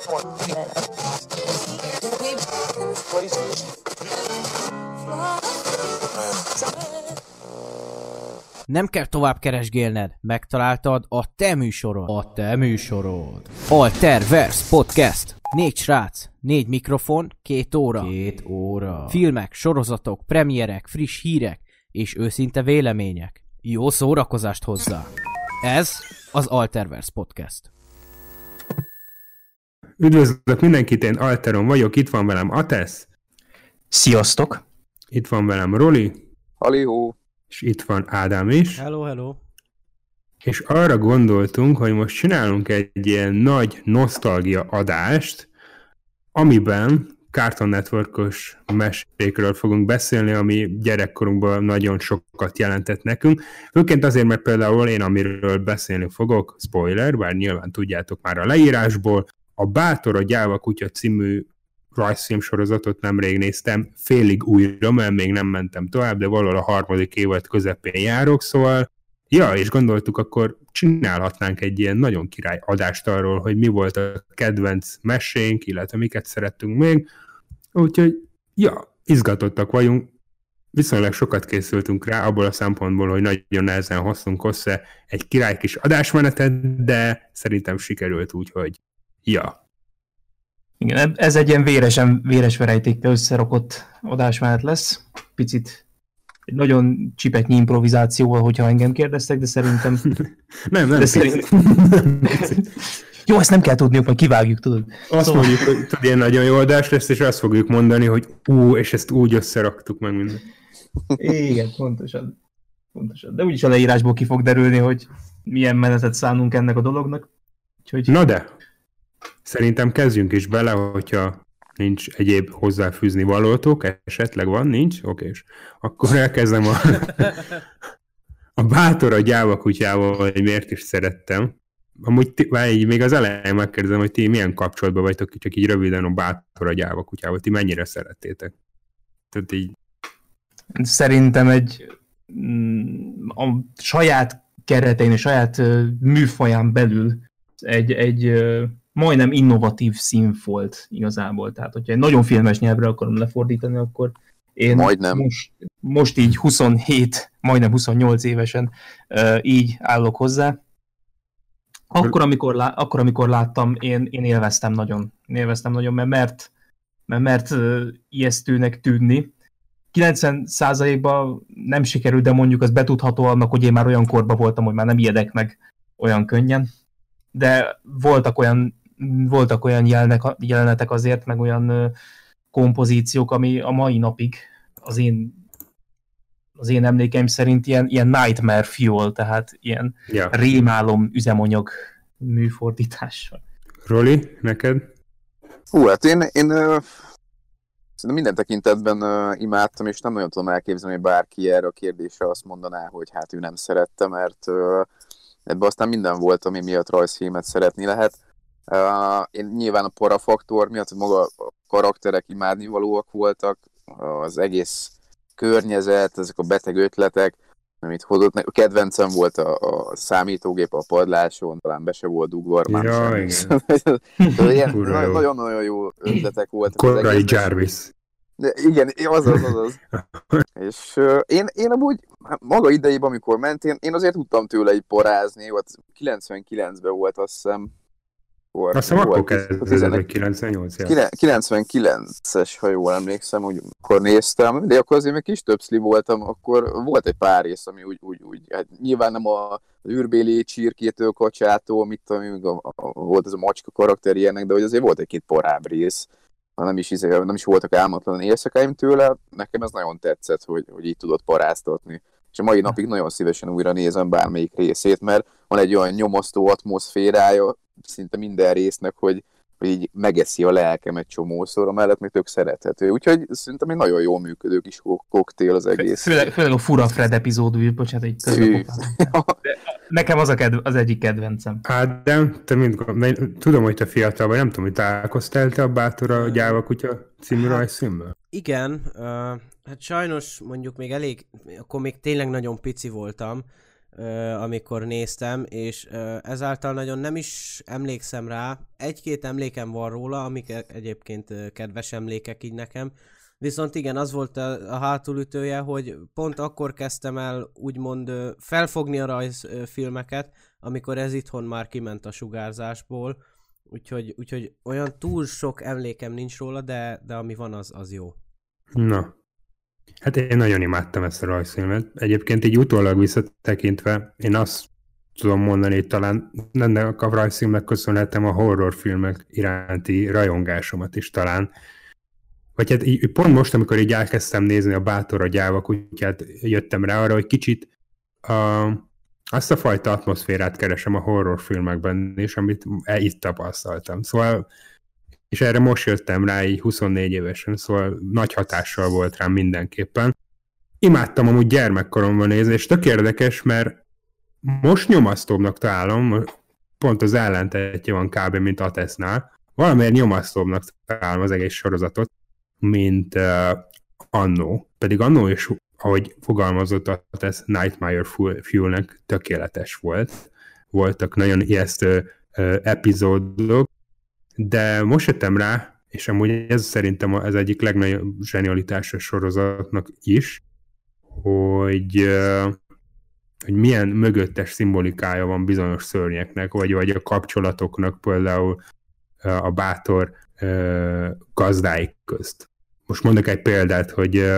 Nem kell tovább keresgélned, megtaláltad a te műsorod. A te műsorod. Alterverse Podcast. 4 srác, 4 mikrofon, 2 óra. 2 óra. Filmek, sorozatok, premierek, friss hírek és őszinte vélemények. Jó szórakozást hozzá. Ez az Alterverse Podcast. Üdvözlök mindenkit, én Alteron vagyok, itt van velem Atesz. Sziasztok! Itt van velem Roli. Halihó! És itt van Ádám is. Hello, hello. És arra gondoltunk, hogy most csinálunk egy ilyen nagy nosztalgia adást, amiben Cartoon Network-os mesékről fogunk beszélni, ami gyerekkorunkban nagyon sokat jelentett nekünk. Főként azért, mert például én, amiről beszélni fogok, spoiler, bár nyilván tudjátok már a leírásból, a Bátor a gyáva kutya című rajzfilm sorozatot nemrég néztem, félig újra, mert még nem mentem tovább, de valahol a 3. évad közepén járok, szóval és gondoltuk, akkor csinálhatnánk egy ilyen nagyon király adást arról, hogy mi volt a kedvenc mesénk, illetve miket szerettünk még, úgyhogy izgatottak vagyunk, viszonylag sokat készültünk rá, abból a szempontból, hogy nagyon nehezen hoztunk össze egy király kis adásmenetet, de szerintem sikerült úgy, hogy Igen, ez egy ilyen véres verejtékkel összerakott adásmenet lesz. Picit egy nagyon csipetnyi improvizációval, hogyha engem kérdeztek, de szerintem... nem. Jó, ezt nem kell tudniuk, majd kivágjuk, tudod. Azt mondjuk, hogy ilyen nagyon jó adás lesz, és azt fogjuk mondani, hogy és ezt úgy összeraktuk meg minden. Igen, pontosan. De úgyis a leírásból ki fog derülni, hogy milyen menetet szánunk ennek a dolognak. Úgyhogy... Na de, szerintem kezdjünk is bele, hogyha nincs egyéb hozzáfűzni valótok, esetleg van, nincs? Okés. Akkor elkezdem a Bátor a gyáva kutyával, hogy miért is szerettem. Amúgy még az elején megkérdezem, hogy ti milyen kapcsolatban vagytok, csak így röviden a Bátor a gyáva kutyával, ti mennyire szerettétek? Tehát így... Szerintem a saját keretein, a saját műfaján belül egy majdnem innovatív színfolt igazából. Tehát, hogyha egy nagyon filmes nyelvre akarom lefordítani, akkor én most így 27, majdnem 28 évesen így állok hozzá. Akkor, amikor láttam, én élveztem nagyon, mert ijesztőnek tűnni. 90%-ban nem sikerült, de mondjuk az betudható annak, hogy én már olyan korban voltam, hogy már nem ijedek meg olyan könnyen. De voltak olyan jelenetek azért, meg olyan kompozíciók, ami a mai napig az én emlékeim szerint ilyen nightmare fuel, tehát ilyen rémálom üzemanyag műfordítással. Roli, neked? Hát én szerintem minden tekintetben imádtam, és nem nagyon tudom elképzelni, hogy bárki erre a kérdésre azt mondaná, hogy hát ő nem szerette, mert ebben aztán minden volt, ami miatt rajzfilmet szeretni lehet. Én nyilván a parafaktor miatt, hogy maga a karakterek imádnivalóak voltak, az egész környezet, ezek a beteg ötletek, amit hozott. A kedvencem volt a számítógép a padláson, talán be se volt dugva. Nagyon-nagyon jó ötletek voltak. Korai Jarvis. De igen, azaz. És én amúgy maga idejében, amikor ment, én azért tudtam tőle így parázni, ott 99-ben volt, azt hiszem. Azt hiszem akkor kezdődött, 98. 99-es, ha jól emlékszem, hogy akkor néztem, de akkor azért még kis többszli voltam, akkor volt egy pár rész, ami úgy hát nyilván nem az űrbéli csirkétől, kacsától, mit tudom, volt ez a macska karakter ilyenek, de hogy azért volt egy-két porább rész. Nem is voltak álmatlan éjszakáim tőle, nekem ez nagyon tetszett, hogy így tudott paráztatni. És a mai napig nagyon szívesen újra nézem bármelyik részét, mert van egy olyan nyomasztó atmoszférája szinte minden résznek, hogy így megeszi a lelkem egy csomószor, amellett még tök szerethető. Úgyhogy szerintem egy nagyon jól működő kis koktél az egész. Főleg a Fura Fred epizódú, bocsánat, egy nekem az egyik kedvencem. Ádám, tudom, hogy te fiatal vagy, nem tudom, hogy találkoztál te a Bátor a gyáva kutya című rajzfilmmel? Igen, hát sajnos mondjuk még akkor még tényleg nagyon pici voltam, amikor néztem, és ezáltal nagyon nem is emlékszem rá. Egy-két emlékem van róla, amik egyébként kedves emlékek így nekem. Viszont igen, az volt a hátulütője, hogy pont akkor kezdtem el úgymond felfogni a rajzfilmeket, amikor ez itthon már kiment a sugárzásból. Úgyhogy olyan túl sok emlékem nincs róla, de ami van, az jó. Na, hát én nagyon imádtam ezt a rajzfilmet. Egyébként így utólag visszatekintve, én azt tudom mondani, hogy talán ennek a rajzfilmnek köszönhetem a horrorfilmek iránti rajongásomat is talán. Vagy hát így, pont most, amikor így elkezdtem nézni a Bátor a gyáva kutyát, jöttem rá arra, hogy kicsit azt a fajta atmoszférát keresem a horrorfilmekben is, amit itt tapasztaltam. Szóval, és erre most jöttem rá így 24 évesen, szóval nagy hatással volt rám mindenképpen. Imádtam amúgy gyermekkoromban nézni, és tök érdekes, mert most nyomasztóbbnak találom, pont az ellentetje van kb. Mint Atesznál, valamiért nyomasztóbbnak találom az egész sorozatot, mint annó. Pedig annó is, ahogy fogalmazott a Nightmare Fuel-nek tökéletes volt. Voltak nagyon ijesztő epizódok, de most jöttem rá, és amúgy ez szerintem az egyik legnagyobb zsenialitása sorozatnak is, hogy milyen mögöttes szimbolikája van bizonyos szörnyeknek, vagy a kapcsolatoknak például a Bátor gazdáik közt. Most mondok egy példát,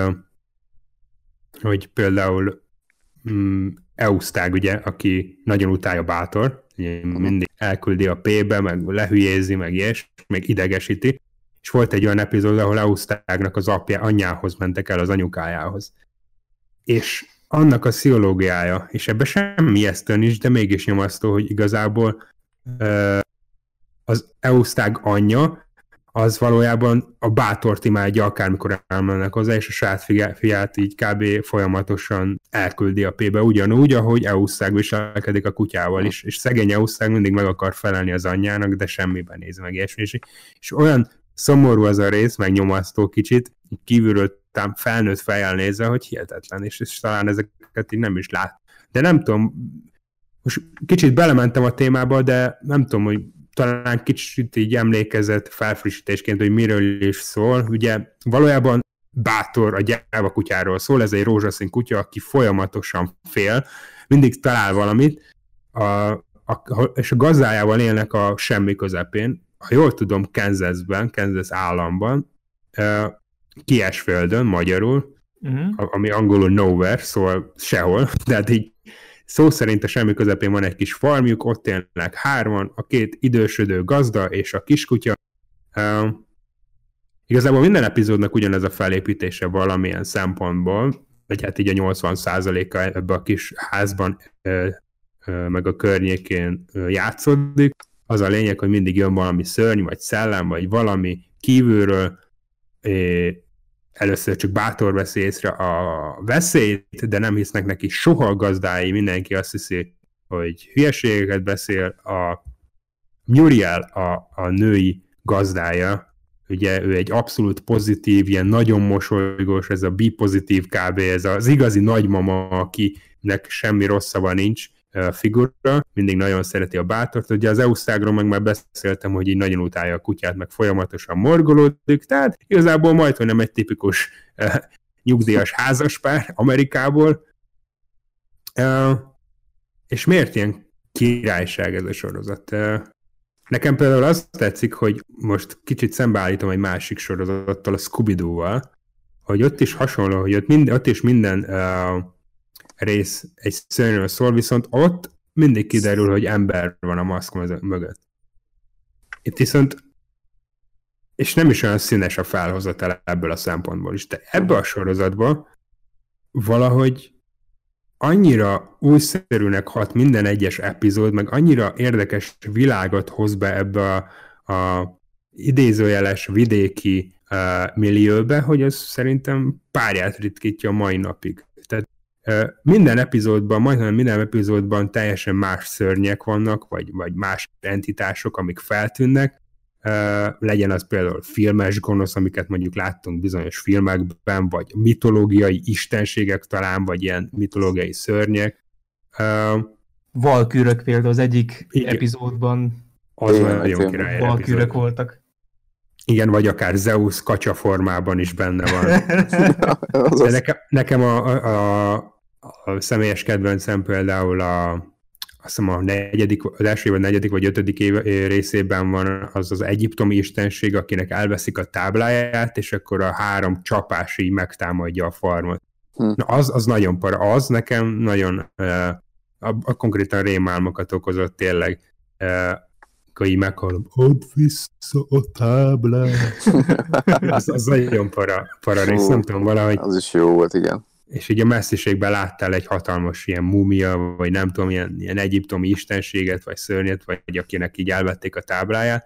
hogy például Eusztág, ugye, aki nagyon utálja Bátor, mindig elküldi a P-be, meg lehülyézi, meg ilyes, meg idegesíti, és volt egy olyan epizód, ahol Eusztágnak az anyjához mentek el, az anyukájához. És annak a pszichológiája, és ebben semmi ijesztő nincs, de mégis nyomasztó, hogy igazából az Eusztág anyja, az valójában a Bátort imádja, akármikor elmennek hozzá, és a saját fiát így kb. Folyamatosan elküldi a P-be, ugyanúgy, ahogy Eusztág viselkedik a kutyával is, és szegény Eusztág mindig meg akar felelni az anyjának, de semmiben néz meg ilyesmi. És olyan szomorú az a rész, meg nyomasztó kicsit, kívülről felnőtt fejjel nézve, hogy hihetetlen, és talán ezeket így nem is lát. De nem tudom, most kicsit belementem a témába, de nem tudom, hogy talán kicsit így emlékezett felfrissítésként, hogy miről is szól. Ugye valójában Bátor a gyáva kutyáról szól, ez egy rózsaszín kutya, aki folyamatosan fél, mindig talál valamit, és a gazdájával élnek a semmi közepén. Ha jól tudom, Kansas államban, Kiesföldön, magyarul, ami angolul nowhere, szóval sehol, de hát így szó szerint a semmi közepén van egy kis farmjuk, ott élnek hárman, a két idősödő gazda és a kiskutya. Igazából minden epizódnak ugyanez a felépítése valamilyen szempontból, vagy hát így a 80%-a ebbe a kis házban meg a környékén játszódik. Az a lényeg, hogy mindig jön valami szörny, vagy szellem, vagy valami kívülről. Először csak Bátor veszi észre a veszélyt, de nem hisznek neki soha a gazdái, mindenki azt hiszi, hogy hülyeségeket beszél. A Muriel, a női gazdája, ugye ő egy abszolút pozitív, ilyen nagyon mosolygós, ez a B-pozitív kb, ez az igazi nagymama, akinek semmi rossz szava nincs, figura, mindig nagyon szereti a Bátort. Ugye az Eusztágról meg már beszéltem, hogy így nagyon utálja a kutyát, meg folyamatosan morgolódik, tehát igazából majdhogy nem egy tipikus nyugdíjas házaspár Amerikából. És miért ilyen királyság ez a sorozat? Nekem például azt tetszik, hogy most kicsit szembeállítom egy másik sorozattal, a Scooby-Doo-val, hogy ott is hasonló, hogy ott is minden rész egy szörnyről szól, viszont ott mindig kiderül, hogy ember van a maszk mögött. Itt viszont, és nem is olyan színes a felhozatal ebből a szempontból is, de ebbe a sorozatban valahogy annyira újszerűnek hat minden egyes epizód, meg annyira érdekes világot hoz be ebbe a idézőjeles vidéki millióbe, hogy az szerintem párját ritkítja a mai napig. Tehát minden epizódban, majdnem minden epizódban teljesen más szörnyek vannak, vagy más entitások, amik feltűnnek. Legyen az például filmes gonosz, amiket mondjuk láttunk bizonyos filmekben, vagy mitológiai istenségek talán, vagy ilyen mitológiai szörnyek. Valkürök például az egyik Igen. epizódban Az Igen, nagyon tényleg. király Valkürök epizód. voltak. Igen, vagy akár Zeus kacsa formában is benne van. De Azaz. nekem a személyes kedvencem például azt hiszem az első vagy negyedik vagy ötödik részében van az egyiptomi istenség, akinek elveszik a tábláját, és akkor a 3 csapás így megtámadja a farmot. Na, az nagyon para. Az nekem nagyon konkrétan rémálmokat okozott tényleg. Akkor így meghallom, add vissza a táblát. az nagyon para rész, nem tudom, valahogy. Az is jó volt, igen. És így a messziségben láttál egy hatalmas ilyen múmia, vagy nem tudom, ilyen egyiptomi istenséget, vagy szörnyet, vagy akinek így elvették a tábláját.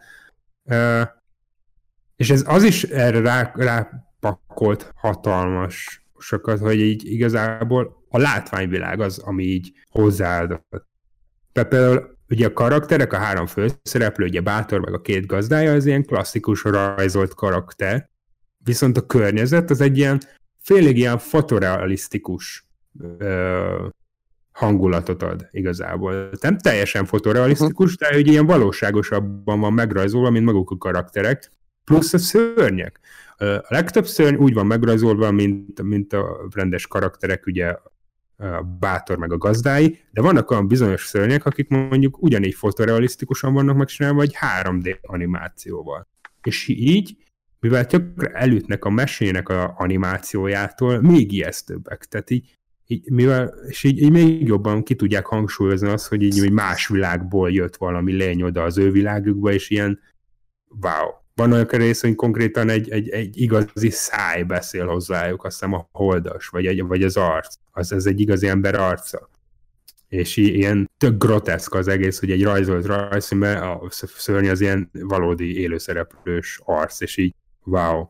És ez az is erre rápakolt hatalmas sokat, hogy így igazából a látványvilág az, ami így hozzáadott. Például ugye a karakterek, a 3 főszereplő, ugye Bátor meg a 2 gazdája, az ilyen klasszikus rajzolt karakter, viszont a környezet az egy ilyen félig ilyen fotorealisztikus hangulatot ad igazából. Nem teljesen fotorealisztikus, de hogy ilyen valóságosabban van megrajzolva, mint maguk a karakterek, plusz a szörnyek. A legtöbb szörny úgy van megrajzolva, mint a rendes karakterek, ugye a Bátor meg a gazdái, de vannak olyan bizonyos szörnyek, akik mondjuk ugyanígy fotorealisztikusan vannak megcsinálva, vagy 3D animációval. És így, mivel tökre elütnek a mesének a animációjától, még ijesztőbbek. Tehát így még jobban ki tudják hangsúlyozni azt, hogy így más világból jött valami lény oda az ő világukba, és ilyen wow. Van olyan rész, hogy konkrétan egy igazi száj beszél hozzájuk, azt hiszem a holdas, vagy az arc. Ez egy igazi ember arca. És ilyen tök groteszk az egész, hogy egy rajzolt rajzszínben a szörny az ilyen valódi élőszereplős arc, és így wow.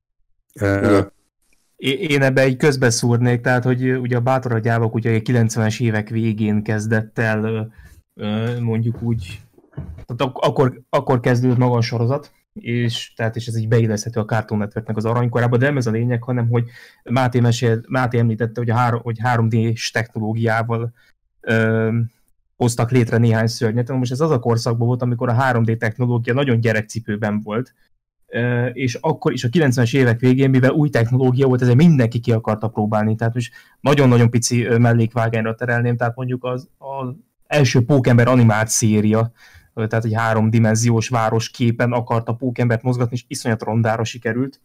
Én ebbe így közbeszúrnék, tehát, hogy ugye a Bátor a gyávak ugye a 90-es évek végén kezdett el mondjuk úgy, tehát akkor kezdődött maga a sorozat, és ez így beilleszthető a Cartoon Networknek az aranykorába, de nem ez a lényeg, hanem hogy Máté említette, hogy 3D-s technológiával hoztak létre néhány szörnyet. Most ez az a korszakban volt, amikor a 3D technológia nagyon gyerekcipőben volt, és akkor is a 90-es évek végén, mivel új technológia volt, ezért mindenki ki akarta próbálni. Tehát most nagyon-nagyon pici mellékvágányra terelném, tehát mondjuk az első Pókember animált széria, tehát egy 3D városképen akarta Pókembert mozgatni, és iszonyat rondára sikerült.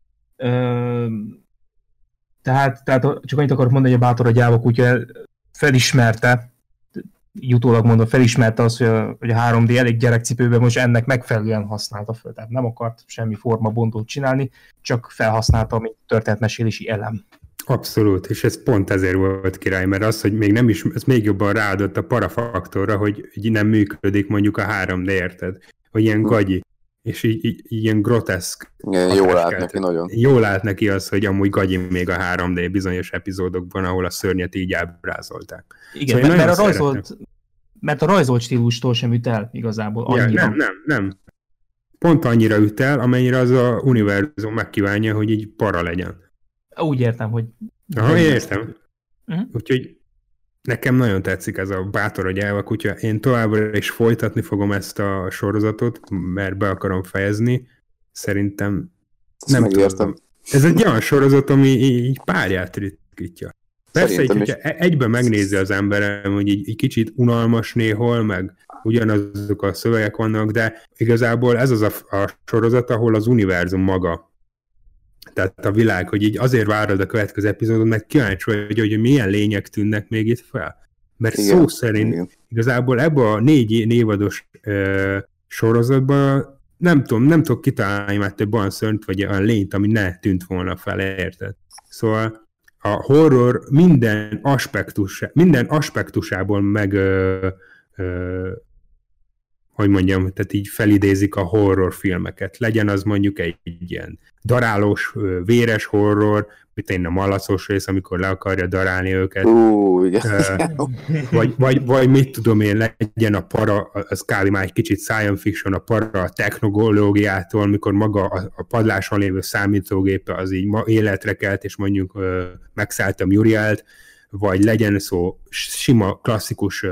Tehát csak annyit akarok mondani, hogy a Bátor a gyáva kutya felismerte, jutólag mondom, felismerte azt, hogy a 3D elég gyerekcipőben most ennek megfelelően használta föl. Tehát nem akart semmi formabontót csinálni, csak felhasználta, mint történetmesélési elem. Abszolút, és ez pont ezért volt király, mert az, hogy még nem is, ez még jobban ráadott a parafaktorra, hogy nem működik mondjuk a 3D, érted? Hogy ilyen gagyi, és így ilyen groteszk. Igen, jól állt neki nagyon. Jól állt neki az, hogy amúgy gagyi még a 3D bizonyos epizódokban, ahol a szörnyet így ábrázolták. Igen, szóval mert a rajzolt stílustól sem üt el igazából annyira. Ja, nem. Pont annyira üt el, amennyire az a univerzum megkívánja, hogy így para legyen. Úgy értem, hogy... Aha, értem. Úgyhogy nekem nagyon tetszik ez a Bátor a gyáva kutya. Én továbbra is folytatni fogom ezt a sorozatot, mert be akarom fejezni. Szerintem nem tudom. Ez egy olyan sorozat, ami így párját ritkítja. Persze, hogyha egyben megnézi az emberem, hogy így kicsit unalmas néhol, meg ugyanazok a szövegek vannak, de igazából ez az a sorozat, ahol az univerzum maga, tehát a világ, hogy így azért várod a következő epizódot, mert kíváncsi vagy, hogy milyen lények tűnnek még itt fel. Mert igen, szó szerint igazából ebben a 4 névados sorozatban nem tudok kitalálni már több olyan szörnyt, vagy olyan lényt, ami ne tűnt volna fel, érted? Szóval a horror minden aspektusából meg hogy mondjam, tehát így felidézik a horrorfilmeket. Legyen az mondjuk egy ilyen darálós, véres horror, mint én a malacos rész, amikor le akarja darálni őket. Vagy mit tudom én, legyen a para, az kb. Már egy kicsit science fiction, a para a technológiától, mikor maga a padláson lévő számítógépe az így életre kelt, és mondjuk megszállta Murielt, vagy legyen szó sima, klasszikus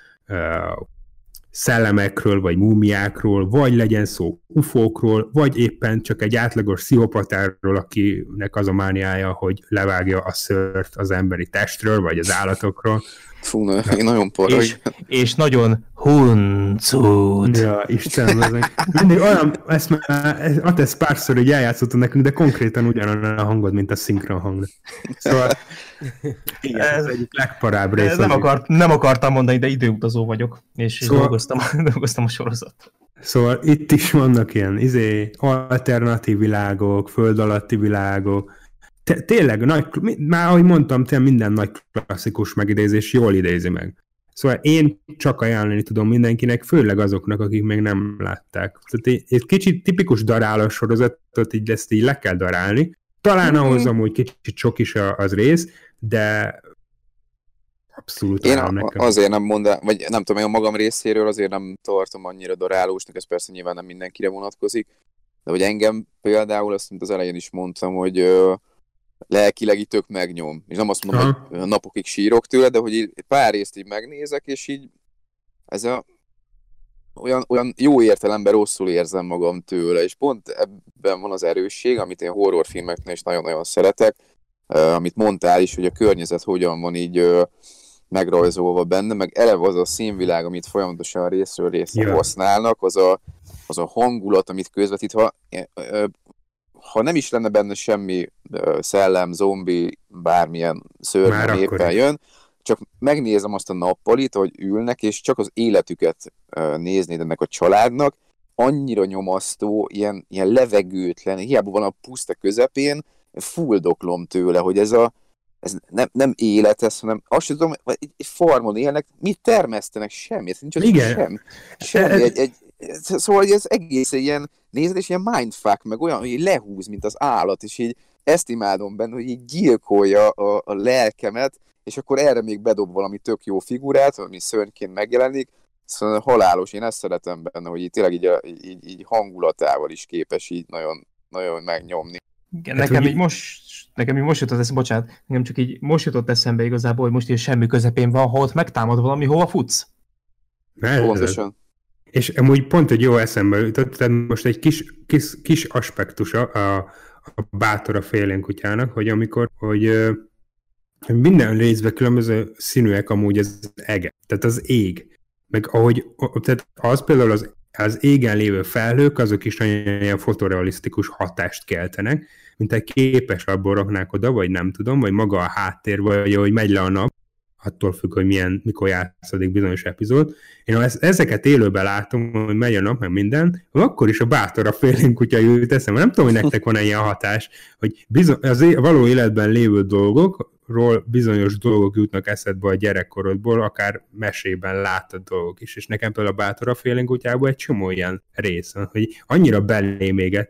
szellemekről, vagy múmiákról, vagy legyen szó ufókról, vagy éppen csak egy átlagos pszichopatáról, akinek az a mániája, hogy levágja a szőrt az emberi testről, vagy az állatokról. Fú, nagyon porra. És nagyon huncut. Ja, Istenem, ez mindig olyan, ezt párszor így eljátszottam nekünk, de konkrétan ugyanolyan a hangod, mint a szinkron hang. Szóval igen, ez egyik legparább rész. Nem akartam mondani, de időutazó vagyok, és szóval, dolgoztam a sorozat. Szóval itt is vannak ilyen alternatív világok, föld alatti világok. Tényleg, már ahogy mondtam, minden nagy klasszikus megidézés jól idézi meg. Szóval én csak ajánlani tudom mindenkinek, főleg azoknak, akik még nem látták. Tehát egy kicsit tipikus darálós sorozatot, ezt így le kell darálni. Talán ahhoz amúgy kicsit sok is az rész, de abszolút én azért nem mondom, vagy nem tudom, én a magam részéről azért nem tartom annyira darálósnak, ez persze nyilván nem mindenkire vonatkozik, de hogy engem például, azt mint az elején is mondtam, hogy lelkileg így tök megnyom. És nem azt mondom, hogy napokig sírok tőle, de hogy így pár részt így megnézek, és így ez olyan jó értelemben rosszul érzem magam tőle, és pont ebben van az erősség, amit én horrorfilmeknél is nagyon-nagyon szeretek, amit mondtál is, hogy a környezet hogyan van így megrajzolva benne, meg eleve az a színvilág, amit folyamatosan részről részre használnak, az a hangulat, amit közvetít, ha nem is lenne benne semmi szellem, zombi, bármilyen szörny éppen jön, csak megnézem azt a nappalit, hogy ülnek, és csak az életüket néznéd ennek a családnak, annyira nyomasztó, ilyen levegőtlen, hiába van a puszta közepén, fuldoklom tőle, hogy ez nem élet ez, hanem azt tudom, hogy egy farmon élnek, mit termesztenek? Semmit, nincs semmi. Szóval ez egész ilyen nézed, és ilyen mindfuck, meg olyan, hogy lehúz, mint az állat, és így ezt imádom benne, hogy így gyilkolja a lelkemet, és akkor erre még bedob valami tök jó figurát, ami szörnyként megjelenik, szóval halálos, én ezt szeretem benne, hogy így tényleg így hangulatával is képes így nagyon, nagyon megnyomni. Igen, nekem így most jutott eszembe, bocsánat, nekem csak így most jutott eszembe igazából, hogy most így semmi közepén van, ha ott megtámad valami, hova futsz? Pontosan. És amúgy pont egy jó eszembe jutott, tehát most egy kis aspektusa a bátor a félénkutyának, hogy amikor, hogy minden részben különböző színűek amúgy az ege, tehát az ég. Meg ahogy, tehát az például az égen lévő felhők, azok is nagyon ilyen fotorealisztikus hatást keltenek, mint egy képeslapból raknák oda, vagy nem tudom, vagy maga a háttér, vagy ahogy megy le a nap, attól függ, hogy mikor játszódik bizonyos epizód. Én ezeket élőben látom, hogy megy a nap, meg minden, akkor is a bátor a félénkutya jut eszembe. Nem tudom, hogy nektek van ilyen hatás, hogy az való életben lévő dolgokról bizonyos dolgok jutnak eszedbe a gyerekkorodból, akár mesében láttad dolgok is. És nekem például a bátor a félénkutyából egy csomó ilyen rész van, hogy annyira belém égett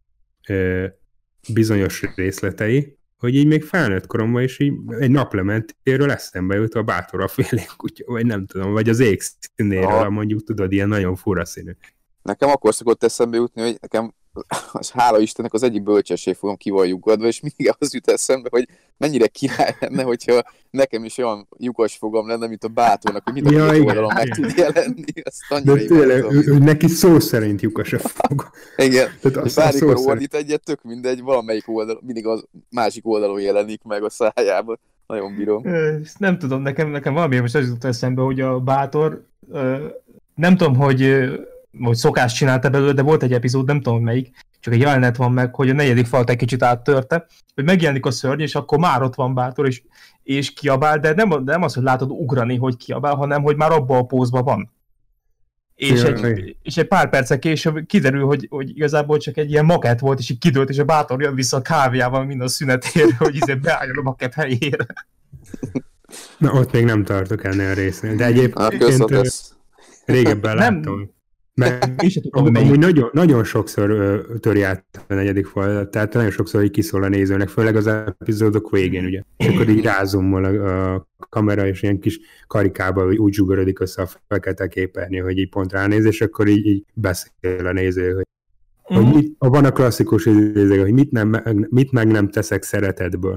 bizonyos részletei, hogy így még felnőtt koromban is így egy naplementéről eszembe jut a bátor a félénkutya, vagy nem tudom, vagy az ég színéről, mondjuk tudod, ilyen nagyon fura színű. Nekem akkor szokott eszembe jutni, hogy nekem, hála Istennek, az egyik bölcsesség fogom ki van lyukadva, és mindig az jut eszembe, hogy mennyire király lenne, hogyha nekem is olyan lyukas fogam lenne, mint a bátornak, hogy mind a két oldalon meg tud jelenni. De tényleg, neki szó szerint lyukas a fog. Igen, és bármikor ordít egyet, tök mindegy, valamelyik oldal, mindig az másik oldalon jelenik meg a szájában. Nagyon bírom. Nem tudom, nekem valami most az jutott eszembe, hogy a bátor, nem tudom, hogy szokást csinálta belőle, de volt egy epizód, nem tudom melyik, csak egy jelenet van meg, hogy a negyedik falat egy kicsit áttörte, hogy megjelenik a szörny, és akkor már ott van bátor, és kiabál, de nem az, hogy látod ugrani, hogy kiabál, hanem hogy már abban a pózban van. És egy pár percek később kiderül, hogy igazából csak egy ilyen makett volt, és így kidőlt, és a bátor jön vissza a kávéjával minden szünetére, hogy beálljon a makett helyére. Na, ott még nem tartok ennél a résznél, de egyébként régebben láttam. Mert amúgy nagyon sokszor töri át a negyedik fal, tehát nagyon sokszor így kiszól a nézőnek, főleg az epizódok végén, ugye. És akkor így rázomol a kamera, és ilyen kis karikában úgy zsugorodik össze a fekete képernyő, hogy így pont ránéz, és akkor így beszél a néző, hogy van a klasszikus idéző, hogy mit meg nem teszek szeretetből.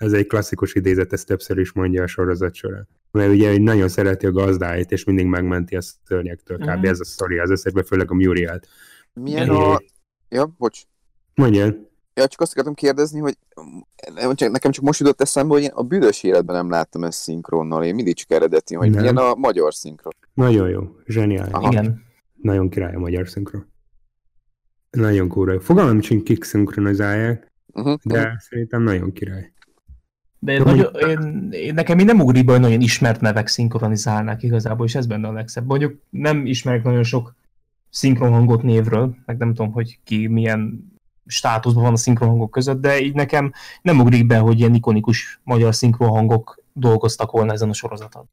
ez egy klasszikus idézet, ezt többször is mondja a sorozat során. Mert ugye nagyon szereti a gazdáit, és mindig megmenti a szörnyektől. Kb. Ez a sztori az összesben, főleg a Muriel-t. Milyen a... Ja, bocs. Mondjál. Ja, csak azt akartam kérdezni, hogy nekem csak most jutott eszembe, hogy én a büdös életben nem láttam ezt szinkronnal. Én mindig csak eredeti, hogy milyen a magyar szinkron. Nagyon jó, zseniális. Igen. Nagyon király a magyar szinkron. Nagyon kúra. Fogalmam sincs, kik szinkronizálják, de szerintem nagyon király. De nekem így nem ugrik be, hogy nagyon ismert nevek szinkronizálnák igazából, és ez benne a legszebb. Mondjuk nem ismerek nagyon sok szinkronhangot névről, meg nem tudom, hogy ki milyen státuszban van a szinkronhangok között, de így nekem nem ugrik be, hogy ilyen ikonikus magyar szinkronhangok dolgoztak volna ezen a sorozaton.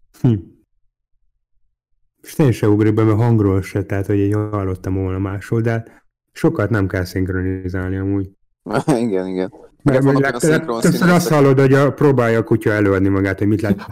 És én sem ugrik be, mert hangról se, tehát hogy így hallottam volna máshol, de sokat nem kell szinkronizálni amúgy. Igen. Mert többször azt hallod, hogy próbálja a kutya előadni magát, hogy mit lát.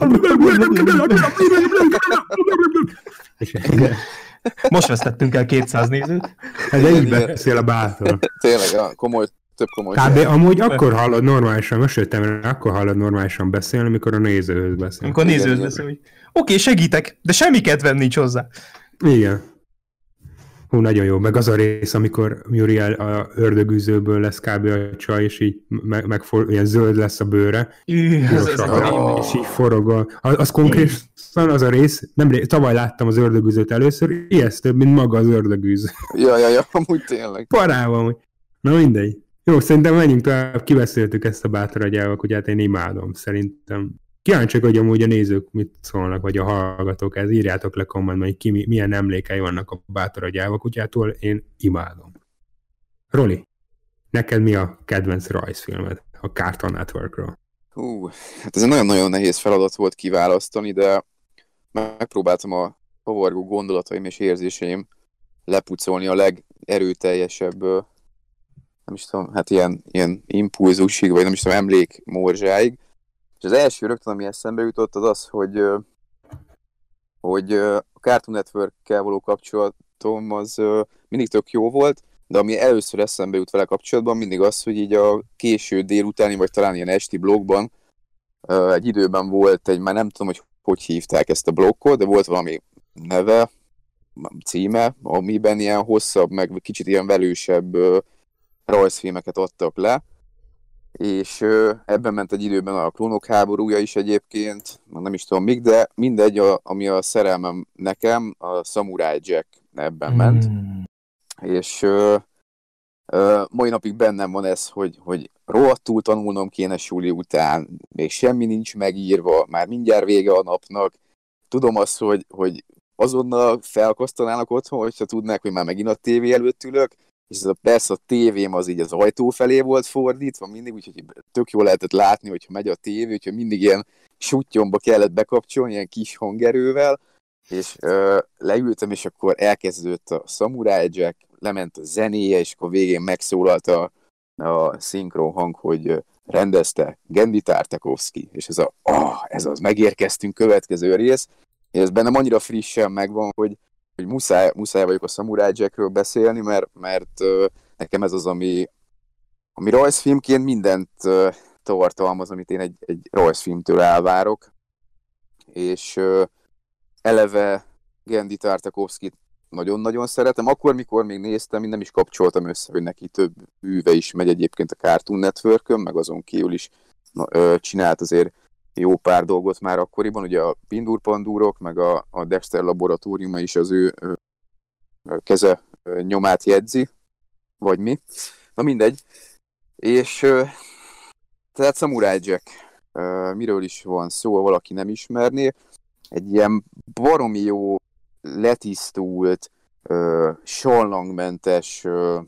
Most vesztettünk el 200 nézőt. Ez így beszél a bátor. Tényleg, több komoly. Kb. Amúgy akkor hallod normálisan, meséltem, akkor hallod normálisan beszélni, amikor a nézőhöz beszél. Amikor a nézőhöz beszél, hogy oké, segítek, de semmi kedvem nincs hozzá. Igen. Hú, nagyon jó. Meg az a rész, amikor Muriel a ördögűzőből lesz kb. A csaj, és így ilyen zöld lesz a bőre. És így forog. Az konkrétan az a rész, tavaly láttam az ördögűzőt először, ijesztőbb, mint maga az ördögűző. Ja, amúgy tényleg. Parával, amúgy. Na mindegy. Jó, szerintem menjünk tovább, kibeszéltük ezt a bátoragyával kutyát, én imádom, szerintem. Kíváncsiak, hogy amúgy a nézők mit szólnak, vagy a hallgatók, ez írjátok le kommentben, hogy milyen emlékei vannak a bátoragyával kutyától, én imádom. Roli, neked mi a kedvenc rajzfilmed a Cartoon Networkről? Hát ez egy nagyon-nagyon nehéz feladat volt kiválasztani, de megpróbáltam a kavargó gondolataim és érzéseim lepucolni a legerőteljesebb, nem is tudom, hát ilyen impulzusig, vagy nem is tudom, emlékmorzsáig. És az első rögtön, ami eszembe jutott, az az, hogy a Cartoon Network-kel való kapcsolatom az mindig tök jó volt, de ami először eszembe jut vele kapcsolatban, mindig az, hogy így a késő délutáni, vagy talán ilyen esti blogban egy időben volt már nem tudom, hogy hívták ezt a blokkot, de volt valami neve, címe, amiben ilyen hosszabb, meg kicsit ilyen velősebb rajzfilmeket adtak le, és ebben ment egy időben a Klónok háborúja is egyébként, nem is tudom mik, de mindegy, ami a szerelmem nekem, a Samurai Jack ebben ment. És mai napig bennem van ez, hogy rohadtul tanulnom kéne suli után, még semmi nincs megírva, már mindjárt vége a napnak. Tudom azt, hogy azonnal felakasztanának otthon, hogyha tudnák, hogy már megint a tévé előtt ülök, és persze a tévém az így az ajtó felé volt fordítva mindig, úgyhogy tök jól lehetett látni, hogyha megy a tévé, úgyhogy mindig ilyen suttyomba kellett bekapcsolni, ilyen kis hangerővel, és leültem, és akkor elkezdődött a Samurai Jack, lement a zenéje, és akkor végén megszólalt a szinkron hang, hogy rendezte Genndy Tartakovsky, és ez az, megérkeztünk, következő rész, és ez bennem annyira frissen megvan, hogy muszáj vagyok a Samurai Jackről beszélni, mert nekem ez az, ami rajzfilmként mindent tartalmaz, amit én egy rajzfilmtől elvárok, és eleve Genndy Tartakovskyt nagyon-nagyon szeretem. Akkor, mikor még néztem, én nem is kapcsoltam össze, hogy neki több műve is megy egyébként a Cartoon Networkön, meg azon kívül is csinált azért jó pár dolgot már akkoriban, ugye a Pindur-Pandúrok, meg a Dexter laboratóriuma is az ő keze nyomát jegyzi, vagy mi. Na mindegy. És tehát Samurai Jack, miről is van szó, ha valaki nem ismerné, egy ilyen baromi jó, letisztult, sallangmentes,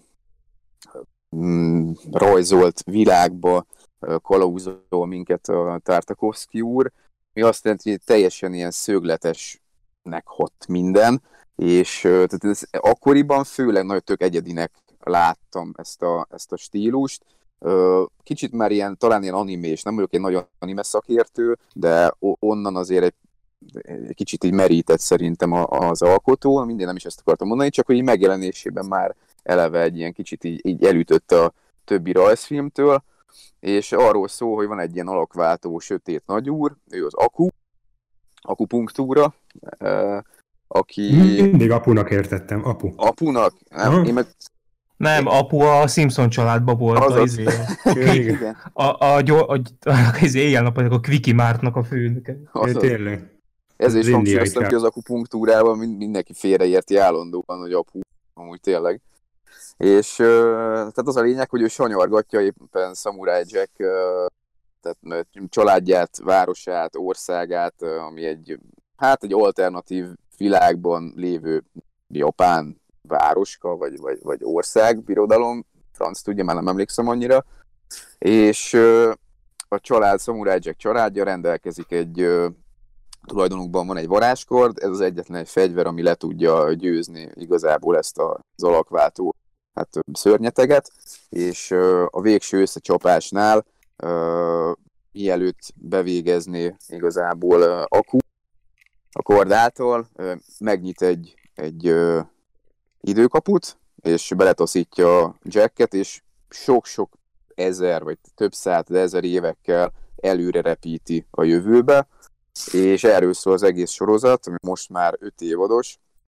rajzolt világba kalauzol minket a Tartakovsky úr, mi azt jelenti, hogy teljesen ilyen szögletesnek hat minden, és tehát ez akkoriban főleg nagyon tök egyedinek láttam ezt a stílust. Kicsit már talán ilyen animés, nem vagyok egy nagyon anime szakértő, de onnan azért egy kicsit így merített szerintem az alkotó, minden nem is ezt akartam mondani, csak hogy így megjelenésében már eleve egy ilyen kicsit így elütött a többi rajzfilmtől. és arról szól, hogy van egy ilyen alakváltó sötét nagyúr, ő az akupunktúra, aki... Mindig apunak értettem, apu. Apunak? Nem, én meg... Nem, apu a Simpson családban volt Azaz. Igen. az éjjel-napodik a Quickie Martnak a főnöke. Tényleg. Ezért is Az hangsúlyoztam indiai ki az akupunktúrában, mindenki félreérti állandóan, hogy apu, amúgy tényleg. És tehát az a lényeg, hogy ő sanyargatja éppen Samurai Jack tehát családját, városát, országát, ami egy alternatív világban lévő japán városka, vagy ország, birodalom, franc tudja, már nem emlékszem annyira, és a család, Samurai Jack családja rendelkezik tulajdonukban van egy varázskard, ez az egyetlen egy fegyver, ami le tudja győzni igazából ezt az alakváltó szörnyeteget, és a végső összecsapásnál mielőtt bevégezné igazából Aku a kard által, megnyit egy időkaput, és beletaszítja Jacket, és sok-sok ezer, vagy több százezer évekkel előre repíti a jövőbe, és erről szól az egész sorozat, ami most már 5 évados,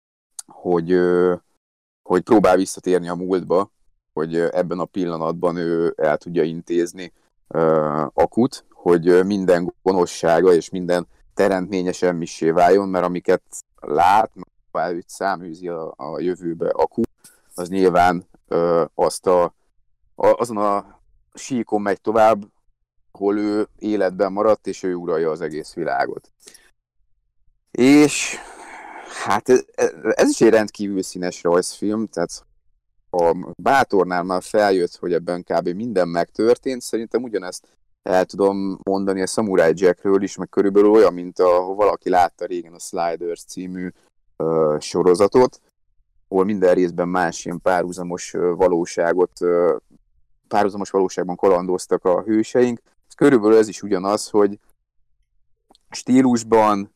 hogy próbál visszatérni a múltba, hogy ebben a pillanatban ő el tudja intézni Akut, hogy minden gonoszsága és minden teremtménye semmissé váljon, mert amiket lát, mert őt száműzi a jövőbe Aku, az nyilván azon a síkon megy tovább, hol ő életben maradt, és ő uralja az egész világot. És hát ez is egy rendkívül színes rajzfilm, tehát a Bátornál már feljött, hogy ebben kb. Minden megtörtént, szerintem ugyanezt el tudom mondani a Samurai Jackről is, meg körülbelül olyan, mint ha valaki látta régen a Sliders című sorozatot, ahol minden részben más ilyen párhuzamos valóságban kalandoztak a hőseink. Körülbelül ez is ugyanaz, hogy stílusban,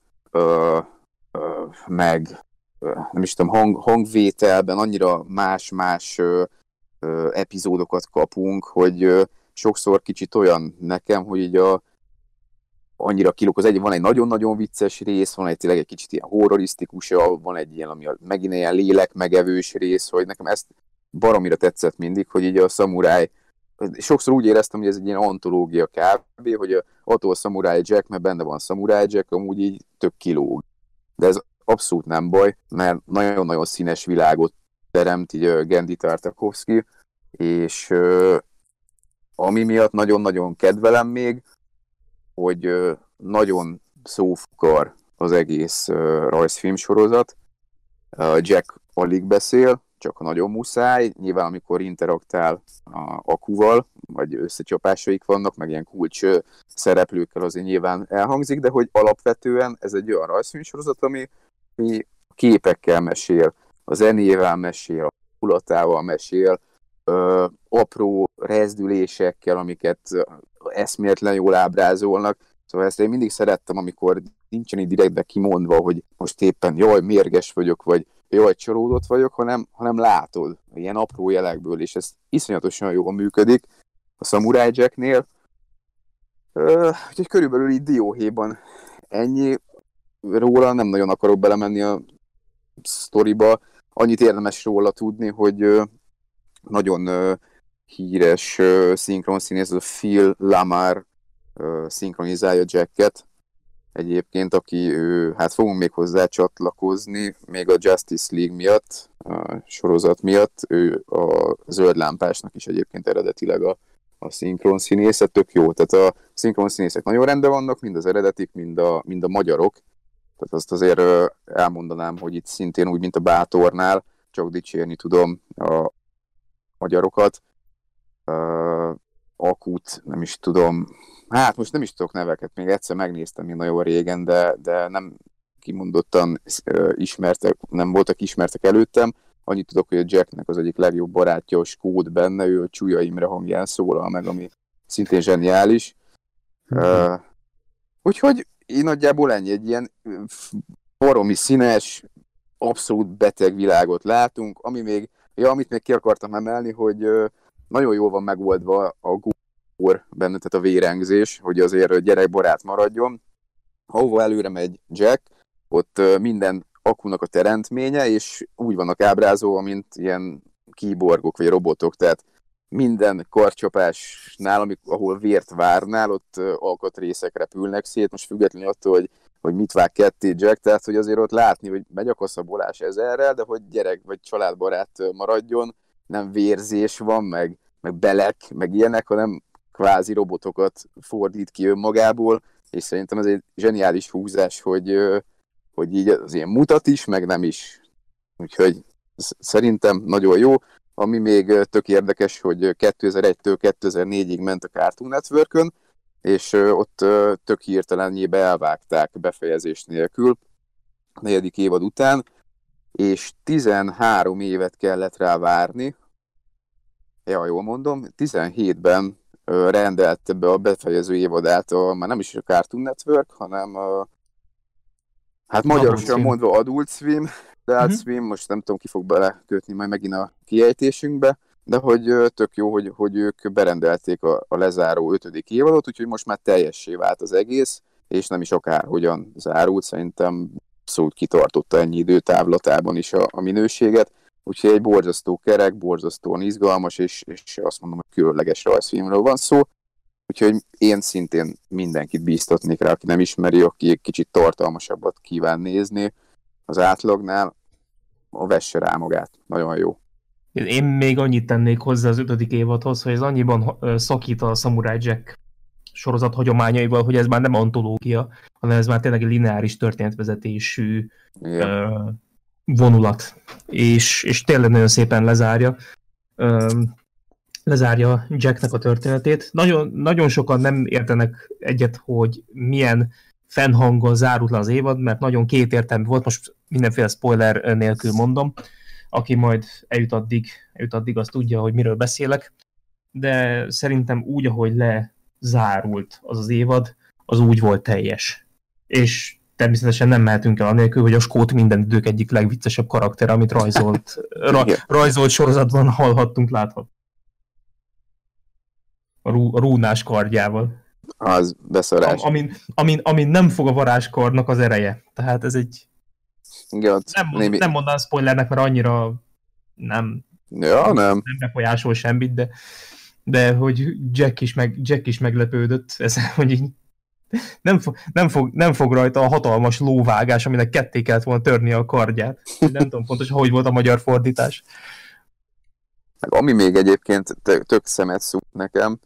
meg nem is tudom, hangvételben annyira más-más epizódokat kapunk, hogy sokszor kicsit olyan nekem, hogy így annyira kilók az van egy nagyon-nagyon vicces rész, van tényleg egy kicsit ilyen horrorisztikus, van egy ilyen, ami megint ilyen lélekmegevős rész, hogy nekem ezt baromira tetszett mindig, hogy így a szamuráj, sokszor úgy éreztem, hogy ez egy ilyen antológia kb., hogy attól Samurai Jack, mert benne van Samurai Jack, amúgy így tök kilóg. De ez abszolút nem baj, mert nagyon-nagyon színes világot teremt így Genndy Tartakovsky, és ami miatt nagyon-nagyon kedvelem még, hogy nagyon szófukar az egész rajzfilm sorozat. Jack alig beszél, csak ha nagyon muszáj. Nyilván, amikor interaktál Akuval, vagy összecsapásaik vannak, meg ilyen kulcs szereplőkkel azért nyilván elhangzik, de hogy alapvetően ez egy olyan rajzfilmsorozat, ami képekkel mesél, a zenével mesél, a hangulatával mesél, apró rezdülésekkel, amiket eszméletlen jól ábrázolnak. Szóval ezt én mindig szerettem, amikor nincsen így direktbe kimondva, hogy most éppen jaj, mérges vagyok, vagy jaj, csalódott vagyok, hanem látod ilyen apró jelekből, és ez iszonyatosan jól működik a Samurai Jacknél. Úgyhogy körülbelül így dióhéjban ennyi. Róla nem nagyon akarok belemenni a sztoriba. Annyit érdemes róla tudni, hogy nagyon híres szinkronszínész, a Phil LaMarr szinkronizálja Jacket. Egyébként, aki hát fogunk még hozzá csatlakozni, még a Justice League miatt, a sorozat miatt, ő a Zöld Lámpásnak is egyébként eredetileg a szinkronszínésze, tök jó. Tehát a szinkronszínészek nagyon rendben vannak, mind az eredetik, mind a magyarok. Tehát azt azért elmondanám, hogy itt szintén úgy, mint a Bátornál, csak dicsérni tudom a magyarokat. Akut, nem is tudom, hát most nem is tudok neveket, még egyszer megnéztem én nagyon régen, de nem kimondottan ismertek, nem voltak ismertek előttem. Annyit tudok, hogy a Jacknek az egyik legjobb barátja a Skód benne, ő a Csúlya Imre hangján szólal meg, ami szintén zseniális. Úgyhogy én nagyjából ennyi, egy ilyen baromi színes, abszolút beteg világot látunk, amit még ki akartam emelni, hogy nagyon jól van megoldva benne, tehát a vérengzés, hogy azért gyerekbarát maradjon. Ahova előre megy Jack, ott minden akunak a teremtménye, és úgy vannak ábrázolva, mint ilyen kiborgok vagy robotok, tehát minden karcsapásnál, ahol vért várnál, ott alkatrészek repülnek szét, most függetlenül attól, hogy mit vág ketté Jack, tehát hogy azért ott látni, hogy megy a kaszabolás ezerrel, de hogy gyerek vagy családbarát maradjon, nem vérzés van, meg belek, meg ilyenek, hanem kvázi robotokat fordít ki önmagából, és szerintem ez egy zseniális húzás, hogy így azért mutat is, meg nem is. Úgyhogy szerintem nagyon jó. Ami még tök érdekes, hogy 2001-től 2004-ig ment a Cartoon Networkön, és ott tök hirtelenjébe elvágták befejezés nélkül a 4. évad után, és 13 évet kellett rá várni. Ja, jól mondom, 17-ben rendelte be a befejező évadát már nem is a Cartoon Network, hanem hát magyarosan mondva Adult Swim, de Adult Swim, most nem tudom, ki fog belekötni majd megint a kiejtésünkbe, de hogy tök jó, hogy ők berendelték a lezáró 5. évadot, úgyhogy most már teljessé vált az egész, és nem is akárhogyan zárult, szerintem abszolút kitartotta ennyi időtávlatában is a minőséget, úgyhogy egy borzasztó kerek, borzasztóan izgalmas, és azt mondom, hogy különleges rajzfilmről van szó, úgyhogy én szintén mindenkit bíztatnék rá, aki nem ismeri, aki egy kicsit tartalmasabbat kíván nézni az átlagnál, vesse rá magát, nagyon jó. Én még annyit tennék hozzá az 5. évadhoz, hogy ez annyiban szakít a Samurai Jack sorozat hagyományaival, hogy ez már nem antológia, hanem ez már tényleg egy lineáris történetvezetésű vonulat. És tényleg nagyon szépen lezárja Jacknek a történetét. Nagyon, nagyon sokan nem értenek egyet, hogy milyen fennhanggal zárult le az évad, mert nagyon kétértelmű volt, most mindenféle spoiler nélkül mondom, aki majd eljut addig, azt tudja, hogy miről beszélek, de szerintem úgy, ahogy lezárult az évad, az úgy volt teljes. És természetesen nem mehetünk el anélkül, hogy a Skót minden idők egyik legviccesebb karakter, amit rajzolt sorozatban hallhattunk, láthattunk. A rúnás kardjával. Az beszarás. Amin nem fog a varázskardnak az ereje. Tehát ez egy... Igen, nem mondanám spoilernek, mert annyira nem befolyásol semmit, de hogy Jack is meglepődött ezzel, hogy így nem fog rajta a hatalmas lóvágás, aminek ketté kellett volna törni a kardját. Nem tudom pontosan, hogy volt a magyar fordítás. Meg ami még egyébként tök szemet szúrt nekem,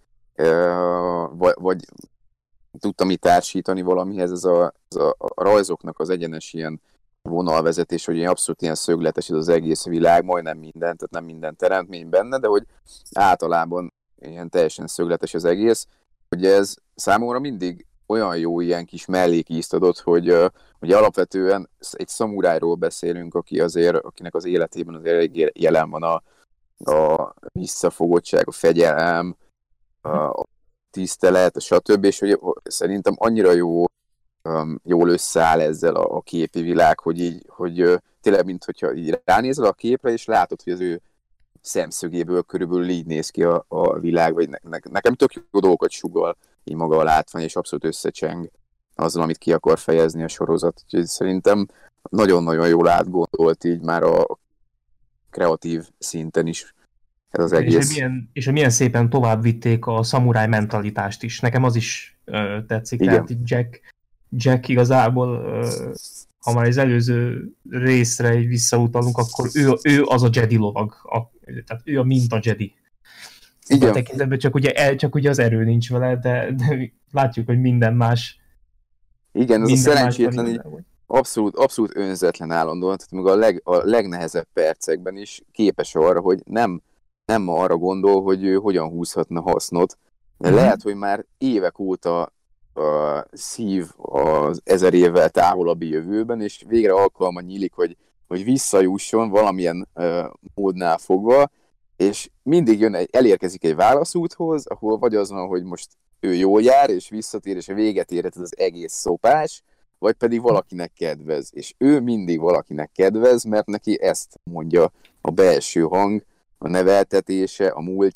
vagy tudtam itt társítani valamihez, ez a rajzoknak az egyenes ilyen vonalvezetés, hogy abszolút ilyen szögletes ez az egész világ, majdnem minden, tehát nem minden teremtmény benne, de hogy általában ilyen teljesen szögletes az egész, hogy ez számomra mindig olyan jó ilyen kis mellékízt adott, hogy ugye alapvetően egy szamurájról beszélünk, akinek az életében azért elég jelen van a visszafogottság, a fegyelem, a tisztelet, a stb. És hogy szerintem annyira jól összeáll ezzel a képi világ, hogy tényleg, mintha így ránézel a képre, és látod, hogy az ő szemszögéből körülbelül így néz ki a világ, vagy nekem tök jó dolgokat sugall így maga a látvány, és abszolút összecseng azzal, amit ki akar fejezni a sorozat. Úgyhogy szerintem nagyon-nagyon jól átgondolt így már a kreatív szinten is ez az egész. És milyen szépen tovább vitték a szamuráj mentalitást is. Nekem az is tetszik. Igen. Tehát Jack igazából, ha már az előző részre visszautalunk, akkor ő az a Jedi lovag. Tehát ő a minta Jedi. Igen. A tekintetben csak ugye az erő nincs vele, de látjuk, hogy minden más. Igen, ez a szerencsétlen így abszolút önzetlen állandóan, tehát még a legnehezebb percekben is képes arra, hogy nem arra gondol, hogy ő hogyan húzhatna hasznot. De lehet, hogy már évek óta szív az 1000 évvel távolabbi jövőben, és végre alkalma nyílik, hogy visszajusson valamilyen módnál fogva, és mindig elérkezik egy válaszúthoz, ahol vagy az van, hogy most ő jól jár, és visszatér, és a véget ér az egész szopás, vagy pedig valakinek kedvez. És ő mindig valakinek kedvez, mert neki ezt mondja a belső hang, a neveltetése, a múltja,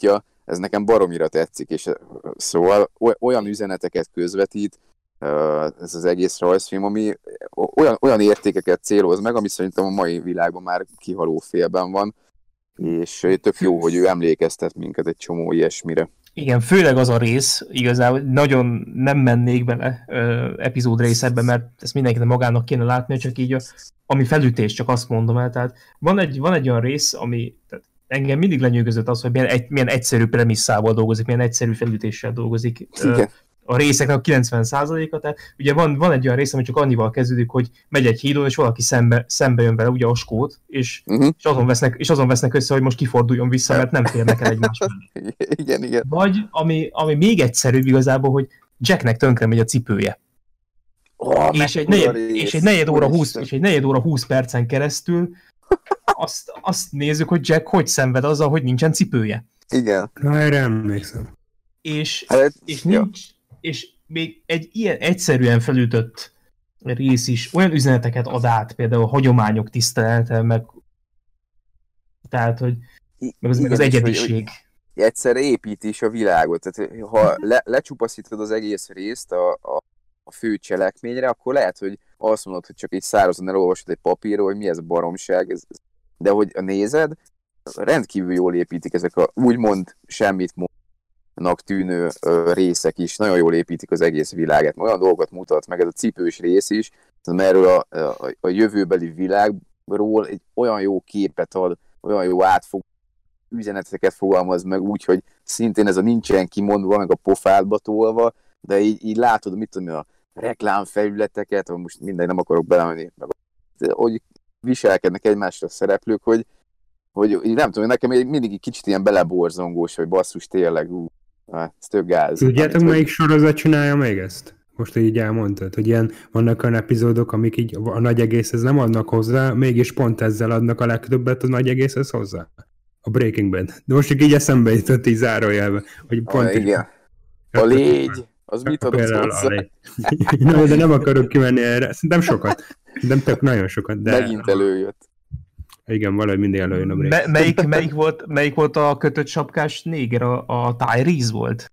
ez nekem baromira tetszik, és szóval olyan üzeneteket közvetít ez az egész rajzfilm, ami olyan értékeket céloz meg, ami szerintem a mai világban már kihaló félben van, és tök jó, hogy ő emlékeztet minket egy csomó ilyesmire. Igen, főleg az a rész, igazából nagyon nem mennék bele epizód részebbe, mert ezt mindenkinek magának kéne látni, csak így ami felütés, csak azt mondom el. Tehát van egy olyan rész, ami tehát engem mindig lenyűgözött az, hogy milyen egyszerű premisszával dolgozik, milyen egyszerű felütéssel dolgozik. A részeknek a 90%-a, tehát ugye van egy olyan rész, ami csak annyival kezdődik, hogy megy egy hídon, és valaki szembe jön vele, ugye a skót, és azon vesznek össze, hogy most kiforduljon vissza, mert nem férnek el egymás mellé. Igen. Vagy, ami még egyszerűbb igazából, hogy Jacknek tönkre megy a cipője. És egy negyed óra 20 percen keresztül azt nézzük, hogy Jack hogy szenved azzal, hogy nincsen cipője. Igen. Na, erre emlékszem. És még egy ilyen egyszerűen felütött rész is olyan üzeneteket ad át, például a hagyományok tisztelete, meg tehát, hogy meg az egyediség. Hogy egyszerre építi is a világot. Tehát, ha lecsupaszítod az egész részt a fő cselekményre, akkor lehet, hogy azt mondod, hogy csak így szárazon elolvasod egy papírról, hogy mi ez a baromság, de hogy nézed, rendkívül jól építik ezek a úgymond semmit mondnak tűnő részek is, nagyon jól építik az egész világet, olyan dolgokat mutat meg, ez a cipős rész is, mert erről a jövőbeli világról egy olyan jó képet ad, olyan jó átfogó üzeneteket fogalmaz meg úgy, hogy szintén ez a nincsen kimondva, meg a pofádba tolva, de így látod, mit tudom, a reklámfelületeket, most minden nem akarok belemenni, hogy viselkednek egymásra a szereplők, hogy nem tudom, nekem mindig egy kicsit ilyen beleborzongós, hogy basszus tényleg, ez tök gáz. Tudjátok, melyik sorozat csinálja még ezt? Most így elmondtad, hogy ilyen vannak olyan epizódok, amik így a nagy egészhez nem adnak hozzá, mégis pont ezzel adnak a legtöbbet a nagy egészhez hozzá. A Breaking Bad. De most csak így eszembe jutott így zárójelbe, hogy pont igen. A légy, az mit adott hozzá? Na, de nem akarok kimenni erre. Szerintem sokat. Szerintem tök nagyon sokat. De... Megint előjött. Igen, valahogy mindig előjön a Breaking. Melyik volt a kötött sapkás néger? A Tyrese volt?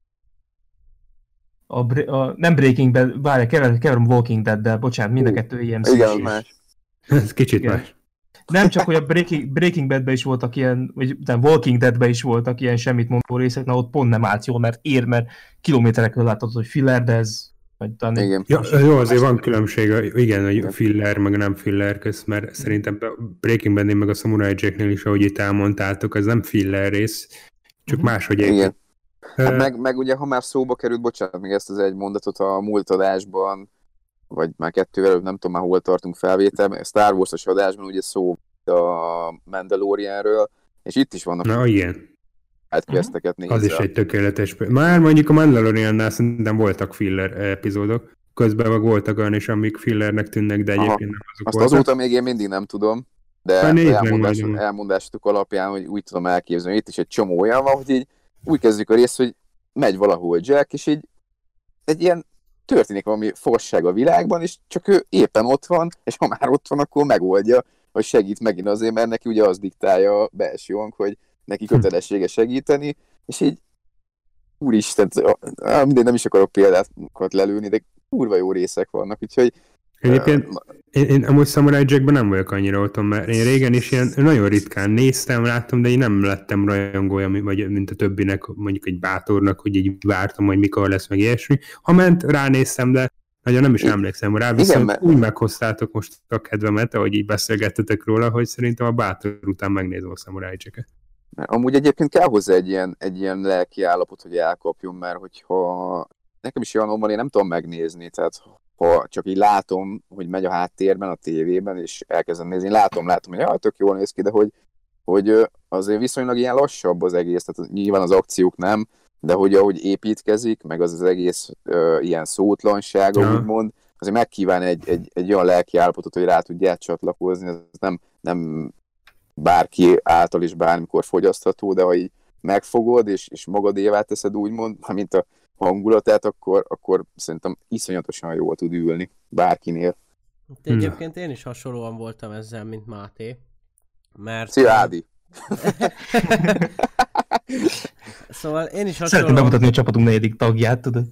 Nem Breaking Bad, várjál, keverem Walking Dead-del, bocsánat, mind a kettő ilyen igen, más. Ez kicsit más. Nem csak, hogy a Breaking Badben is voltak ilyen, vagy Walking Deadben is voltak ilyen semmit mondó részek, na ott pont nem állt jól, mert kilométerekről látod, hogy filler, de ez... Igen. Jó, azért van különbség, igen, a filler, meg nem filler közt, mert szerintem a Breaking Bad-nél, meg a Samurai Jack-nél is, ahogy itt elmondtátok, ez nem filler rész, csak máshogy igen. Hát meg ugye, ha már szóba került, bocsánat, még ezt az egy mondatot a múlt adásban, vagy már kettővel, nem tudom már hol tartunk felvételben, a Star Wars-os adásban ugye szó a Mandalorianről, és itt is vannak... Na, igen. Kezdteket nézni. Az is egy tökéletes... Már mondjuk a Mandaloriannál szerintem voltak filler epizódok, közben meg voltak olyan is, amik fillernek tűnnek, de egyébként nem azok azt voltak. azóta még én mindig nem tudom, de elmondásatok alapján, hogy úgy tudom elképzelni, itt is egy csomó olyan van, hogy így úgy kezdjük a részt, hogy megy valahol Jack, és így egy ilyen történik valami fosság a világban, és csak ő éppen ott van, és ha már ott van, akkor megoldja, hogy segít megint azért, mert neki ugye az diktálja a belső hang, hogy neki kötelessége segíteni, és így úristen, mindegy, nem is akarok példákat lelőni, de kurva jó részek vannak, úgyhogy... Egyébként én amúgy Samurai Jackben nem vagyok annyira otthon, mert én régen is ilyen nagyon ritkán néztem, láttam, de én nem lettem rajongója, vagy mint a többinek, mondjuk egy bátornak, hogy így vártam, hogy mikor lesz meg ilyesmi. Ha ment, ránéztem, de nagyon nem is emlékszem rá, viszont igen, úgy meghoztátok most a kedvemet, ahogy így beszélgettetek róla, hogy szerintem a bátor után megnézem a Samurai Jacket. Amúgy egyébként kell hozzá egy ilyen lelki állapot, hogy elkapjon, mert hogyha nekem is olyan van, én nem tudom megnézni, tehát ha csak így látom, hogy megy a háttérben, a tévében, és elkezdem nézni, látom, hogy tök jól néz ki, de hogy azért viszonylag ilyen lassabb az egész, tehát nyilván az akciók nem, de hogy ahogy építkezik, meg az egész ilyen szótlansága, úgymond, azért megkíván egy olyan lelki állapotot, hogy rá tudjál csatlakozni, ez nem bárki által is bármikor fogyasztható, de ha így megfogod, és magadévá teszed úgymond, mint a hangulatát, akkor szerintem iszonyatosan jól tud ülni bárkinél. Egyébként én is hasonlóan voltam ezzel, mint Máté. Mert... Szia, Ádi! Szóval én is Szeretném hasonlóan... bemutatni a csapatunk 4. tagját, tudod.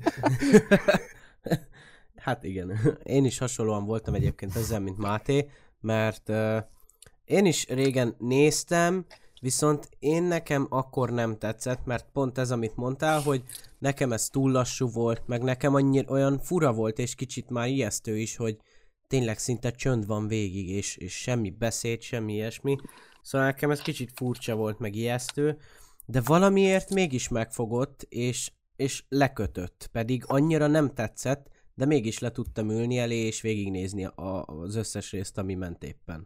Hát igen, én is hasonlóan voltam egyébként ezzel, mint Máté, mert én is régen néztem, viszont nekem akkor nem tetszett, mert pont ez, amit mondtál, hogy nekem ez túl lassú volt, meg nekem olyan fura volt, és kicsit már ijesztő is, hogy tényleg szinte csönd van végig, és semmi beszéd, semmi ilyesmi. Szóval nekem ez kicsit furcsa volt, meg ijesztő, de valamiért mégis megfogott, és lekötött, pedig annyira nem tetszett, de mégis le tudtam ülni elé, és végignézni az összes részt, ami ment éppen.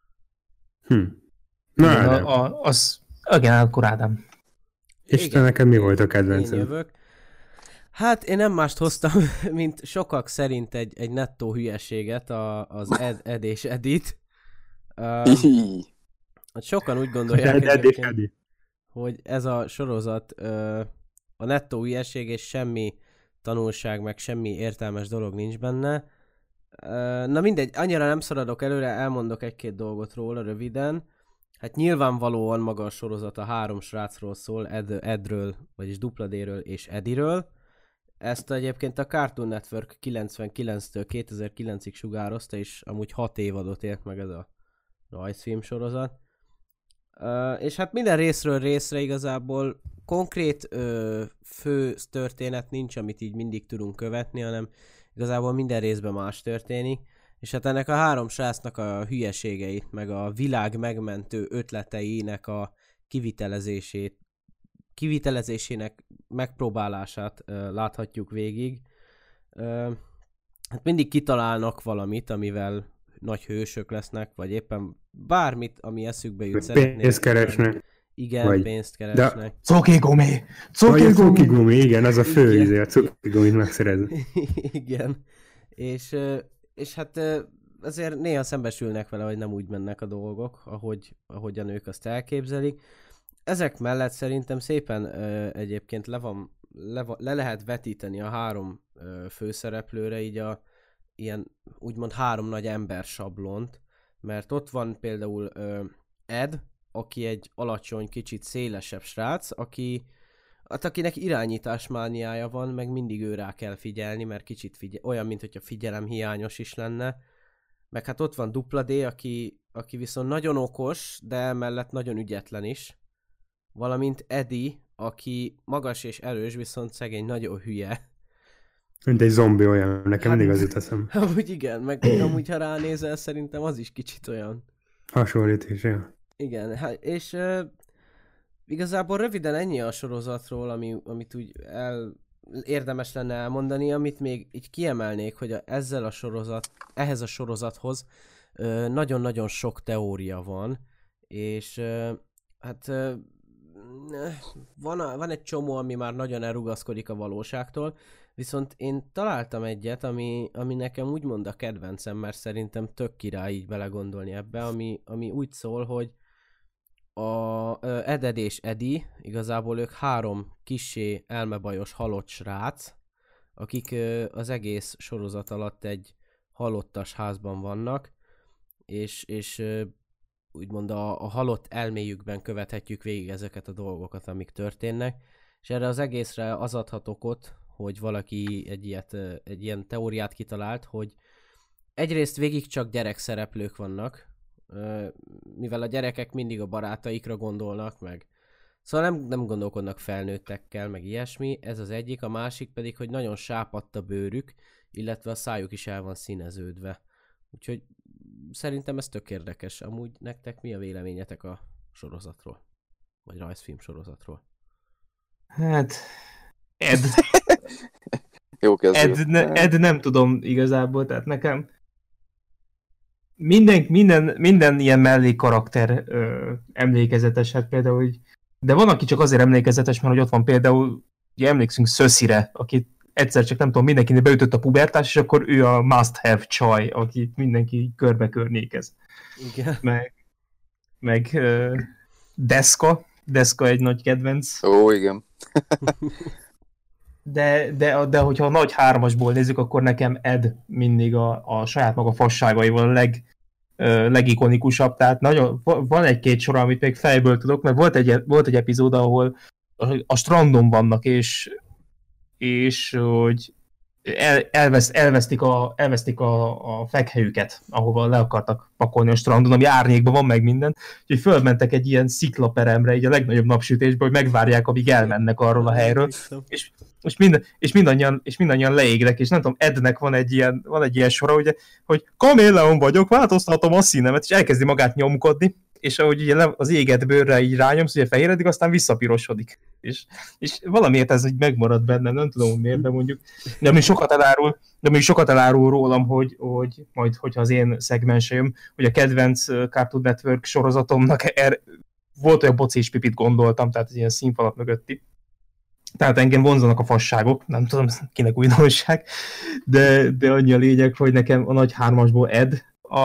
Na, Igen, akkor Ádám. és te neked mi volt a Én kedvenced? jövök. Hát én nem mást hoztam, mint sokak szerint egy nettó hülyeséget, az Ed és Edit. Sokan úgy gondolják egyébként, hogy ez a sorozat a nettó hülyeség, és semmi tanulság, meg semmi értelmes dolog nincs benne. Na mindegy, annyira nem szaladok előre, elmondok egy-két dolgot róla röviden. Hát nyilvánvalóan maga a sorozat a 3 srácról szól, Edről, vagyis D-ről és Eddie-ről. Ezt egyébként a Cartoon Network 99-től 2009-ig sugározta, és amúgy 6 évadot élt meg ez a rajzfilm sorozat. És hát minden részről részre igazából konkrét fő történet nincs, amit így mindig tudunk követni, hanem igazából minden részben más történik. És hát ennek a 3 srácnak a hülyeségeit, meg a világ megmentő ötleteinek a kivitelezésének megpróbálását láthatjuk végig. Hát mindig kitalálnak valamit, amivel nagy hősök lesznek, vagy éppen bármit, ami eszükbe jut. Pénzt keresnek. Igen, vagy... pénzt keresnek. Cukigumi! Cukigumi, igen, az a fő íze, a cukigumit megszerezni. Igen. És hát azért néha szembesülnek vele, hogy nem úgy mennek a dolgok, ahogyan ők azt elképzelik. Ezek mellett szerintem szépen egyébként le lehet vetíteni a 3 főszereplőre így ilyen úgymond 3 nagy ember sablont, mert ott van például Ed, aki egy alacsony, kicsit szélesebb srác, akinek irányításmániája van, meg mindig ő rá kell figyelni, mert kicsit olyan, mint hogyha figyelemhiányos is lenne. Meg hát ott van D, aki viszont nagyon okos, de mellett nagyon ügyetlen is. Valamint Eddie, aki magas és erős, viszont szegény nagyon hülye. Mint egy zombi olyan, nekem mindig az jut eszem. Amúgy igen, meg amúgy ha ránézel, szerintem az is kicsit olyan. Hasonlítás, ja. Igen, és igazából röviden ennyi a sorozatról, amit úgy érdemes lenne elmondani, amit még így kiemelnék, hogy ehhez a sorozathoz nagyon-nagyon sok teória van, és hát van egy csomó, ami már nagyon elrugaszkodik a valóságtól, viszont én találtam egyet, ami nekem úgymond a kedvencem, mert szerintem tök király így belegondolni ebbe, ami úgy szól, hogy Ed és Eddie, igazából ők 3 kissé elmebajos halott srác, akik az egész sorozat alatt egy halottas házban vannak, és úgymond a halott elméjükben követhetjük végig ezeket a dolgokat, amik történnek, és erre az egészre az adhat okot, hogy valaki egy ilyen teóriát kitalált, hogy egyrészt végig csak gyerekszereplők vannak, mivel a gyerekek mindig a barátaikra gondolnak, meg szóval nem gondolkodnak felnőttekkel, meg ilyesmi, ez az egyik, a másik pedig, hogy nagyon sápadt a bőrük, illetve a szájuk is el van színeződve. Úgyhogy szerintem ez tök érdekes. Amúgy nektek mi a véleményetek a sorozatról? Vagy rajzfilm sorozatról? Hát... Ed. Jó kezdő. Ed nem tudom igazából, tehát nekem minden ilyen mellékkarakter emlékezetes, hát például, hogy, de van, aki csak azért emlékezetes, mert hogy ott van például, ugye emlékszünk Szöszire, akit egyszer csak nem tudom, mindenkinek beütött a pubertás, és akkor ő a must have csaj, akit mindenki körbe-körnékez. Igen. Meg Deska egy nagy kedvenc. Ó, igen. De hogyha a nagy 3-asból nézzük, akkor nekem Ed mindig a saját maga fasságaival a legikonikusabb, tehát nagyon, van egy-két sor, amit még fejből tudok, mert volt egy epizód, ahol a strandon vannak, és hogy elvesztik a fekhelyüket, ahova le akartak pakolni a strandon, ami árnyékban van meg minden, úgyhogy fölmentek egy ilyen sziklaperemre, így a legnagyobb napsütésben, hogy megvárják, amíg elmennek arról a helyről, és mindannyian leégnek, és nem tudom, Ednek van egy ilyen sora, ugye, hogy kaméleon vagyok, változtatom a színemet, és elkezdi magát nyomkodni, és ahogy ugye az éget bőrre így rányomsz, ugye fehéredik, aztán visszapirosodik. És valamiért ez így megmarad bennem, nem tudom miért, de mondjuk, de még sokat elárul rólam, hogy majd, hogyha az én szegmensem, hogy a kedvenc Cartoon Network sorozatomnak volt olyan boci és pipit gondoltam, tehát ilyen színfalak mögötti. Tehát engem vonzanak a fasságok, nem tudom, kinek újdonság, de annyi a lényeg, hogy nekem a nagy hármasból Ed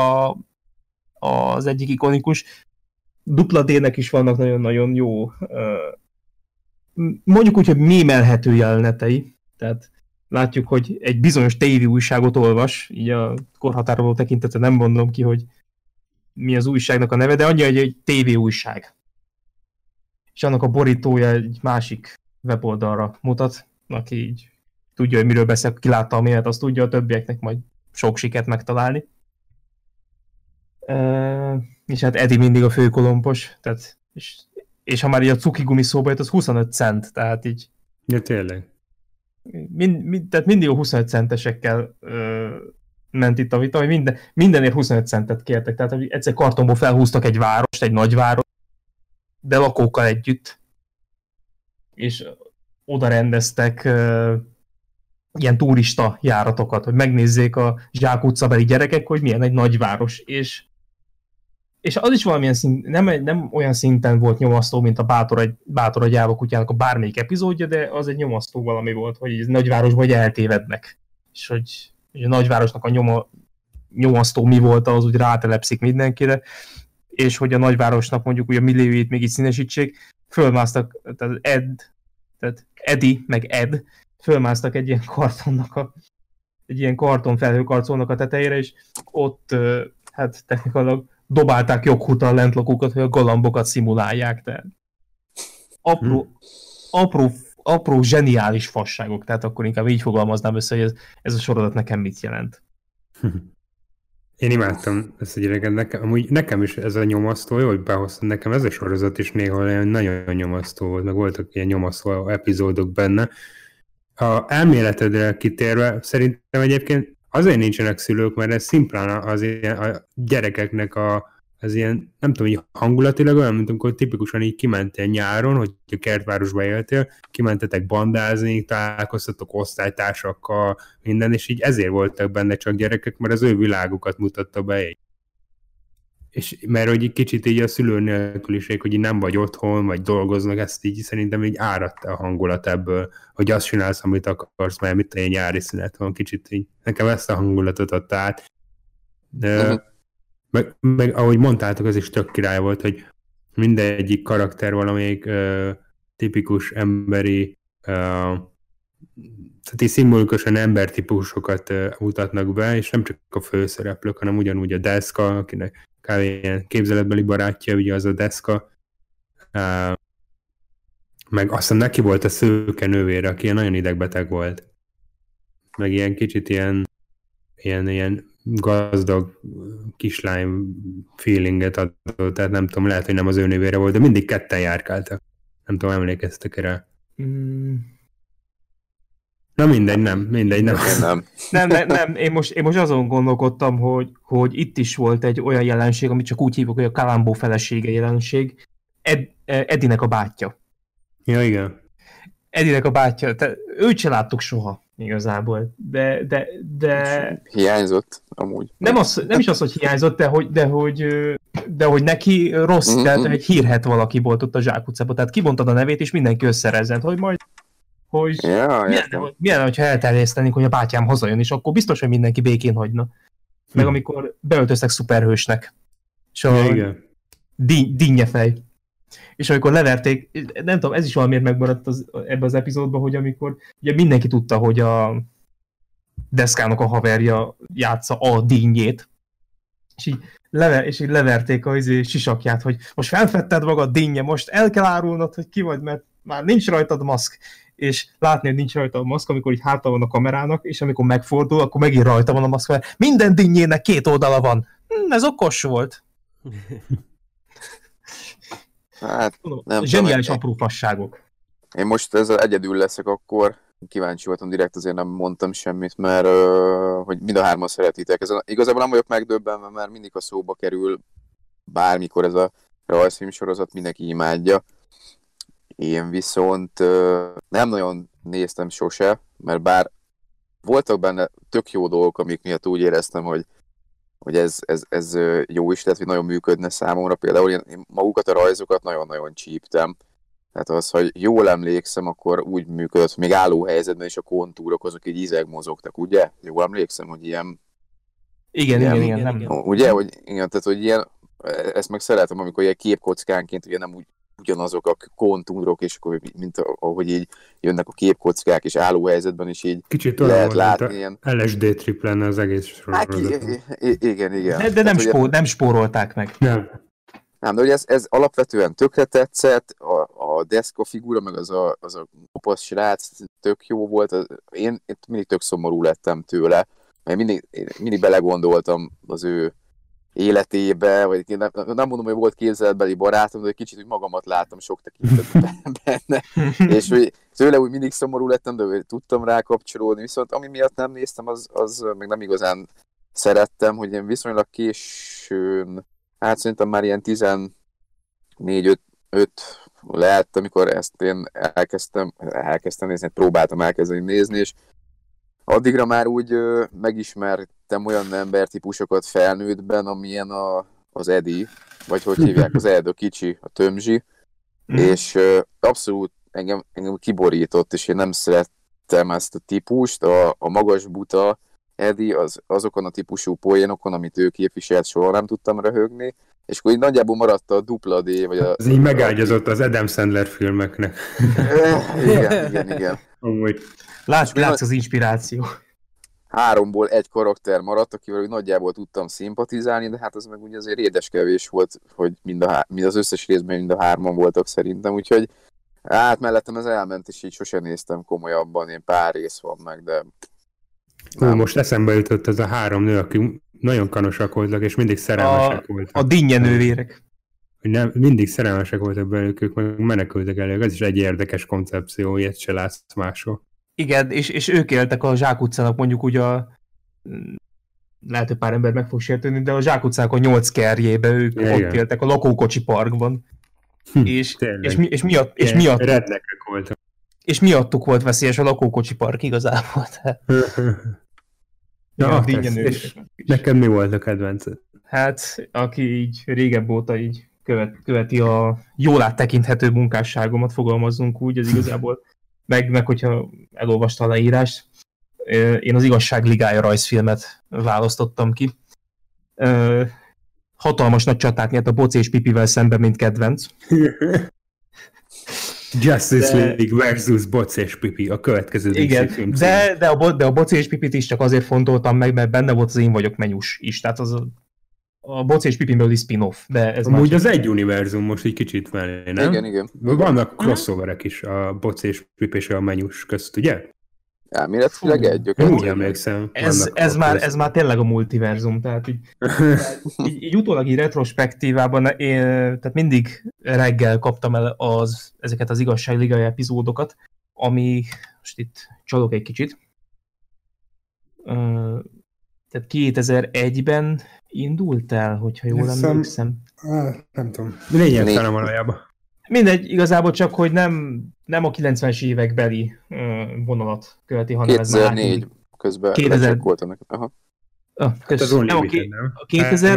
az egyik ikonikus. Dupla D-nek is vannak nagyon-nagyon jó, mondjuk úgy, hogy mémelhető jelenetei. Tehát látjuk, hogy egy bizonyos tévéújságot olvas, így a korhatároló tekintetve nem mondom ki, hogy mi az újságnak a neve, de annyi, hogy egy tévéújság. És annak a borítója egy másik weboldalra mutat, aki így tudja, hogy miről beszél, ki látta a mémet, azt tudja, a többieknek majd sok sikert megtalálni. És hát Eddie mindig a főkolompos, tehát, és ha már így a cukigumi szóba jött, az 25 cent, tehát így... Ja, tényleg. Tehát mindig a 25 centesekkel ment itt a vita, hogy mindenért 25 centet kértek, tehát hogy egyszer kartonból felhúztak egy várost, egy nagyvárost, de lakókkal együtt, és oda rendeztek ilyen turista járatokat, hogy megnézzék a zsákutcabeli gyerekek, hogy milyen egy nagyváros, és az is valamilyen szint, nem olyan szinten volt nyomasztó, mint a Bátor a gyáva kutyának a bármelyik epizódja, de az egy nyomasztó valami volt, hogy egy nagyvárosban eltévednek, és hogy a nagyvárosnak a nyomasztó mi volt, az úgy rátelepszik mindenkire, és hogy a nagyvárosnak mondjuk úgy a millióit még így színesítsék, fölmásztak, tehát Eddie meg Ed fölmásztak egy ilyen kartonnak egy ilyen kartonfelhőkarcolnak a tetejére, és ott hát technikailag dobálták joghuttal lentlakókat, hogy a galambokat szimulálják, tehát apró zseniális fasságok, tehát akkor inkább így fogalmaznám össze, hogy ez a sorozat nekem mit jelent. Én imádtam ezt a gyereket, nekem is ez a nyomasztó, jó, hogy behoztam, nekem ez a sorozat is néha olyan nagyon nyomasztó volt, meg voltak ilyen nyomasztó epizódok benne. A elméletedre kitérve, szerintem egyébként azért nincsenek szülők, mert ez szimplán az ilyen, a gyerekeknek az ilyen, nem tudom, hogy hangulatilag olyan, mint amikor tipikusan így kimentél nyáron, hogy a kertvárosba éltél, kimentetek bandázni, találkoztatok osztálytársakkal, minden, és így ezért voltak benne csak gyerekek, mert az ő világukat mutatta be. És mert hogy egy kicsit így a szülő nélküliség, hogy így nem vagy otthon, vagy dolgoznak, ezt így szerintem így áradt a hangulat ebből, hogy azt csinálsz, amit akarsz, mert mit egy nyári szünet van, kicsit így. Nekem ezt a hangulatot adta át. Meg ahogy mondtátok, az is tök király volt, hogy mindegyik karakter valamelyik tipikus emberi, tehát így szimbolikusan embertípusokat mutatnak be, és nem csak a főszereplők, hanem ugyanúgy a Deszka, akinek kb. Ilyen képzeletbeli barátja, ugye az a Deszka, meg aztán neki volt a szőke nővére, aki ilyen nagyon idegbeteg volt. Meg ilyen kicsit ilyen gazdag kislány feelinget adott, tehát nem tudom, lehet, hogy nem az ő nővére volt, de mindig ketten járkáltak. Nem tudom, emlékeztek rá. Na mindegy, nem. Nem. Én most azon gondolkodtam, hogy itt is volt egy olyan jelenség, amit csak úgy hívok, hogy a Kalambó felesége jelenség. Edinek a bátyja. Ja, igen. Edinek a bátyja, őt se láttuk soha igazából, de... Hiányzott, amúgy. Nem is az, hogy hiányzott, de hogy neki rossz, tehát egy hírhet valaki volt ott a zsákutcában, tehát kibontad a nevét, és mindenki összerezzent, hogy majd milyen, hogyha elterjesztenénk, hogy a bátyám hazajön, és akkor biztos, hogy mindenki békén hagyna. Meg amikor beöltöztek szuperhősnek. És dinnyefej. És amikor leverték, nem tudom, ez is valamiért megmaradt ebben az epizódban, hogy amikor ugye mindenki tudta, hogy a Deszkának a haverja játsza a dinnyét, és így leverték a sisakját, hogy most felfedted magad, dinnye, most el kell árulnod, hogy ki vagy, mert már nincs rajtad maszk, és látni, hogy nincs rajta a maszk, amikor így háta van a kamerának, és amikor megfordul, akkor megint rajta van a maszk, mert minden dinnyének 2 oldala van. Ez okos volt. Hát, nem zseniális tudom, apró fasságok. én most ezzel egyedül leszek akkor, kíváncsi voltam direkt, azért nem mondtam semmit, mert hogy mind a hárman szeretitek. Igazából nem vagyok megdöbbenve, mert mindig a szóba kerül bármikor ez a rajzfilm sorozat, mindenki imádja. Én viszont nem nagyon néztem sose, mert bár voltak benne tök jó dolgok, amik miatt úgy éreztem, hogy ez jó is lett, hogy nagyon működne számomra. Például én magukat a rajzokat nagyon-nagyon csíptem. Tehát az, hogy jól emlékszem, akkor úgy működött, hogy még álló helyzetben is a kontúrok azok így izeg mozogtak, ugye? Jól emlékszem, hogy ilyen... Igen. Nem. Ugye, hogy, igen, tehát, hogy ilyen, ezt meg szeretem, amikor ilyen képkockánként ugye nem ugyanazok a kontúrok, és akkor, mint ahogy így jönnek a képkockák, és álló helyzetben is így kicsit lehet látni mint ilyen... LSD trip lenne az egész sorozat. Igen. De nem spórolták meg. Nem, de ugye ez alapvetően tökre tetszett, a Deska figura, meg az a kopasz srác tök jó volt. Én mindig tök szomorú lettem tőle, mert mindig belegondoltam az ő életébe, vagy nem mondom, hogy volt képzeletbeli barátom, de egy kicsit úgy magamat láttam sok tekintetben benne. És hogy tőle úgy mindig szomorú lettem, de tudtam rá kapcsolódni, viszont ami miatt nem néztem, az meg nem igazán szerettem, hogy én viszonylag későn, hát szerintem már ilyen 14-5 lett, amikor ezt én elkezdtem nézni, próbáltam elkezdeni nézni, és addigra már úgy megismertem olyan embertípusokat felnőttben, amilyen az Eddie, vagy hogy hívják, az Ed, a kicsi, a tömzsi, és abszolút engem kiborított, és én nem szerettem ezt a típust, a magas buta Eddie, azokon a típusú poénokon, amit ő képviselt, soha nem tudtam röhögni, és akkor így nagyjából maradt a dupla D, vagy ez így megágyazott az Adam Sandler filmeknek. Igen. Amúgy. Látsz az inspiráció. 3-ból 1 karakter maradt, akivel nagyjából tudtam szimpatizálni, de hát az meg ugye azért édeskevés volt, hogy mind az összes részben mind a 3-an voltak szerintem, úgyhogy hát mellettem ez elment, és így sosem néztem komolyabban, én pár rész van meg, de... Most eszembe jutott ez a 3 nő, aki nagyon kanosak voltak, és mindig szerelmesek voltak. A dinnye nővérek. Mindig szerelmesek voltak belőlük, ők meg menekültek elő. Ez is egy érdekes koncepció, ilyet se látsz máshol. Igen, és ők éltek a Zsákutcának mondjuk úgy lehet, hogy pár ember meg fog sértődni, de a Zsákutcának a 8 kerjébe ők ott éltek a lakókocsi parkban. És miatt rednekek voltak. És miattuk volt veszélyes a lakókocsi park igazából. És neked mi volt a kedvenced? Hát, aki így régebb óta így követi a jól áttekinthető munkásságomat, fogalmazzunk úgy, ez igazából, meg hogyha elolvasta a leírást, én az Igazság Ligája rajzfilmet választottam ki. Hatalmas nagy csatát nyert a Boci és Pipivel szemben, mint kedvenc. Justice League versus Boci és Pipi, a következő DC film. De a Boci és Pipit is csak azért fontoltam meg, mert benne volt az Én vagyok menyus is, tehát az a Boci és Pipin belüli spin-off. De ez amúgy az egy univerzum most egy kicsit mellé, nem? Igen. Vannak crossoverek is a Boci és Pipi és a menyus közt, ugye? Elméletileg egyök. Úgy emlékszem. Ez már tényleg a multiverzum, tehát így utólag így retrospektívában tehát mindig reggel kaptam el ezeket az Igazság Ligája epizódokat, ami, most itt csalok egy kicsit, tehát 2001-ben indult el, hogyha jól emlékszem. Nem tudom. Lényegtelen valójában. Mindegy, igazából csak, hogy nem a 90-es évekbeli vonalat követi, hanem 2004 közben lecsekkoltam neked. Aha. A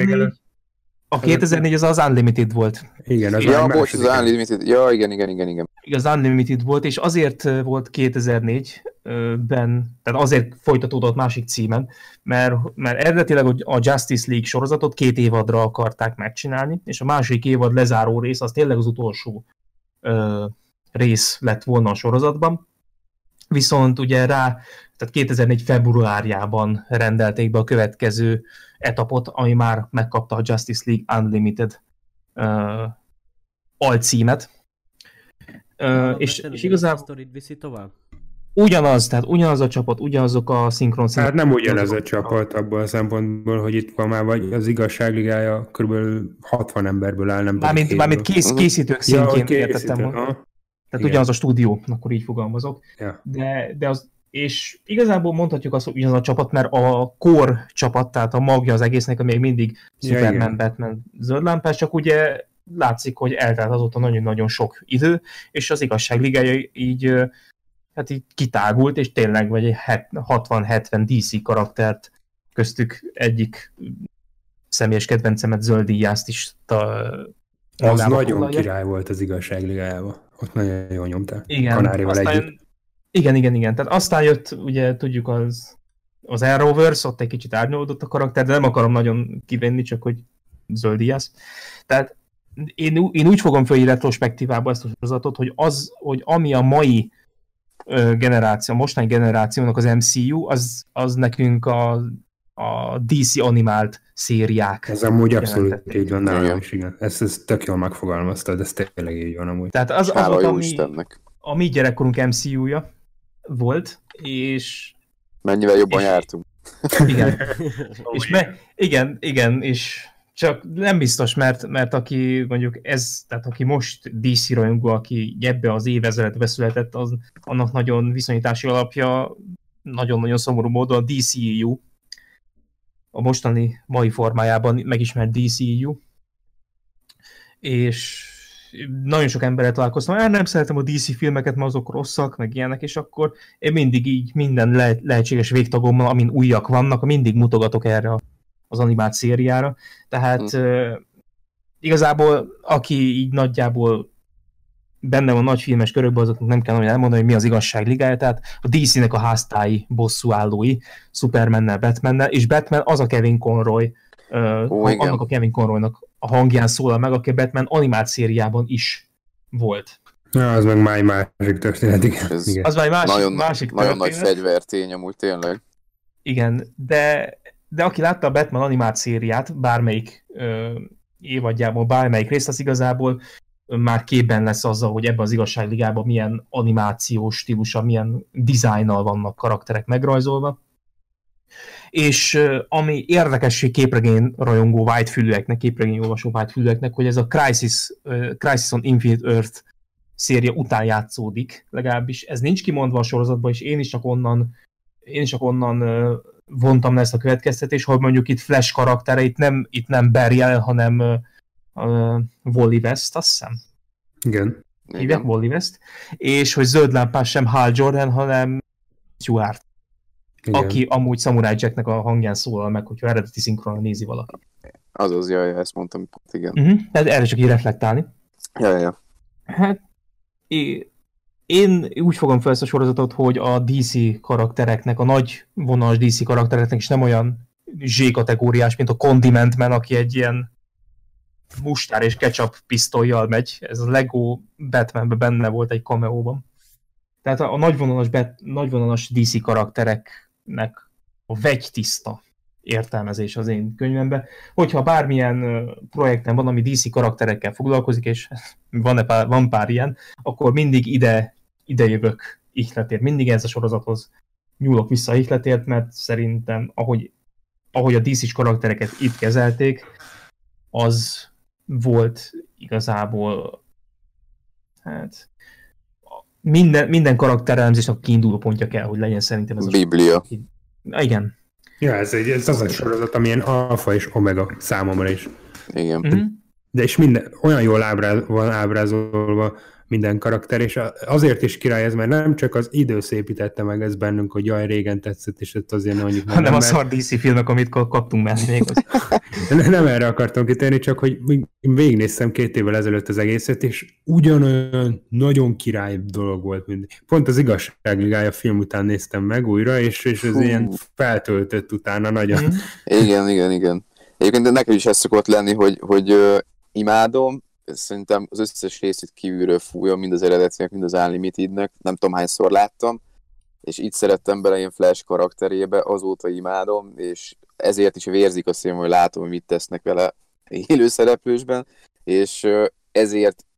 2004 az Unlimited volt. Igen, az az Unlimited. Ja, igen. Az Unlimited volt, és azért volt 2004-ben, tehát azért folytatódott másik címen, mert eredetileg a Justice League sorozatot 2 évadra akarták megcsinálni, és a második évad lezáró rész az tényleg az utolsó rész lett volna a sorozatban. Viszont ugye tehát 2004 februárjában rendelték be a következő etapot, ami már megkapta a Justice League Unlimited alcímet. És igazából a sztorit viszi tovább? ugyanaz, tehát ugyanaz a csapat, ugyanazok a szinkron színek. Hát nem ugyanaz a csapat abban a szempontból, hogy itt van már vagy az igazságligája kb. 60 emberből áll, nem pedig 7-ből. Mármint készítők szintjén Ja, értettem volna. Tehát igen. ugyanaz a stúdió, akkor így fogalmazok. Ja. De az, és igazából mondhatjuk azt, hogy ugyanaz a csapat, mert a core csapat, tehát a magja az egésznek, még mindig Superman, igen. Batman, zöldlámpás, csak ugye látszik, hogy eltelt azóta nagyon-nagyon sok idő, és az igazságligája így hát így kitágult, és tényleg vagy 60-70 DC karaktert, köztük egyik személyes kedvencemet, Zöldíjászt is az nagyon király volt az igazságligájában. Ott nagyon jól nyomták. Igen, Kanárival együtt. Igen. Tehát aztán jött, ugye tudjuk az Arrowverse, ott egy kicsit árnyolódott a karakter, de nem akarom nagyon kivenni, csak hogy Zöldíjász. Tehát én úgy fogom föl retrospektívába ezt a sorozatot, hogy ami a mai generáció, a mostani generációnak az MCU, az nekünk a DC animált szériák. Ez amúgy abszolút így van nálam is, igen. Ezt tök jól megfogalmaztad, ez tényleg így van amúgy. Tehát az volt, a mi gyerekkorunk MCU-ja volt, és... Mennyivel jobban jártunk. Igen. És igen, és csak nem biztos, mert aki mondjuk tehát aki most DC rajongó, aki ebbe az évezredbe született, annak nagyon viszonyítási alapja nagyon-nagyon szomorú módon a DCEU, a mostani mai formájában megismert DCEU, és nagyon sok emberrel találkoztam, nem szeretem a DC filmeket, mert azok rosszak, meg ilyenek, és akkor én mindig így minden lehetséges végtagommal, amin újak vannak, mindig mutogatok erre az animált szériára. Tehát igazából, aki így nagyjából benne van nagy filmes körökben, azoknak nem kell elmondani, hogy mi az igazságligája, tehát a DC-nek a háztáji bosszúállói, Supermannel, Batmannel, és Batman az a Kevin Conroy, annak a Kevin Conroynak a hangján szólal meg, aki a Batman animált szériában is volt. Ja, az meg másik történet, igen. Az már másik történet. Nagyon nagy fegyvertény amúgy tényleg. Igen, de aki látta a Batman animált szériát, bármelyik évadjából, bármelyik részt, az igazából már képben lesz azzal, hogy ebben az igazságligában milyen animációs stílusa, milyen dizájnnal vannak karakterek megrajzolva. És ami érdekesség képregény rajongó whitefülűeknek, képregény olvasó whitefülűeknek, hogy ez a Crisis on Infinite Earth széria után játszódik, legalábbis ez nincs kimondva a sorozatban, és én is csak onnan vontam le ezt a következtetést, hogy mondjuk itt Flash karaktereit itt nem Barry Allen, hanem Wally West, azt hiszem. Igen. Hívják Wally West. És hogy zöldlámpás sem Hal Jordan, hanem Stewart. Igen. Aki amúgy Samurai Jacknek a hangján szólal meg, hogyha eredeti szinkronon nézi valaki. Azaz, jaj, ezt mondtam, igen. Tehát erre csak így reflektálni. Ja. Hát, én úgy fogom fel ezt a sorozatot, hogy a DC karaktereknek, a nagy vonalas DC karaktereknek is nem olyan Z-kategóriás, mint a Condiment Man, aki egy ilyen mustár és ketchup pisztollyal megy. Ez a Lego Batmanben benne volt egy cameóban. Tehát a nagyvonalas DC karaktereknek a vegytiszta értelmezés az én könyvemben. Hogyha bármilyen projekten van, ami DC karakterekkel foglalkozik, és van pár ilyen, akkor mindig ide jövök ihletért. Mindig ez a sorozathoz nyúlok vissza ihletért, mert szerintem, ahogy a DC-s karaktereket itt kezelték, az volt igazából hát minden karakterelemzésnek a kiinduló pontja kell, hogy legyen szerintem ez a Biblia. Igen. Ja, ez az a sorozat, amilyen alfa és omega számomra is. Igen. Mm-hmm. De és olyan jól van ábrázolva minden karakter, és azért is király ez, mert nem csak az idő szépítette meg ez bennünk, hogy jaj, régen tetszett, és ezt azért mondjuk nem. Hanem a szar DC filmek, amit kaptunk már még. Nem erre akartam kitérni, csak hogy én végignéztem 2 évvel ezelőtt az egészet, és ugyanolyan nagyon király dolog volt mindig. Pont az Igazságligája film után néztem meg újra, és ez ilyen feltöltött utána nagyon. Igen. Egyébként nekem is ez szokott lenni, hogy imádom, szerintem az összes részét kívülről fújom, mind az eredetinek, mind az Unlimitednek, nem tudom hányszor láttam, és így szerettem bele ilyen Flash karakterébe, azóta imádom, és ezért is vérzik a szívem, hogy látom, hogy mit tesznek vele élő szereplősben, és ezért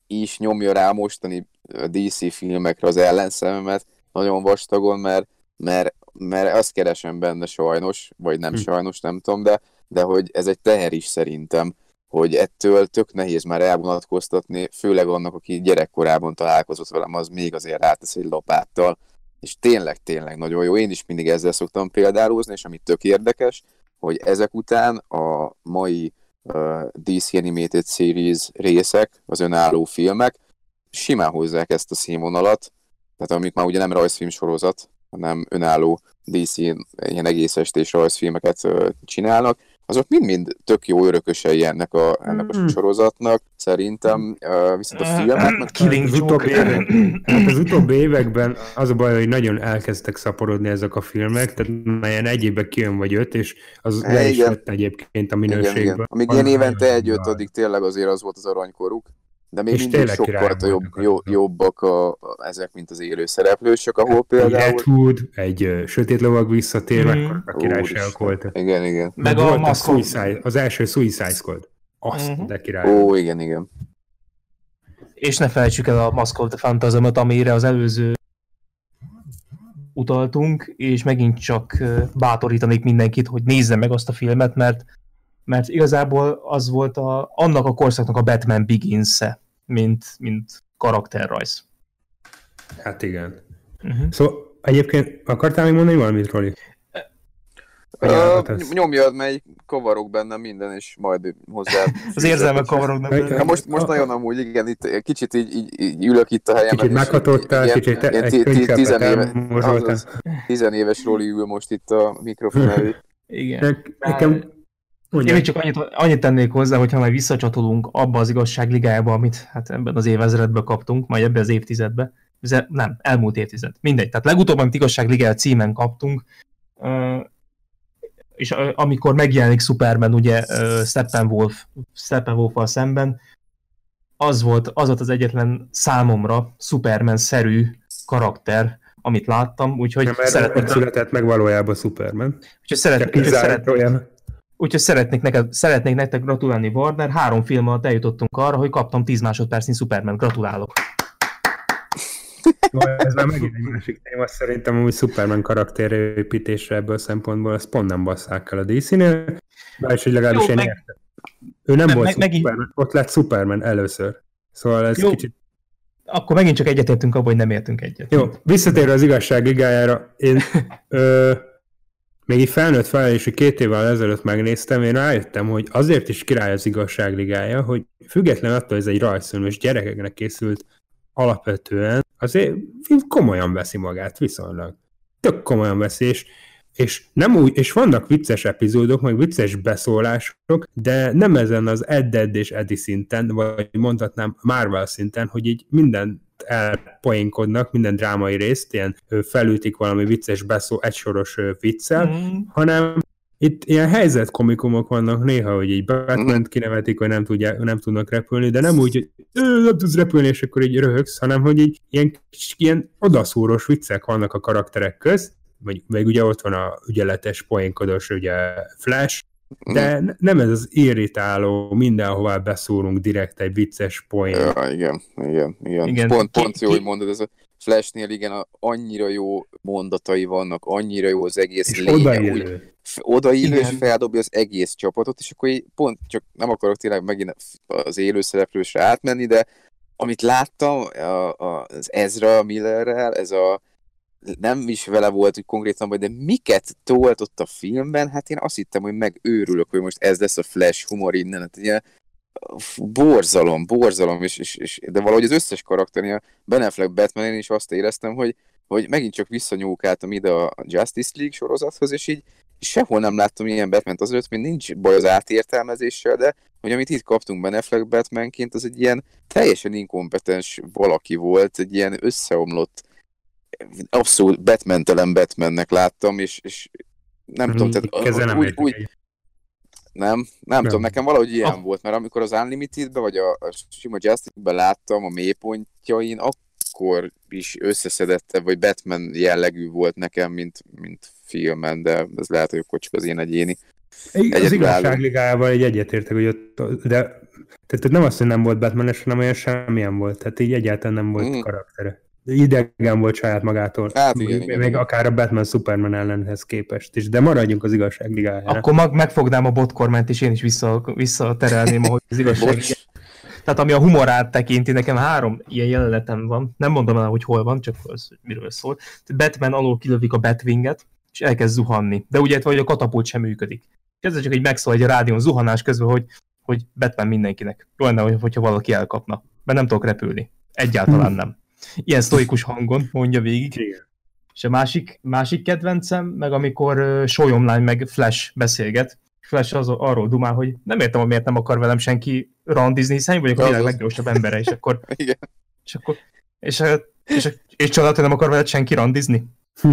is nyomja rá mostani DC filmekre az ellenszememet nagyon vastagon, mert azt keresem benne sajnos, vagy nem sajnos, nem tudom, de hogy ez egy teher is szerintem, hogy ettől tök nehéz már elvonatkoztatni, főleg annak, aki gyerekkorában találkozott velem, az még azért rátesz egy lapáttal, és tényleg nagyon jó. Én is mindig ezzel szoktam példálózni, és ami tök érdekes, hogy ezek után a mai DC Animated Series részek, az önálló filmek simán hozzák ezt a színvonalat, tehát amik már ugye nem rajzfilm sorozat, hanem önálló DC ilyen egész estés rajzfilmeket csinálnak, azok mind-mind tök jó örökösei ennek a sorozatnak, szerintem, viszont a filmek... Az utóbbi években az a baj, hogy nagyon elkezdtek szaporodni ezek a filmek, tehát már ilyen egy évben kijön vagy 5, és az le is jött egyébként a minőségből. Igen. Amíg ilyen évente 1-5, addig tényleg azért az volt az aranykoruk. De még mindig sokkal jobbak ezek, mint az élő szereplősök, ahol például... Egy Ed Wood, egy Sötét Lovag visszatér, mekkora a királyságok voltak. Igen. Meg a maszkot. Az első Suicide Squad. Azt, de király. Igen. És ne felejtsük el a Mask of the Phantasmot, amire az előző utaltunk, és megint csak bátorítanék mindenkit, hogy nézze meg azt a filmet, mert igazából az volt annak a korszaknak a Batman Begins-e, mint karakterrajz. Hát igen. Szóval egyébként akartál még mondani valamit, Roli? Nyomjad, mert kavarok benne minden, és majd hozzá... Az érzelmek kavarognak benne. Most nagyon amúgy, igen, itt kicsit így ülök itt a helyemben. Kicsit meghatottál, kicsit egy 10 éves Roli ül most itt a mikrofon előtt. Igen. Én még csak annyit tennék hozzá, hogyha már visszacsatolunk abba az igazságligájába, amit hát ebben az évezredben kaptunk, majd ebben az évtizedben. Nem, elmúlt évtized. Mindegy. Tehát legutóbb, amit igazságligája címen kaptunk, és amikor megjelenik Superman, ugye Steppenwolf-val szemben, az volt az egyetlen számomra Superman-szerű karakter, amit láttam, úgyhogy született meg valójában Superman. Úgyhogy szeretnék nektek gratulálni, Warner. 3 film alatt eljutottunk arra, hogy kaptam 10 másodpercnyi Superman. Gratulálok! Ez már megint egy másik téma, szerintem amúgy Superman karakterépítésre ebből a szempontból, ezt pont nem basszák el a DC-nél, és hogy legalábbis én értem. Ő nem volt Superman, ott lett Superman először. Szóval ez kicsit... Akkor megint csak egyetértünk abban, hogy nem értünk egyet. Jó, visszatérve az igazság ligájára, én még így felnőtt fel, és 2 évvel ezelőtt megnéztem, én rájöttem, hogy azért is király az igazság ligája, hogy független attól, hogy ez egy rajzfilm, és gyerekeknek készült alapvetően, azért komolyan veszi magát viszonylag. Tök komolyan veszi, és nem úgy, és vannak vicces epizódok, meg vicces beszólások, de nem ezen az Ed és Eddie szinten, vagy mondhatnám Marvel szinten, hogy így mindent elpoénkodnak, minden drámai részt, ilyen felütik valami vicces egysoros viccel, hanem itt ilyen helyzetkomikumok vannak néha, hogy így Batman-t kinevetik, hogy nem tudnak repülni, de nem úgy, hogy nem tudsz repülni, és akkor így röhögsz, hanem hogy így ilyen odaszúrós viccek vannak a karakterek közt, vagy ugye ott van a ügyeletes, poénkodós ugye Flash, de nem ez az irritáló, mindenhová beszúrunk direkt egy vicces poén. Ja, igen. Pont jó, hogy mondod, ez a Flashnél igen, annyira jó mondatai vannak, annyira jó az egész lényeg. Odaillő, és feldobja az egész csapatot, és akkor így pont, csak nem akarok tényleg megint az élőszereplősre átmenni, de amit láttam az Ezra Millerrel, ez a nem is vele volt, hogy konkrétan, de miket tolt ott a filmben, hát én azt hittem, hogy megőrülök, hogy most ez lesz a Flash humor innen, hát ilyen borzalom, de valahogy az összes karakter, a Ben Affleck Batman-én is azt éreztem, hogy megint csak visszanyúlkáltam ide a Justice League sorozathoz, és így sehol nem láttam ilyen Batman-t azelőtt, még nincs baj az átértelmezéssel, de hogy amit itt kaptunk Ben Affleck Batmanként, az egy ilyen teljesen inkompetens valaki volt, egy ilyen összeomlott, abszolút Batman-telen Batmannek láttam, és nem tudom, tehát úgy nem tudom, nekem valahogy ilyen volt, mert amikor az Unlimited-ben, vagy a sima Justice-ben láttam a mélypontjain, akkor is összeszedettebb, vagy Batman jellegű volt nekem, mint filmen, de ez lehet, hogy akkor csak az én egyéni Az igazságligájával egy egyetértek, hogy ott, de tehát nem azt, hogy nem volt Batman-es, hanem olyan semmilyen volt. Tehát így egyáltalán nem volt karaktere. Idegen volt saját magától. Hát igen. Még akár a Batman-Superman ellenhez képest is. De maradjunk az igazságligájára. Akkor megfognám a botkormányt, és én is visszaterelném, ahogy az igazságligát. Tehát ami a humorát tekinti, nekem 3 ilyen jelenetem van. Nem mondom el, hogy hol van, csak az, hogy miről szól. Batman alól kilövik a Batwinget, és elkezd zuhanni. De ugye vagy a katapult sem működik. És ez csak így megszól egy rádión zuhanás közben, hogy Batman mindenkinek. Jó lenne, hogyha valaki elkapna. Mert nem tudok repülni. Egyáltalán nem. Ilyen sztoikus hangon mondja végig. Igen. És a másik kedvencem, meg amikor Sólyomlány meg Flash beszélget. Flash arról dumál, hogy nem értem, hogy miért nem akar velem senki randizni, hiszen én vagyok a világ leggyorsabb embere, és akkor... Igen. És csodát, hogy nem akar veled senki randizni.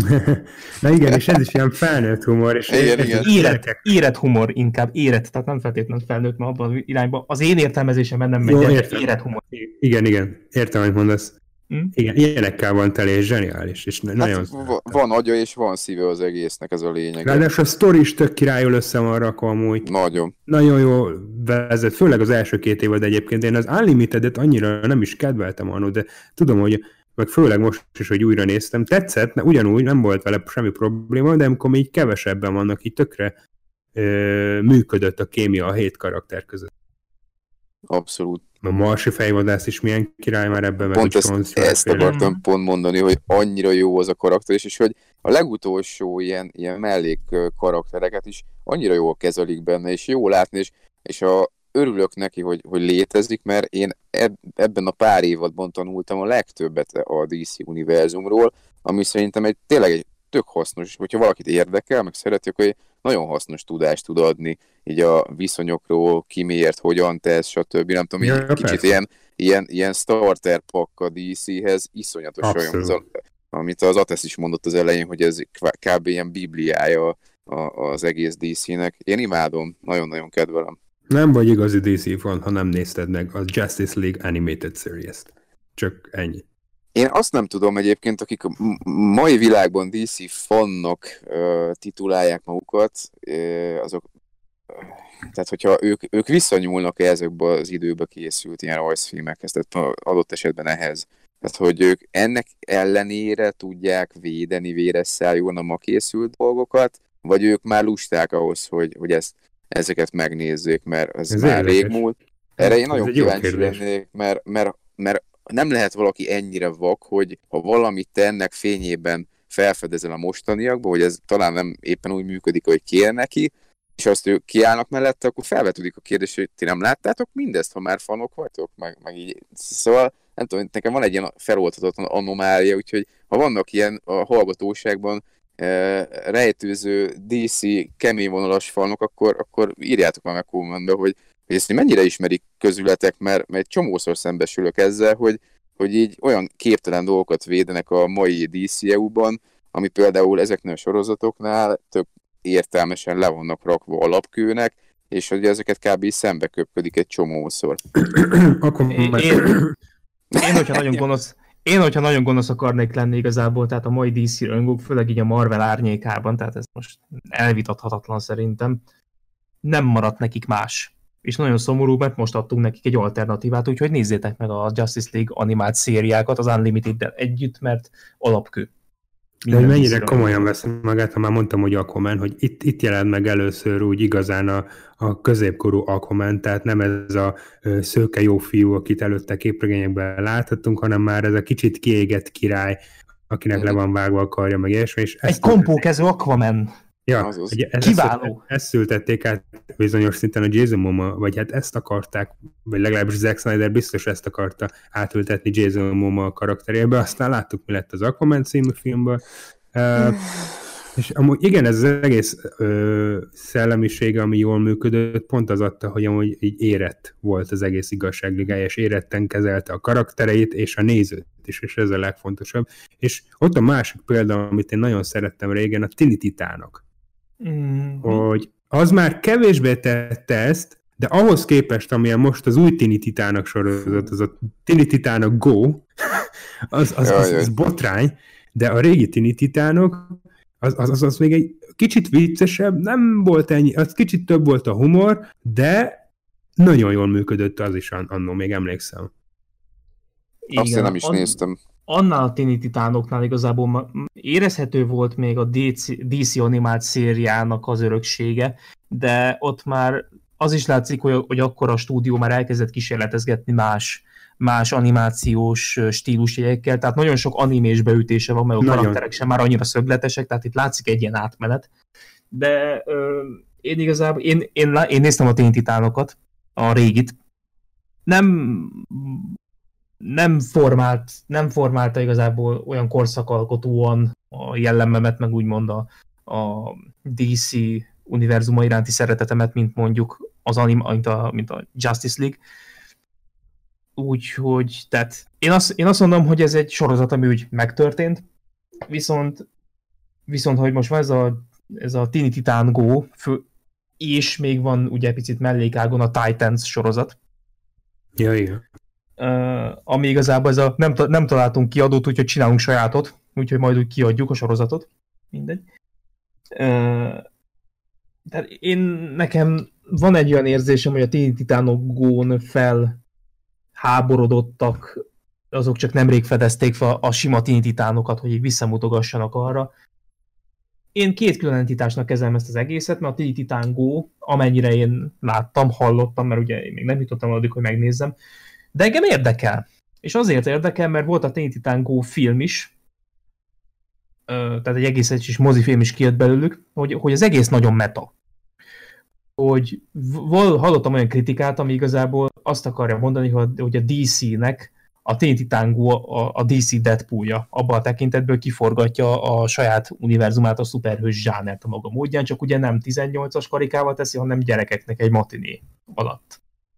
Na igen, és ez is ilyen felnőtt humor. És igen. Érett humor inkább, érett, tehát nem feltétlenül felnőtt, mert abban az irányban az én értelmezésemben nem megy, érett humor. Igen, értem, amit mondasz. Igen, ilyenekkel van tele, és zseniális, és nagyon... Van agya és van szíve az egésznek, ez a lényeg. Ráadásul a sztori is tök királyul össze van rakva amúgy. Nagyon. Nagyon jól vezet, főleg az első 2 évad egyébként. Én az Unlimited-et annyira nem is kedveltem annól, de tudom, hogy meg főleg most is, hogy újra néztem, tetszett, ugyanúgy nem volt vele semmi probléma, de amikor még kevesebben vannak, így tökre működött a kémia a 7 karakter között. Abszolút. A Marsi fejvadász is milyen király már ebben. Pont ezt akartam pont mondani, hogy annyira jó az a karakter, és hogy a legutolsó ilyen mellék karaktereket is annyira jól kezelik benne, és jó látni, és örülök neki, hogy létezik, mert én ebben a pár évadban tanultam a legtöbbet a DC univerzumról, ami szerintem tényleg egy tök hasznos, hogyha valakit érdekel, meg szereti, akkor egy nagyon hasznos tudást tud adni, így a viszonyokról, ki miért, hogyan tesz, stb. Nem tudom, ja, kicsit ilyen starter pack a DC-hez, iszonyatos olyan, amit az Atesz is mondott az elején, hogy ez kb. Ilyen bibliája az egész DC-nek. Én imádom, nagyon-nagyon kedvelem. Nem vagy igazi DC fan, ha nem nézted meg a Justice League Animated Series-t. Csak ennyi. Én azt nem tudom egyébként, akik a mai világban DC fannak titulálják magukat, azok, tehát hogyha ők visszanyúlnak ezekbe az időbe készült ilyen rajzfilmekhez, tehát adott esetben ehhez. Tehát, hogy ők ennek ellenére tudják védeni véres szájon a ma készült dolgokat, vagy ők már lusták ahhoz, hogy ezeket megnézzék, mert ez már rég múlt. Erre én nagyon kíváncsi lennék, mert nem lehet valaki ennyire vak, hogy ha valamit ennek fényében felfedezel a mostaniakban, hogy ez talán nem éppen úgy működik, hogy kéne neki, és azt ők kiállnak mellette, akkor felvetődik a kérdés, hogy ti nem láttátok mindezt, ha már fanok vagytok? Meg így. Szóval nem tudom, nekem van egy ilyen feloldhatatlan anomália, úgyhogy ha vannak ilyen a hallgatóságban rejtőző DC keményvonalas fanok, akkor írjátok már meg kommentbe, hogy ezt mennyire ismerik közületek, mert egy csomószor szembesülök ezzel, hogy így olyan képtelen dolgokat védenek a mai DCEU-ban, ami például ezeknél a sorozatoknál tök értelmesen le vannak rakva alapkőnek, és hogy ezeket kb. Szembe köpködik egy csomószor. Én, hogyha nagyon gonosz akarnék lenni igazából, tehát a mai DC rajongók, főleg így a Marvel árnyékában, tehát ez most elvitathatatlan szerintem, nem maradt nekik más. És nagyon szomorú, mert most adtunk nekik egy alternatívát, úgyhogy nézzétek meg a Justice League animált szériákat az Unlimited-del együtt, mert alapkő. De hogy mennyire komolyan veszi magát, ha már mondtam, hogy Aquaman, hogy itt jelent meg először úgy igazán a középkorú Aquaman, tehát nem ez a szőke jó fiú, akit előtte képregényekben láthattunk, hanem már ez a kicsit kiégett király, akinek le van vágva a karja, meg ilyesmi. És egy kompókező Aquaman. Ja, kiváló. Ezt szültették át bizonyos szinten a Jason Momoa, vagy hát ezt akarták, vagy legalábbis Zack Snyder biztos ezt akarta átültetni Jason Momoa karakterébe, aztán láttuk, mi lett az Aquaman című filmből. És amúgy igen, ez az egész szellemisége, ami jól működött, pont az adta, hogy amúgy így érett volt az egész igazságligája, és éretten kezelte a karaktereit, és a nézőt is, és ez a legfontosabb. És ott a másik példa, amit én nagyon szerettem régen, a Tini Titánok. Hogy az már kevésbé tette ezt, de ahhoz képest, amilyen most az új Tini Titánok sorozat, az a Tini Titánok Go, az botrány, de a régi Tini Titánok az még egy kicsit viccesebb, nem volt ennyi, az kicsit több volt a humor, de nagyon jól működött az is annó, még emlékszem. Azt én nem is néztem. Annál a Tini Titánoknál igazából érezhető volt még a DC animált szériának az öröksége, de ott már az is látszik, hogy akkor a stúdió már elkezdett kísérletezgetni más animációs stílusjegyekkel, tehát nagyon sok animés beütése van, mert a karakterek sem már annyira szögletesek, tehát itt látszik egy ilyen átmenet. De én igazából, én néztem a Tini Titánokat, a régit, nem formálta igazából olyan korszakalkotóan a jellememet, meg úgymond a DC univerzuma iránti szeretetemet, mint mondjuk mint a Justice League. Úgyhogy, tehát én azt mondom, hogy ez egy sorozat, ami úgy megtörtént, viszont hogy most van ez a Tini Titán Go, és még van ugye picit mellékágon a Titans sorozat. Ja, igen. Ami igazából nem találtunk kiadót, úgyhogy csinálunk sajátot, úgyhogy majd úgy kiadjuk a sorozatot. Mindegy. Tehát nekem van egy olyan érzésem, hogy a Tini Titánok Go-n felháborodottak, azok csak nemrég fedezték fel a sima Tini Titánokat, hogy így visszamutogassanak arra. Én két külön entitásnak kezelem ezt az egészet, mert a Tini Titán Go, amennyire én láttam, hallottam, mert ugye én még nem jutottam addig, hogy megnézzem, de engem érdekel. És azért érdekel, mert volt a Tini Titán Go film is, tehát egy egész egy mozifilm is kijött belőlük, hogy az egész nagyon meta. Hogy hallottam olyan kritikát, ami igazából azt akarja mondani, hogy a DC-nek a Tini Titán Go a DC Deadpoolja. Abban a tekintetből kiforgatja a saját univerzumát, a szuperhős zsánert a maga módján, csak ugye nem 18-as karikával teszi, hanem gyerekeknek egy matiné alatt.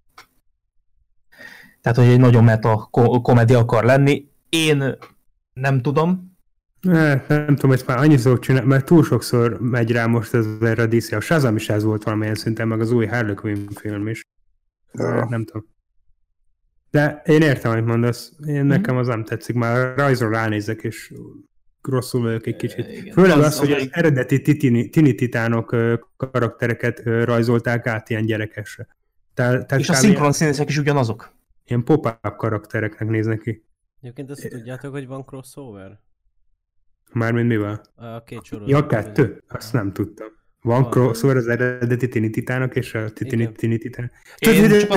Tehát, hogy egy nagyon meta komédia akar lenni. Én nem tudom. Nem tudom, ezt már annyiszor csinál, mert túl sokszor megy rá most ez a DC. A Shazam is ez volt valamilyen szinten, meg az új Harley Quinn film is. Nem tudom. De én értem, amit mondasz. Nekem az nem tetszik. Már a rajzról ránézek, és rosszul vagyok egy kicsit. Igen. Főleg az, hogy az eredeti Tini Titánok karaktereket rajzolták át ilyen gyerekesre. És a szinkron színészek is ugyanazok. Ilyen pop-up karaktereknek néznek ki. Egyébként azt tudjátok, hogy van crossover? Mármint mivel? A két sorozat. Ja, 2? Azt nem tudtam. Van crossover az eredeti Tini Titánok és a Tini Titánok. Én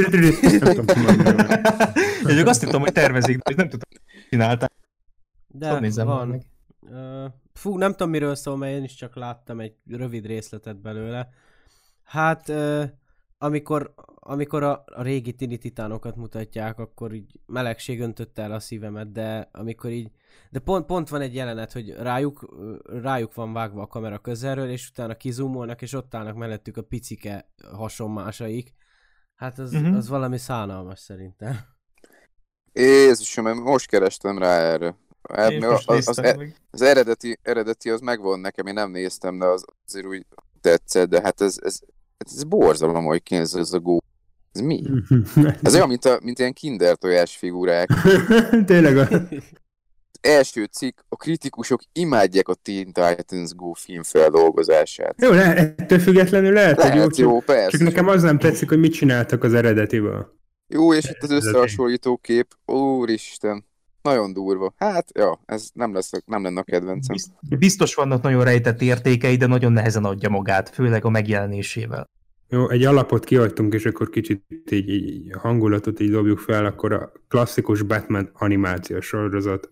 csak azt tudtam, hogy tervezik, de nem tudtam, hogy csinálták. De van. Nem tudom, miről szól, mert én is csak láttam egy rövid részletet belőle. Hát, amikor a régi Tini Titánokat mutatják, akkor így melegség öntötte el a szívemet, de amikor így... De pont van egy jelenet, hogy rájuk van vágva a kamera közelről, és utána kizoomolnak, és ott állnak mellettük a picike hasonmásaik. Hát az valami szánalmas szerintem. Jézusom, most kerestem rá erre. Az eredeti az megvan nekem, én nem néztem, de azért úgy tetszett, de hát ez borzalom, hogy kéne ez a Go. Ez mi? Ez olyan, mint ilyen kinder tojás figurák. Tényleg az első cikk, a kritikusok imádják a Teen Titans Go film feldolgozását. Jó, ettől függetlenül lehet hogy jó, persze. Csak nekem az nem tetszik, hogy mit csináltak az eredetiből. Jó, és itt az összehasonlító kép, úristen, nagyon durva. Hát, ja, ez nem lenne a kedvencem. Biztos vannak nagyon rejtett értékei, de nagyon nehezen adja magát, főleg a megjelenésével. Jó, egy alapot kihagytunk, és akkor kicsit így hangulatot így dobjuk fel, akkor a klasszikus Batman animációs sorozat.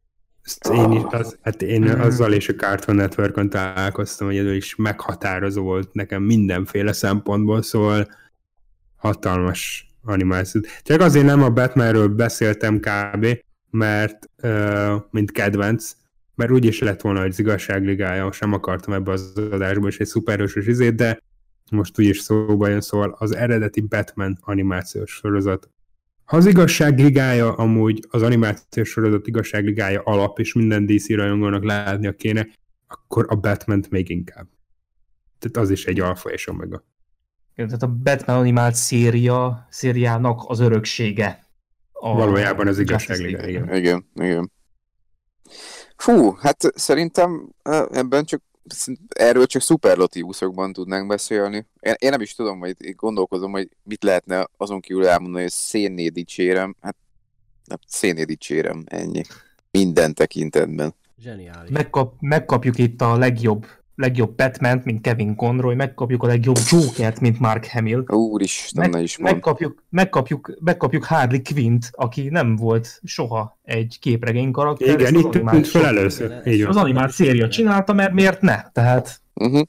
Én azzal és a Cartoon Networkon találkoztam, hogy ez is meghatározó volt nekem mindenféle szempontból, szóval hatalmas animáció. Csak azért nem a Batmanről beszéltem kb., mert mint kedvenc, mert úgyis lett volna az igazságligája, sem akartam ebbe az adásba is egy szuperhősös izét, de most úgyis szóba jön, szóval az eredeti Batman animációs sorozat. Ha az igazságligája amúgy az animációs sorozat igazságligája alap, és minden DC rajongónak látnia kéne, akkor a Batman-t még inkább. Tehát az is egy alfa és omega. Tehát a Batman animált szériának az öröksége. Valójában az igazságligája. Igen. Fú, hát szerintem ebben csak erről csak szuperlatívuszokban tudnánk beszélni. Én nem is tudom, hogy gondolkozom, hogy mit lehetne azon kívül elmondani, hogy szénné dicsérem. Hát szénné dicsérem, ennyi. Minden tekintetben. Zseniális. Megkapjuk itt a legjobb Batman-t, mint Kevin Conroy, megkapjuk a legjobb Jokert, mint Mark Hamill. Úristen, ne is mond. Megkapjuk Harley Quinnt, aki nem volt soha egy képregény karakter. Igen, itt tűnt fel először. Az animált széria csinálta, mert miért ne? Tehát...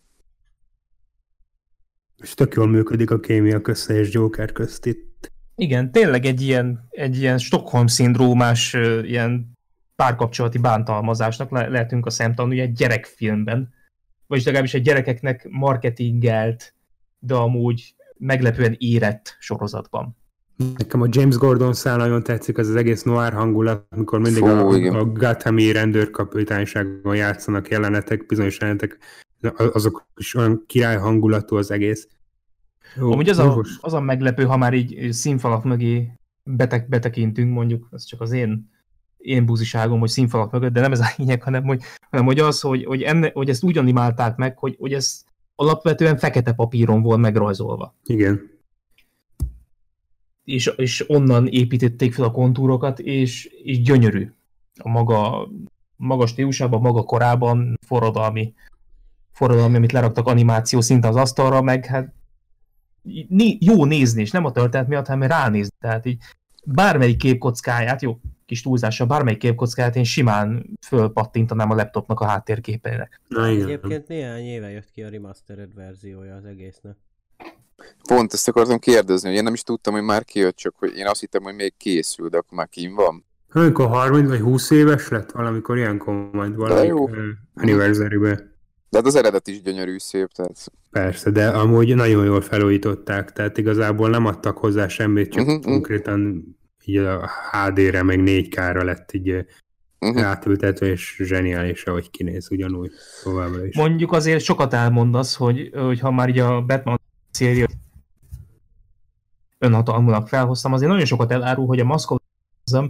És tök jól működik a kémia közt és Joker közt itt. Igen, tényleg egy ilyen Stockholm-szindrómás ilyen párkapcsolati bántalmazásnak lehetünk a szemtanúi egy gyerekfilmben. Vagyis legalábbis egy gyerekeknek marketingelt, de amúgy meglepően érett sorozatban. Nekem a James Gordon szál nagyon tetszik, az egész noir hangulat, amikor mindig a Gotham-i rendőrkapitányságon játszanak jelenetek, bizonyos jelenetek, azok is olyan király hangulatú az egész. Jó, amúgy az a meglepő, ha már így színfalak mögé betekintünk, mondjuk, ez csak az én buziságom, hogy színfalak mögött, de nem ez a lényeg, hanem hogy az, hogy ezt úgy animálták meg, hogy ez alapvetően fekete papíron volt megrajzolva. Igen. És onnan építették fel a kontúrokat, és gyönyörű. A maga stílusában, maga korában forradalmi, amit leraktak animáció szinten az asztalra, meg hát jó nézni, és nem a történet miatt, hanem ránézni. Tehát így bármelyik képkockáját, jó, kis túlzással, bármelyik képkockáját én simán fölpattintanám a laptopnak a háttérképeinek. Egyébként néhány éve jött ki a remastered verziója az egésznek. Pont ezt akartam kérdezni, hogy én nem is tudtam, hogy már kijött, csak hogy én azt hittem, hogy még készül, de akkor már kín van. Amikor 30 vagy 20 éves lett, valamikor ilyenkor majd valamik anniversary-be. De hát az eredet is gyönyörű, szép, tehát... Persze, de amúgy nagyon jól felújították, tehát igazából nem adtak hozzá semmit, csak konkrétan így a HD-re, meg 4K-ra lett így átültetve, és zseniális, ahogy kinéz ugyanúgy továbbra is. Mondjuk azért sokat elmondasz, hogy ha már így a Batman széria önhatalmunak felhoztam, azért nagyon sokat elárul, hogy a Mask of the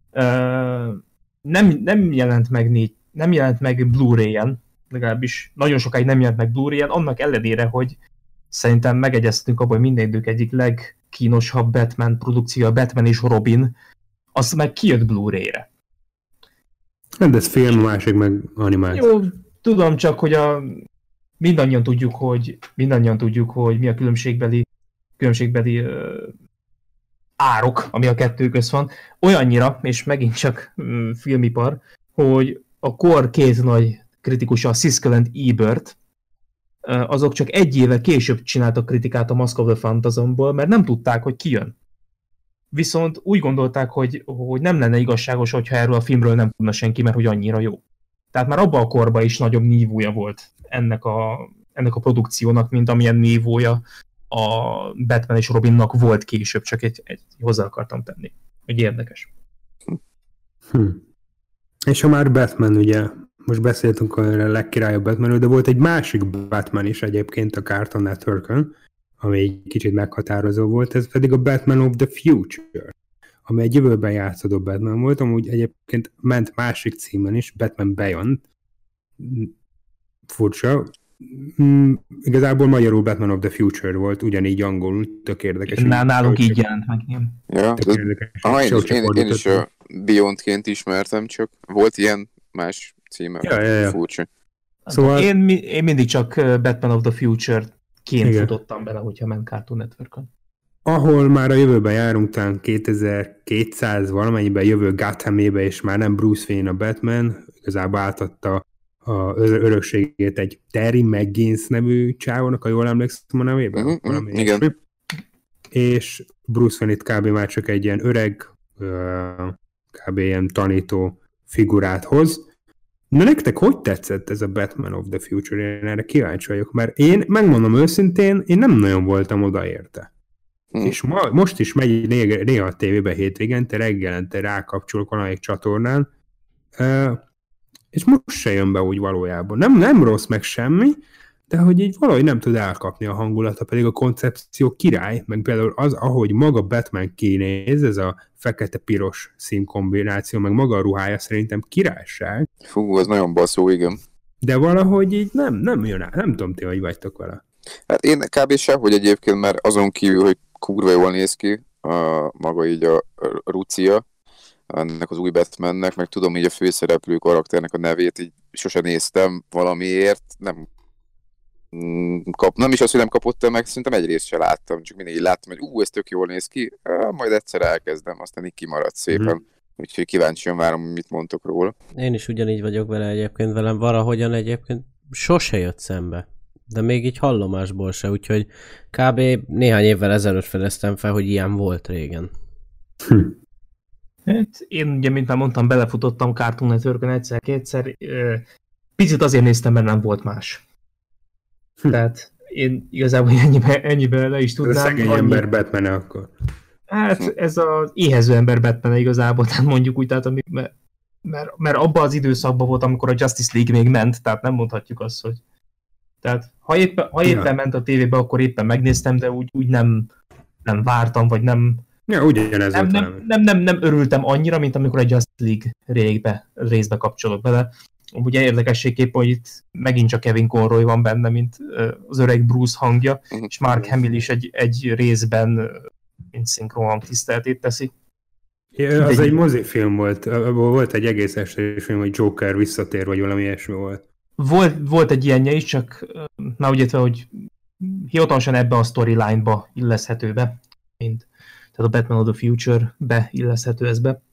nem jelent meg Blu-ray-en, legalábbis nagyon sokáig nem jelent meg Blu-ray-en, annak ellenére, hogy szerintem megegyeztünk abban, hogy minden idők egyik legkínosabb Batman produkció, a Batman és Robin, az meg kijött Blu-ray-re. Nem, de ez film, másik meg animáció. Jó, tudom csak, hogy mindannyian tudjuk, hogy mi a különbségbeli árok, ami a kettő közt van. Olyannyira, és megint csak filmipar, hogy a kor két nagy kritikusa, a Siskel and Ebert, azok csak egy éve később csináltak kritikát a Mask of the Phantasmból, mert nem tudták, hogy ki jön. Viszont úgy gondolták, hogy nem lenne igazságos, hogyha erről a filmről nem tudna senki, mert hogy annyira jó. Tehát már abban a korban is nagyobb nívója volt ennek a produkciónak, mint amilyen nívója a Batman és Robinnak volt később, csak egy hozzá akartam tenni, hogy érdekes. És ha már Batman, ugye, most beszéltünk a legkirályabb Batmanről, de volt egy másik Batman is egyébként a Cartoon Networkön, ami egy kicsit meghatározó volt, ez pedig a Batman of the Future, ami egy jövőben játszódó Batman volt, amúgy egyébként ment másik címen is, Batman Beyond. Furcsa. Igazából magyarul Batman of the Future volt, ugyanígy angolul, tök érdekes. Nálunk így jelent meg, igen. Ja, én is a Beyondként ismertem, csak volt ilyen más címe. Ja. Furcsa. Szóval... Én mindig csak Batman of the Future-ként futottam bele, hogyha ment Cartoon Networkön. Ahol már a jövőben járunk, talán 2200 valamennyiben jövő Gothamébe, és már nem Bruce Wayne a Batman, igazából átadta az örökségét egy Terry McGinnis nevű csávónak, ha jól emlékszem a nevében. Igen. És Bruce Wayne itt kb. Már csak egy ilyen öreg, kb. Ilyen tanító figurát hoz. Na nektek hogy tetszett ez a Batman of the Future? Én erre kíváncsi vagyok, mert én megmondom őszintén, én nem nagyon voltam oda érte. És most is megy néha a tévében hétvégente, reggelente rákapcsolok valamelyik csatornán, és most se jön be úgy valójában. Nem rossz meg semmi, de hogy így valahogy nem tud elkapni a hangulata, pedig a koncepció király, meg például az, ahogy maga Batman kinéz, ez a fekete-piros színkombináció, meg maga a ruhája szerintem királyság. Fú, ez nagyon baszó, igen. De valahogy így nem jön át. Nem tudom ti, hogy vagytok vele. Hát én kb. Sehogy egyébként, mert azon kívül, hogy kurva jól néz ki, maga így a Lucia, ennek az új Batmannek, meg tudom így a főszereplő karakternek a nevét, így sose néztem valamiért, nem is az, hogy nem kapott el meg, szerintem egy részt se láttam, csak mindig így láttam, hogy ez tök jól néz ki, majd egyszer elkezdem, aztán így kimaradt szépen. Úgyhogy kíváncsian várom, mit mondtok róla. Én is ugyanígy vagyok vele egyébként, velem valahogyan egyébként sose jött szembe. De még így hallomásból se, úgyhogy kb. Néhány évvel ezelőtt fedeztem fel, hogy ilyen volt régen. Hát én ugye, mint már mondtam, belefutottam Cartoon Networkön egyszer-kétszer. Picit azért néztem, mert nem volt más. Tehát én igazából ennyiben le is tudnám. Ez a szegény ember Batman-e akkor. Hát ez az éhező ember Batman igazából, tehát mondjuk úgy, tehát mert abban az időszakban volt, amikor a Justice League még ment, tehát nem mondhatjuk azt, hogy... Tehát ha éppen ment a tévébe, akkor éppen megnéztem, de úgy nem vártam, vagy nem... Ja, ugyanez volt nem örültem annyira, mint amikor a Justice League részbe kapcsolok bele. Ugye érdekességképp, hogy itt megint csak Kevin Conroy van benne, mint az öreg Bruce hangja, és Mark Hamill is egy részben mint szinkron hangtiszteltét teszi. Ja, az egy mozifilm volt egy egész estés film, hogy Joker visszatér, vagy valami ilyesmi volt. Volt egy ilyenje is, csak már úgy értve, hogy hivatalosan ebbe a storyline-ba illeszhető be, tehát a Batman of the Future-be illeszhető ez be.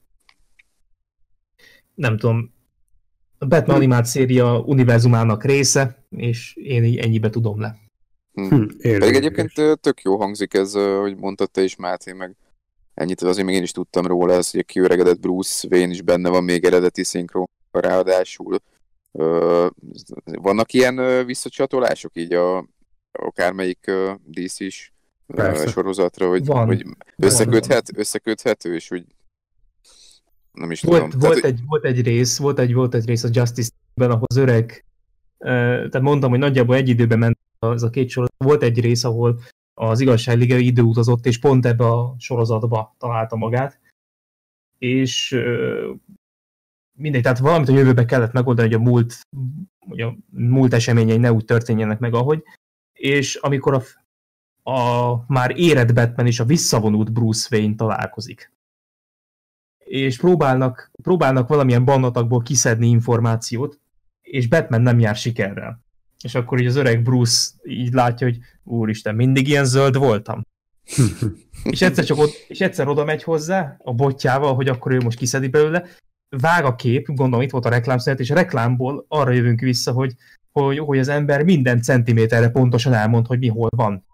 Nem tudom, a Batman animált széria univerzumának része, és én így ennyibe tudom le. Pedig egyébként tök jó hangzik ez, hogy mondtad te is, Máté, meg ennyit azért még én is tudtam róla, ez, hogy a kiöregedett Bruce Wayne is benne van még eredeti szinkron ráadásul. Vannak ilyen visszacsatolások így akármelyik DC-s sorozatra, hogy összeköthető, és úgy nem is tudom. Volt egy rész a Justice-ben, ahol az öreg, tehát mondtam, hogy nagyjából egy időben ment az a két sorozat. Volt egy rész, ahol az Igazságliga időutazott, és pont ebbe a sorozatba találta magát. És mindegy, tehát valamit a jövőbe kellett megoldani, hogy a múlt eseményei ne úgy történjenek meg, ahogy. És amikor a már érett Batman és a visszavonult Bruce Wayne találkozik. És próbálnak valamilyen bannatakból kiszedni információt, és Batman nem jár sikerrel. És akkor így az öreg Bruce így látja, hogy úristen, mindig ilyen zöld voltam. és egyszer oda megy hozzá a botjával, hogy akkor ő most kiszedi belőle, vág a kép, gondolom itt volt a reklámszünet, és a reklámból arra jövünk vissza, hogy az ember minden centiméterre pontosan elmond, hogy mi hol van.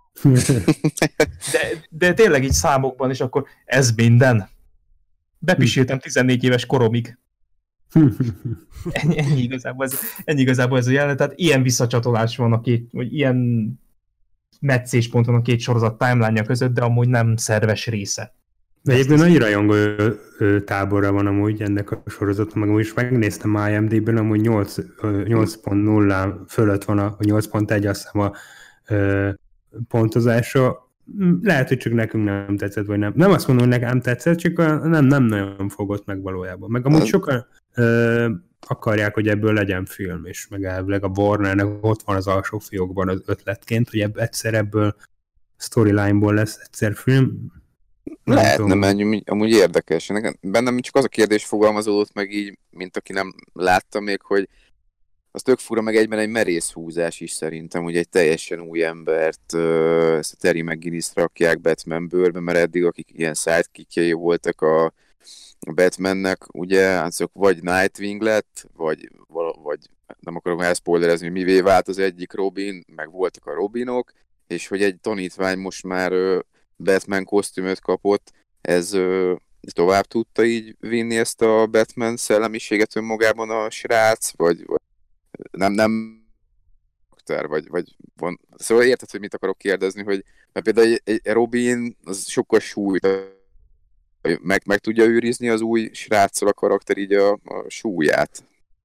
de tényleg így számokban, és akkor ez minden. Bepisültem 14 éves koromig. Ennyi igazából ez a jelenet, tehát ilyen visszacsatolás van vagy ilyen meccéspont van a két sorozat timeline-ja között, de amúgy nem szerves része. De egyébként nagy rajongó táborra van amúgy ennek a sorozatnak, meg amúgy is megnéztem IMDb-ben, amúgy 8.0 fölött van a 8.1, azt hiszem a pontozása. Lehet, hogy csak nekünk nem tetszett, vagy nem. Nem azt mondom, hogy nekem tetszett, csak nem nagyon fogott meg valójában. Meg amúgy sokan akarják, hogy ebből legyen film, és meg elvileg a Warnernek ott van az alsó fiókban az ötletként, hogy egyszer ebből storyline-ból lesz egyszer film. Nem ennyi, amúgy érdekes. Bennem csak az a kérdés fogalmazódott meg így, mint aki nem látta még, hogy az tök fura, meg egyben egy merész húzás is szerintem, hogy egy teljesen új embert, ezt a Terry McGinnis rakják Batman bőrbe, mert eddig akik ilyen sidekickjei voltak a Batmannek, ugye, azok vagy Nightwing lett, vagy nem akarom elspoilerezni, hogy mivé vált az egyik Robin, meg voltak a Robinok, és hogy egy tanítvány most már Batman kosztümöt kapott, ez tovább tudta így vinni ezt a Batman szellemiséget önmagában a srác, vagy nem vagy van. Szóval érted, hogy mit akarok kérdezni, hogy mert például egy Robin az sokkal súlyt, meg tudja őrizni az új sráccal a karakter így a súlyát.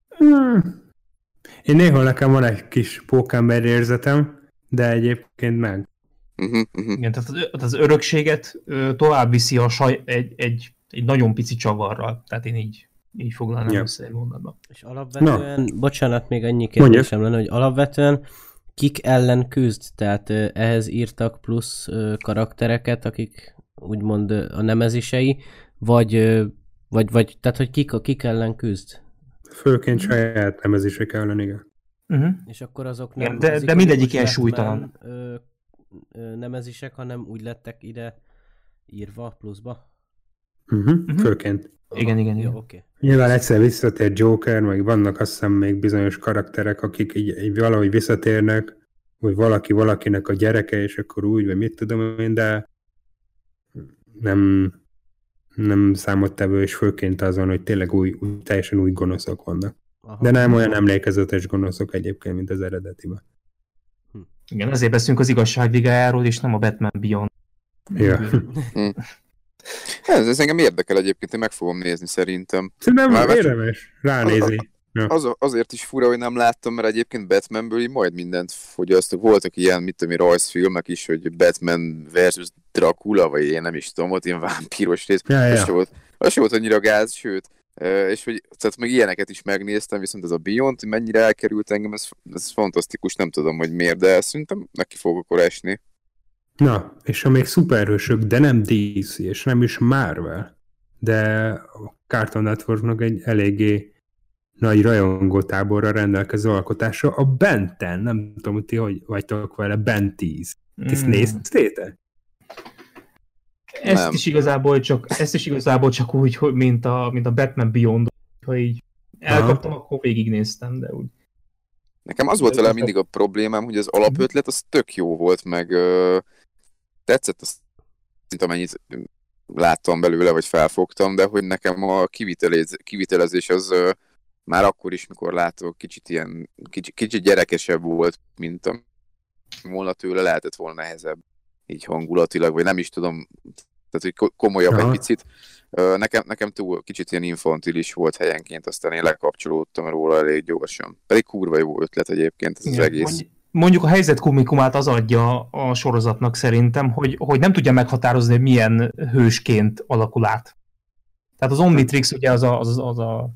Én néha nekem van egy kis pókember érzetem, de egyébként meg. Igen, tehát az örökséget tovább viszi egy nagyon pici csavarral, tehát én így Így foglalnám Ja. össze egy mondatba. És alapvetően, bocsánat, még annyi kérdésem lenne, hogy alapvetően kik ellen küzd? Tehát ehhez írtak plusz karaktereket, akik úgymond a nemezisei, vagy tehát, hogy kik ellen küzd? Főként saját nemezések ellen, igen. És akkor azok Igen, nem... de az mindegyik ikonikus ilyen Batman, súlytalan. Nemezisek, hanem úgy lettek ide írva pluszba? Főként. Igen. Jó, oké. Nyilván egyszer visszatér Joker, meg vannak azt hiszem még bizonyos karakterek, akik így valahogy visszatérnek, vagy valaki valakinek a gyereke, és akkor úgy, vagy mit tudom én, de nem számottevő, és főként azon, hogy tényleg teljesen új gonoszok vannak. Aha. De nem olyan emlékezetes gonoszok egyébként, mint az eredetiben. Igen, ezért beszélünk az igazságvigájáról, és nem a Batman Beyond. Ja. Ez engem érdekel egyébként, én meg fogom nézni szerintem. Szerintem Már érdemes ránézni. Ja. Azért is fura, hogy nem láttam, mert egyébként Batmanből így majd mindent fogyasztok. Voltak ilyen, mit tudom, rajzfilmek is, hogy Batman versus Dracula, vagy én nem is tudom, volt ilyen vámpíros rész. Ja. Az se volt annyira gáz, sőt, és hogy tehát meg ilyeneket is megnéztem, viszont ez a Beyond, mennyire elkerült engem, ez fantasztikus, nem tudom, hogy miért, de szerintem neki fog akkor esni. Na, és ha még szuperhősök, de nem DC, és nem is Marvel, de a Cartoon Networknak egy eléggé nagy rajongótáborra rendelkező alkotása, a Ben 10, nem tudom, hogy ti hogy vagytok vele, Ben 10. Ezt néztétek? Ezt is igazából csak úgy, hogy mint a Batman Beyond, ha így elkaptam, akkor végignéztem, de úgy. Nekem az volt vele mindig a problémám, hogy az alapötlet az tök jó volt, meg tetszett azt, mint amennyit láttam belőle, vagy felfogtam, de hogy nekem a kivitelezés az már akkor is, mikor látok, kicsit gyerekesebb volt, mint volna tőle, lehetett volna nehezebb így hangulatilag, vagy nem is tudom, tehát hogy komolyabb egy picit. Nekem túl kicsit ilyen infantilis volt helyenként, aztán én lekapcsolódtam róla elég gyorsan. Pedig kurva jó ötlet egyébként ez az egész. Mondjuk a helyzet komikumát az adja a sorozatnak szerintem, hogy nem tudja meghatározni, hogy milyen hősként alakul át. Tehát az Omnitrix ugye az a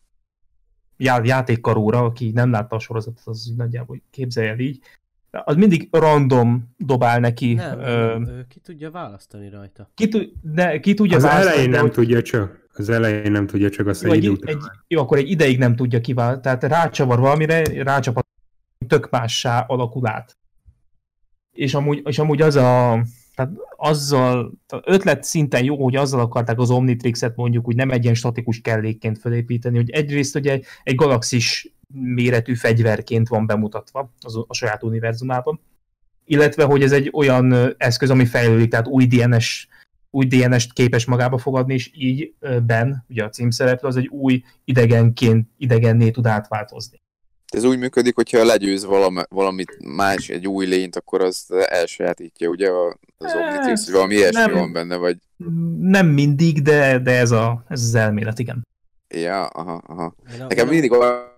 játékkaróra, aki nem látta a sorozatot, az nagyjából képzelje el így. Az mindig random dobál neki. Nem, ki tudja választani rajta. Ki tudja az választani. Elején nem tudja csak. Az elején nem tudja csak, azt egy idő jó, akkor egy ideig nem tudja kiválasztani. Tehát rácsavar valamire, rácsapat tök mássá alakul át. És amúgy tehát azzal, ötlet szinten jó, hogy azzal akarták az Omnitrixet mondjuk úgy nem egy ilyen statikus kellékként felépíteni, hogy egyrészt ugye egy galaxis méretű fegyverként van bemutatva a saját univerzumában, illetve hogy ez egy olyan eszköz, ami fejlődik, tehát új DNS-t képes magába fogadni, és így Ben, ugye a címszereplő, az egy új idegenné tud átváltozni. Ez úgy működik, hogyha legyőz valamit más, egy új lényt, akkor az elsajátítja, ugye az Omnitrix, hogy valami ilyesmi van benne, vagy... Nem mindig, de ez az elmélet, igen. Ja, aha. Nekem mindig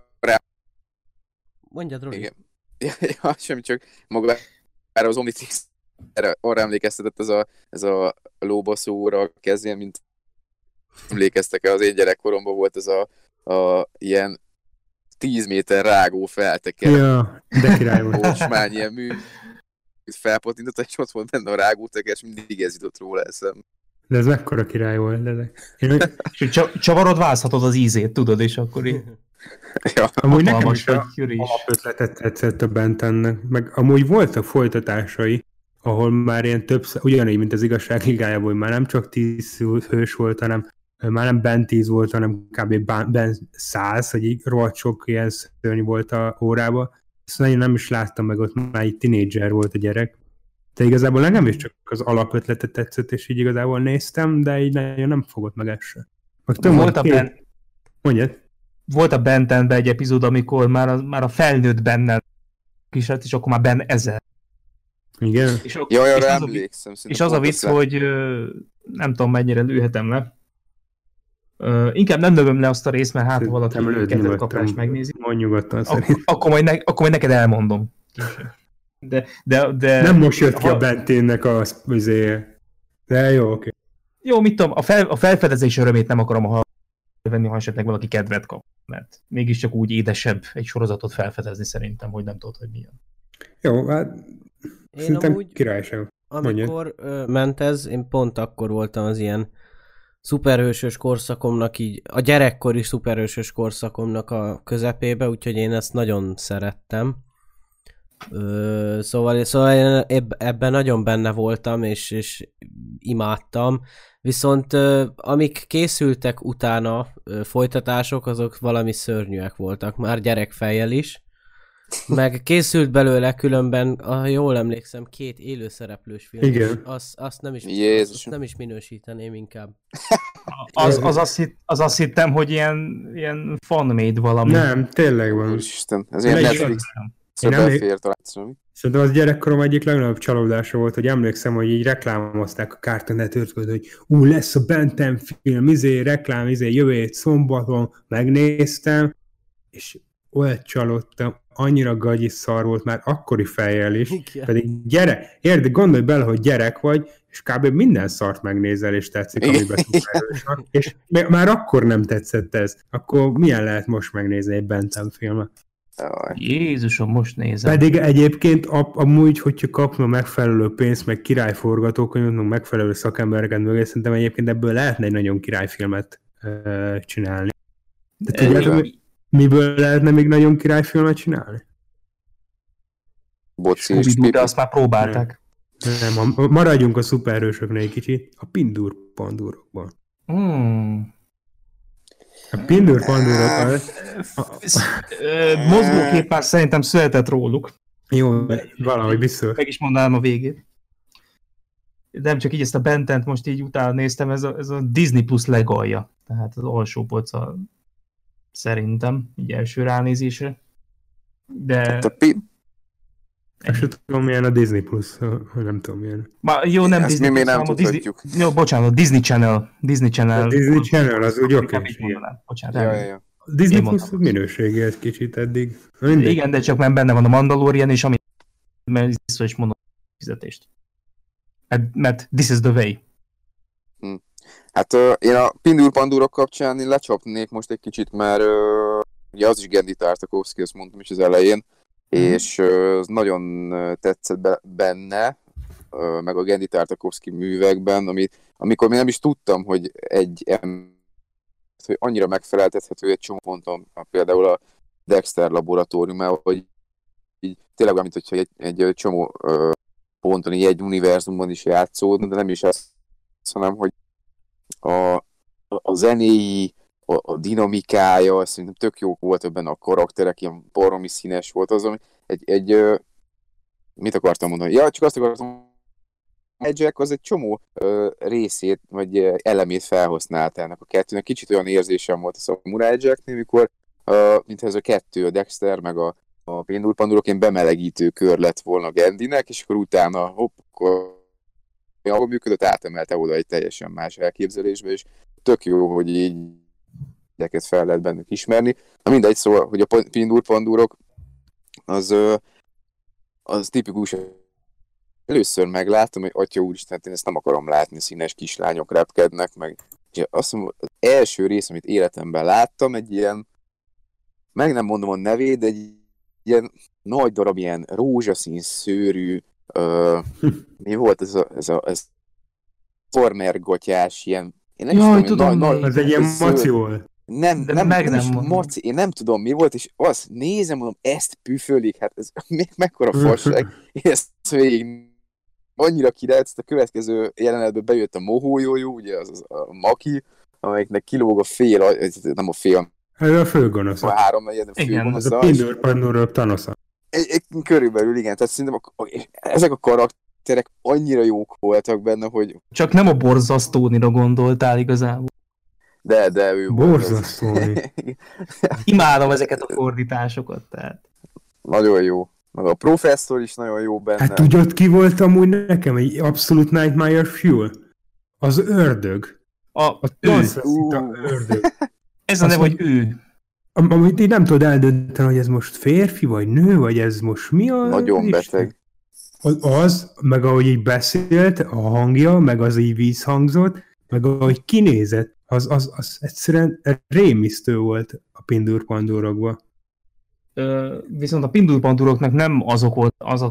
Mondjad, Roli. Igen. Ja, semmi, csak maga erre az Omnitrix arra emlékeztetett ez a lóbaszóra a kezén, mint emlékeztek el, az én gyerekkoromban volt ez a ilyen 10 méter rágó felteker. Ja, de király volt. Ocsmány ilyen mű felpatintott, és ott volt benne a rágóteker, és mindig ez jutott róla eszem. De ez mekkora király volt, És csavarod, válszhatod az ízét, tudod, és akkor így... Ja. Amúgy nekem is alapötletet tetszett a Bentennek, meg amúgy voltak folytatásai, ahol már ilyen többször, ugyanígy, mint az Igazság Ligájában, hogy már nem csak 10 hős volt, hanem már nem Ben 10 volt, hanem kb. Ben 100, hogy így rohadt sok ilyen szörny volt a órában. Ezt nagyon nem is láttam meg, ott már egy tinédzser volt a gyerek. De igazából nekem is csak az alapötletet tetszett, és így igazából néztem, de így nagyon nem fogott meg ezt. Volt a Ben 10-ben egy epizód, amikor már a felnőtt Bennel kísért, és akkor már Ben 1000. Igen? Arra emlékszem. És az a vicc, hogy nem tudom, mennyire lőhetem le. Inkább nem lövöm le azt a részt, mert hát valaki kedvet kapás megnézi. Mondj nyugodtan szerint. Akkor majd neked elmondom. De... Nem most jött ki a Benténnek az azért. De jó, oké. Jó, mit tudom, a felfedezés örömét nem akarom hallani. venni, ha esetleg valaki kedvet kap. Mert mégiscsak úgy édesebb egy sorozatot felfedezni szerintem, hogy nem tudod, hogy milyen. Jó, hát Én szerintem amúgy, királyság. amikor ment ez, én pont akkor voltam az ilyen szuperhősös korszakomnak, így a gyerekkori szuperhősös korszakomnak a közepébe, úgyhogy én ezt nagyon szerettem. Szóval én ebben nagyon benne voltam, és imádtam. Viszont amik készültek utána, folytatások, azok valami szörnyűek voltak, már gyerekfejjel is. Meg készült belőle különben, ha jól emlékszem, 2 élőszereplős film. Igen. Azt nem is minősíteném inkább. Az azt hittem, hogy ilyen fan-made valami. Nem, tényleg van. Úristen, ez ilyen Netflix szöbelfér talán. Szerintem az gyerekkorom egyik legnagyobb csalódása volt, hogy emlékszem, hogy így reklámozták a Cartoon Networkot, hogy lesz a Ben 10 film, reklám, jövő hét szombaton, megnéztem, és olyat csalódtam, annyira gagyi szar volt már akkori fejjel is, pedig érde, gondolj bele, hogy gyerek vagy, és kb. Minden szart megnézel, és tetszik, amiben szuperhős van, és már akkor nem tetszett ez. Akkor milyen lehet most megnézni egy Ben 10 filmet? Jézusom, most nézem. Pedig egyébként amúgy, hogyha kapna megfelelő pénzt, meg királyforgatókönyvet, meg megfelelő szakembereket mögé, szerintem egyébként ebből lehetne egy nagyon királyfilmet csinálni. De tudjátok, miből lehetne még nagyon királyfilmet csinálni? Boci és Pipi. De azt már próbálták. Nem, maradjunk a szuperhősöknél egy kicsit. A Pindur Pandurokban. A Pindur Pandurok... Mozgókép szerintem született róluk. Jó, valahogy biztos. Meg is mondanám a végét. De nem csak így ezt a Bentent most így utána néztem, ez a Disney Plus legalja. Tehát az alsó polca szerintem, így első ránézésre. De... Hát Ezt sem tudom, milyen a Disney Plus, nem tudom milyen. Jó, nem ezt Disney mi Plus, nem tudhatjuk. Jó, bocsánat, Disney Channel. Disney Channel. A Disney Channel az úgy oké. Bocsánat. Disney Plus minőségi egy kicsit eddig. Igen, de csak már benne van a Mandalorian, és ami vissza is mondom a fizetést. Mert this is the way. Hát én a Pindur Pandurok kapcsán én lecsapnék most egy kicsit, mert ugye az is Genndy Tartakovsky, azt mondtam is az elején, és az nagyon tetszett benne, meg a Genndy Tartakovsky művekben, amikor még nem is tudtam, hogy hogy annyira megfeleltethető egy csomó ponton, például a Dexter laboratóriumában, hogy így tényleg olyan, mintha egy csomó ponton, így egy univerzumban is játszódna, de nem is azt, hanem hogy a zenéi, a dinamikája, szerintem tök jók voltak benne a karakterek, ilyen baromi színes volt az, ami mit akartam mondani? Ja, csak azt akartam, Jack az egy csomó részét, vagy elemét felhasználta ennek a kettőnek. Kicsit olyan érzésem volt a Samurai Jacknél, mikor mintha ez a kettő, a Dexter meg a Pindur Pandurok ilyen bemelegítő kör lett volna Gendynek, és akkor utána akkor ahol működött, átemelte oda egy teljesen más elképzelésbe, és tök jó, hogy így ezeket fel lehet bennük ismerni. Na mindegy, szóval, hogy a Pindur Pandurok az tipikus. Először megláttam, hogy atya úristen, én ezt nem akarom látni, színes kislányok repkednek, meg és azt mondom, az első rész, amit életemben láttam, egy ilyen, meg nem mondom a nevét, de egy ilyen nagy darab, ilyen rózsaszín szőrű, mi volt ez a formergatyás, ilyen, én nem is tudom, ez egy ilyen maci volt. Nem, Marci, én nem tudom mi volt, és azt nézem, mondom, ezt püfölik, hát ez mekkora fasság, én ezt végig annyira királyt, a következő jelenetben bejött a mohójójú, ugye az a Maki, amelyiknek kilóg a fél, nem a fél, ez a főgonosz. A háromnegyed, a Ez főgonosz. a Pindur Pandurok Thanosza. Körülbelül igen, tehát szerintem ezek a karakterek annyira jók voltak benne, hogy... Csak nem a borzasztónira gondoltál igazából. De ő borzasztóni. Imádom ezeket a fordításokat, tehát. Nagyon jó. Meg a professzor is nagyon jó benne. Hát tudod, ki volt amúgy nekem egy abszolút Nightmare Fuel? Az ördög. A ördög. Ez a neve, hogy ő. Amit én nem tudod eldönteni, hogy ez most férfi, vagy nő, vagy ez most mi a... Nagyon beteg. Az, meg ahogy így beszélt, a hangja, meg az így vízhangzott, meg ahogy kinézett, az egyszerűen rémisztő volt a Pindur-pandurokban. Viszont a Pindur-panduroknak nem azok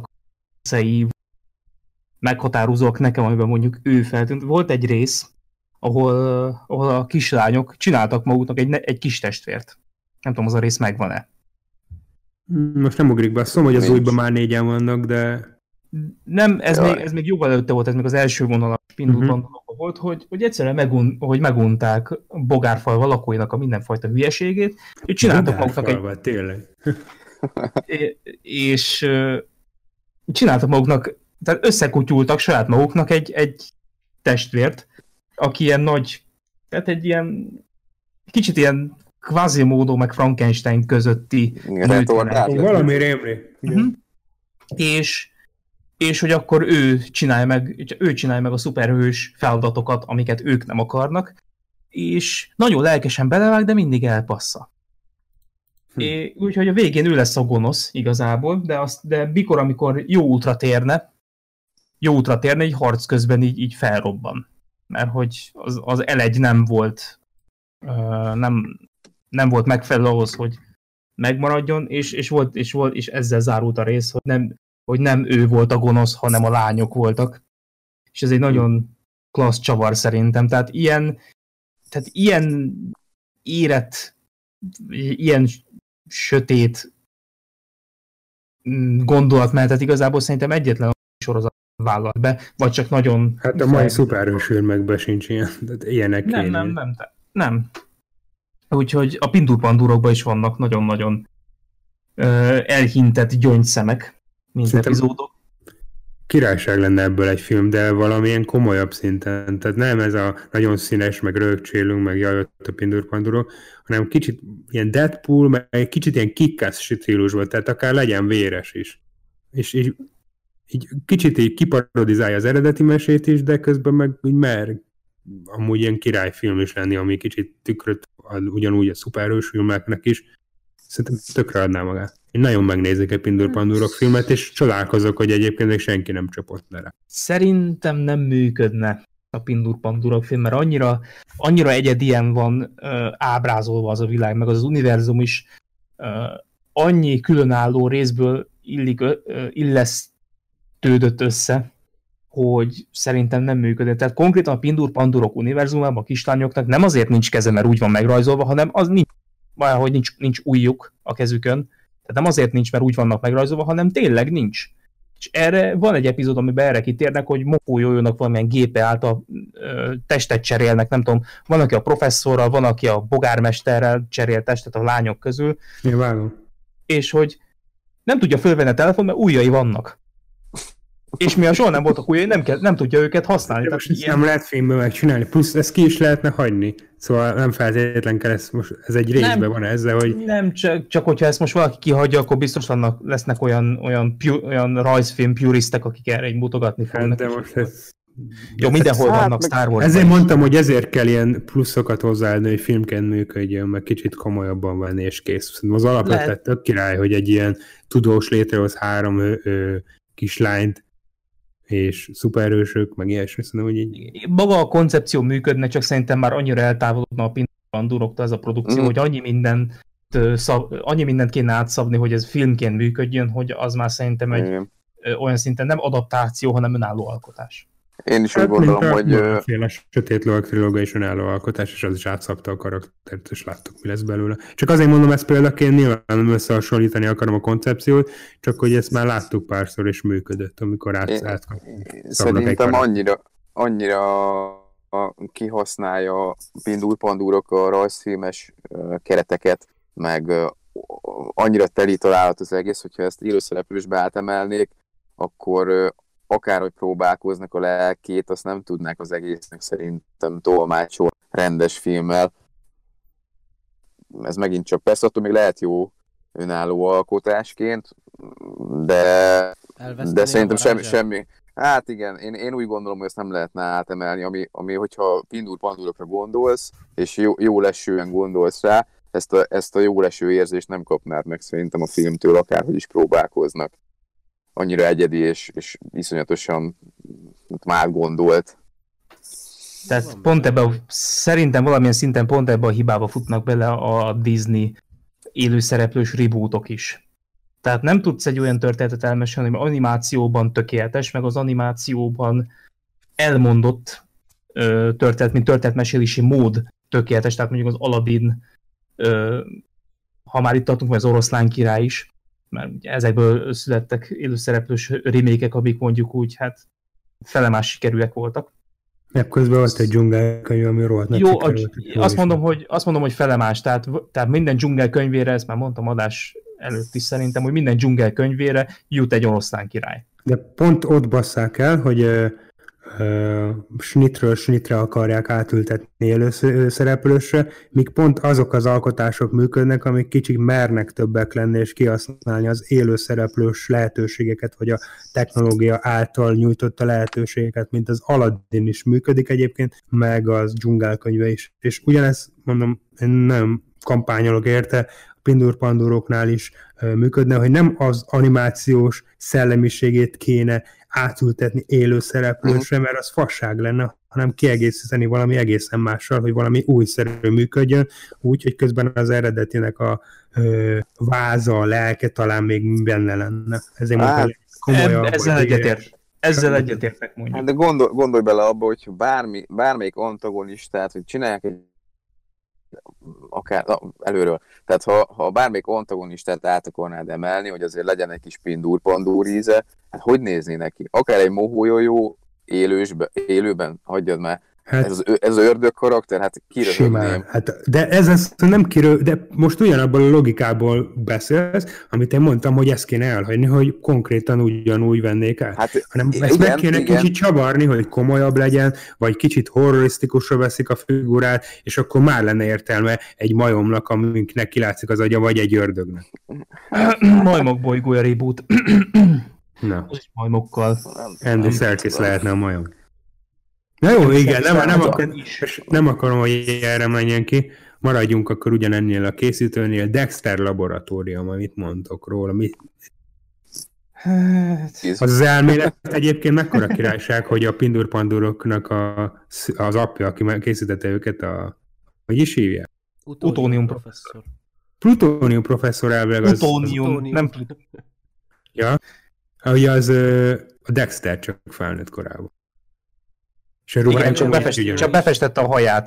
meghatározóak nekem, amiben mondjuk ő feltűnt. Volt egy rész, ahol a kislányok csináltak maguknak egy kis testvért. Nem tudom, az a rész megvan-e. Most nem ugrik be, azt mondom, hogy az újban már 4-en vannak, de... Nem, ez még jóval előtte volt, ez még az első vonalas Pindur-pandurokban volt, hogy egyszerűen megunták Bogárfalva lakóinak a mindenfajta hülyeségét, és csináltak maguknak tényleg. és csináltak maguknak, tehát összekutyultak saját maguknak egy testvért, aki ilyen nagy, tehát egy ilyen kicsit ilyen Quasimodo meg Frankenstein közötti valami rémli. És hogy akkor ő csinálja meg a szuperhős feladatokat, amiket ők nem akarnak, és nagyon lelkesen belevág, de mindig elpassza. Úgyhogy a végén ő lesz a gonosz igazából, de mikor, amikor jó útra térne, így harc közben így felrobban. Mert hogy az elegy nem volt megfelelő ahhoz, hogy megmaradjon, és ezzel zárult a rész, hogy nem ő volt a gonosz, hanem a lányok voltak. És ez egy nagyon klassz csavar szerintem. Tehát ilyen érett, ilyen sötét gondolatmenetet igazából szerintem egyetlen sorozat vállalt be, vagy csak nagyon... Hát a mai szuperhős filmekben sincs ilyen, ilyenek. Nem. Úgyhogy a Pindur-pandurokban is vannak nagyon-nagyon elhintett gyöngyszemek, mint szerintem epizódok. Királyság lenne ebből egy film, de valamilyen komolyabb szinten. Tehát nem ez a nagyon színes, meg rögcsélünk, meg jaj, ott a Pindur-pandurok, hanem kicsit ilyen Deadpool, meg egy kicsit ilyen kick-ass stílusban, tehát akár legyen véres is. És így kicsit így kiparodizálja az eredeti mesét is, de közben meg úgy mer amúgy ilyen királyfilm is lenni, ami kicsit tükröt ugyanúgy a szuperhős filmeknek is. Szerintem tökre adná magát. Én nagyon megnézek egy Pindur-pandurok filmet, és csodálkozok, hogy egyébként még senki nem csapott le rá. Szerintem nem működne a Pindur-pandurok film, mert annyira egyedien van ábrázolva az a világ, meg az univerzum is annyi különálló részből illesztődött össze, hogy szerintem nem működött. Tehát konkrétan a Pindur-pandurok univerzumában a kislányoknak nem azért nincs keze, mert úgy van megrajzolva, hanem az nincs ujjuk a kezükön. Tehát nem azért nincs, mert úgy vannak megrajzolva, hanem tényleg nincs. És erre van egy epizód, amiben erre kitérnek, hogy Mokó-jójónak valamilyen gépe által testet cserélnek, nem tudom, van, aki a professzorral, van, aki a bogármesterrel cserél testet a lányok közül. Nyilván. És hogy nem tudja fölvenni a telefon, mert ujjai vannak. És mivel soha nem voltak ujjai, nem tudja őket használni. Most ilyen... nem lehet filmben megcsinálni, plusz ezt ki is lehetne hagyni. Szóval nem feltétlen kell, ez egy részben van ezzel, hogy... Nem, csak hogyha ezt most valaki kihagyja, akkor biztos lesznek olyan rajzfilm puristek, akik erre így mutogatni fognak. De most ez... Jó, mindenhol vannak Star Wars. Ezért mondtam, hogy ezért kell ilyen pluszokat hozzáadni, hogy filmként működjön, meg kicsit komolyabban venni, és kész. Az alapvetett tök király, hogy egy ilyen tudós létrehoz 3 kislányt, és szuperhősök, meg ilyesmi, szerintem, hogy így... Maga a koncepció működne, csak szerintem már annyira eltávolodna a Pindur-panduroktól ez a produkció, hogy annyi mindent kéne átszabni, hogy ez filmként működjön, hogy az már szerintem egy olyan szinten nem adaptáció, hanem önálló alkotás. Én is úgy gondolom, hogy... A Sötét Lovag trilógia is önálló alkotás, és az is átszabta a karaktert, és láttuk, mi lesz belőle. Csak azért mondom ezt példaként, nyilván nem összehasonlítani akarom a koncepciót, csak hogy ezt már láttuk párszor, és működött, amikor szerintem annyira kihasználja Pindur-pandurok a rajzfilmes kereteket, meg annyira teli találat az egész, hogyha ezt élőszereplősbe átemelnék, akkor akárhogy próbálkoznak a lelkét, azt nem tudnák az egésznek szerintem tolmácsol rendes filmmel. Ez megint csak persze, attól még lehet jó önálló alkotásként, de szerintem semmi. Hát igen, én úgy gondolom, hogy ezt nem lehetne átemelni, ami hogyha Pindur-pandurokra gondolsz, és jó lesően gondolsz rá, ezt a jó leső érzést nem kapnád meg szerintem a filmtől, akárhogy is próbálkoznak. Annyira egyedi és iszonyatosan már gondolt. Tehát pont szerintem valamilyen szinten pont ebbe a hibába futnak bele a Disney élőszereplős rebootok is. Tehát nem tudsz egy olyan történetet elmesélni, ami animációban tökéletes, meg az animációban elmondott történet, mint történetmesélési mód tökéletes, tehát mondjuk az Aladdin, ha már itt tartunk, vagy az Oroszlán király is, mert ezekből születtek élőszereplős remékek, amik mondjuk úgy, hát felemás sikerűek voltak. Közben volt egy dzsungelkönyv, ami rohadt nagy sikerült. Azt mondom, hogy felemás, tehát minden dzsungelkönyvére, ezt már mondtam adás előtt is szerintem, hogy minden dzsungelkönyvére jut egy oroszlán király. De pont ott basszák el, hogy snitről snitre akarják átültetni élőszereplősre, míg pont azok az alkotások működnek, amik kicsit mernek többek lenni és kihasználni az élőszereplős lehetőségeket, vagy a technológia által nyújtotta lehetőségeket, mint az Aladdin is működik egyébként, meg az dzsungelkönyve is. És ugyanezt mondom, én nem kampányolok érte, a Pindur-panduroknál is működne, hogy nem az animációs szellemiségét kéne átültetni élő szereplősre, mert az fasság lenne, hanem kiegészíteni valami egészen mással, hogy valami újszerű működjön, úgy, hogy közben az eredetinek a váza, a lelke talán még benne lenne. Ezért komolyan. Ezzel egyetértek mondjuk. Hát de gondolj bele abba, hogy bármelyik antagonistát, hogy csinálják egy akár előről. Tehát ha bármelyik antagonistát át akarnád emelni, hogy azért legyen egy kis pindur-pandúr íze, hát hogy nézni neki? Akár egy mohójójó élőben, hagyjad már. Hát, ez az ördög karakter, hát kiröhögném. Hát, de ez nem de most ugyanabban a logikából beszélsz, amit én mondtam, hogy ezt kéne elhagyni, hogy konkrétan ugyanúgy vennék át. Hát, hanem ezt meg kéne kicsit csavarni, hogy komolyabb legyen, vagy kicsit horrorisztikusra veszik a figurát, és akkor már lenne értelme egy majomnak, amiknek kilátszik az agya, vagy egy ördögnek. Majmok bolygója reboot. Na. Az is majmokkal. Andy Serkis lehetne a majom. Na jó, igen, nem akarom, hogy erre menjen ki. Maradjunk akkor ugyanennél a készítőnél. Dexter Laboratórium, amit mondtok róla. Az elmélet egyébként mekkora királyság, hogy a Pindur-panduroknak az apja, aki készítette őket, hogy is hívják? Utónium professzor. Plutónium professzor elvileg az... Utónium, nem Plutónium. Ja, ugye az a Dexter csak felnőtt korában. Igen, csak befestette a haját.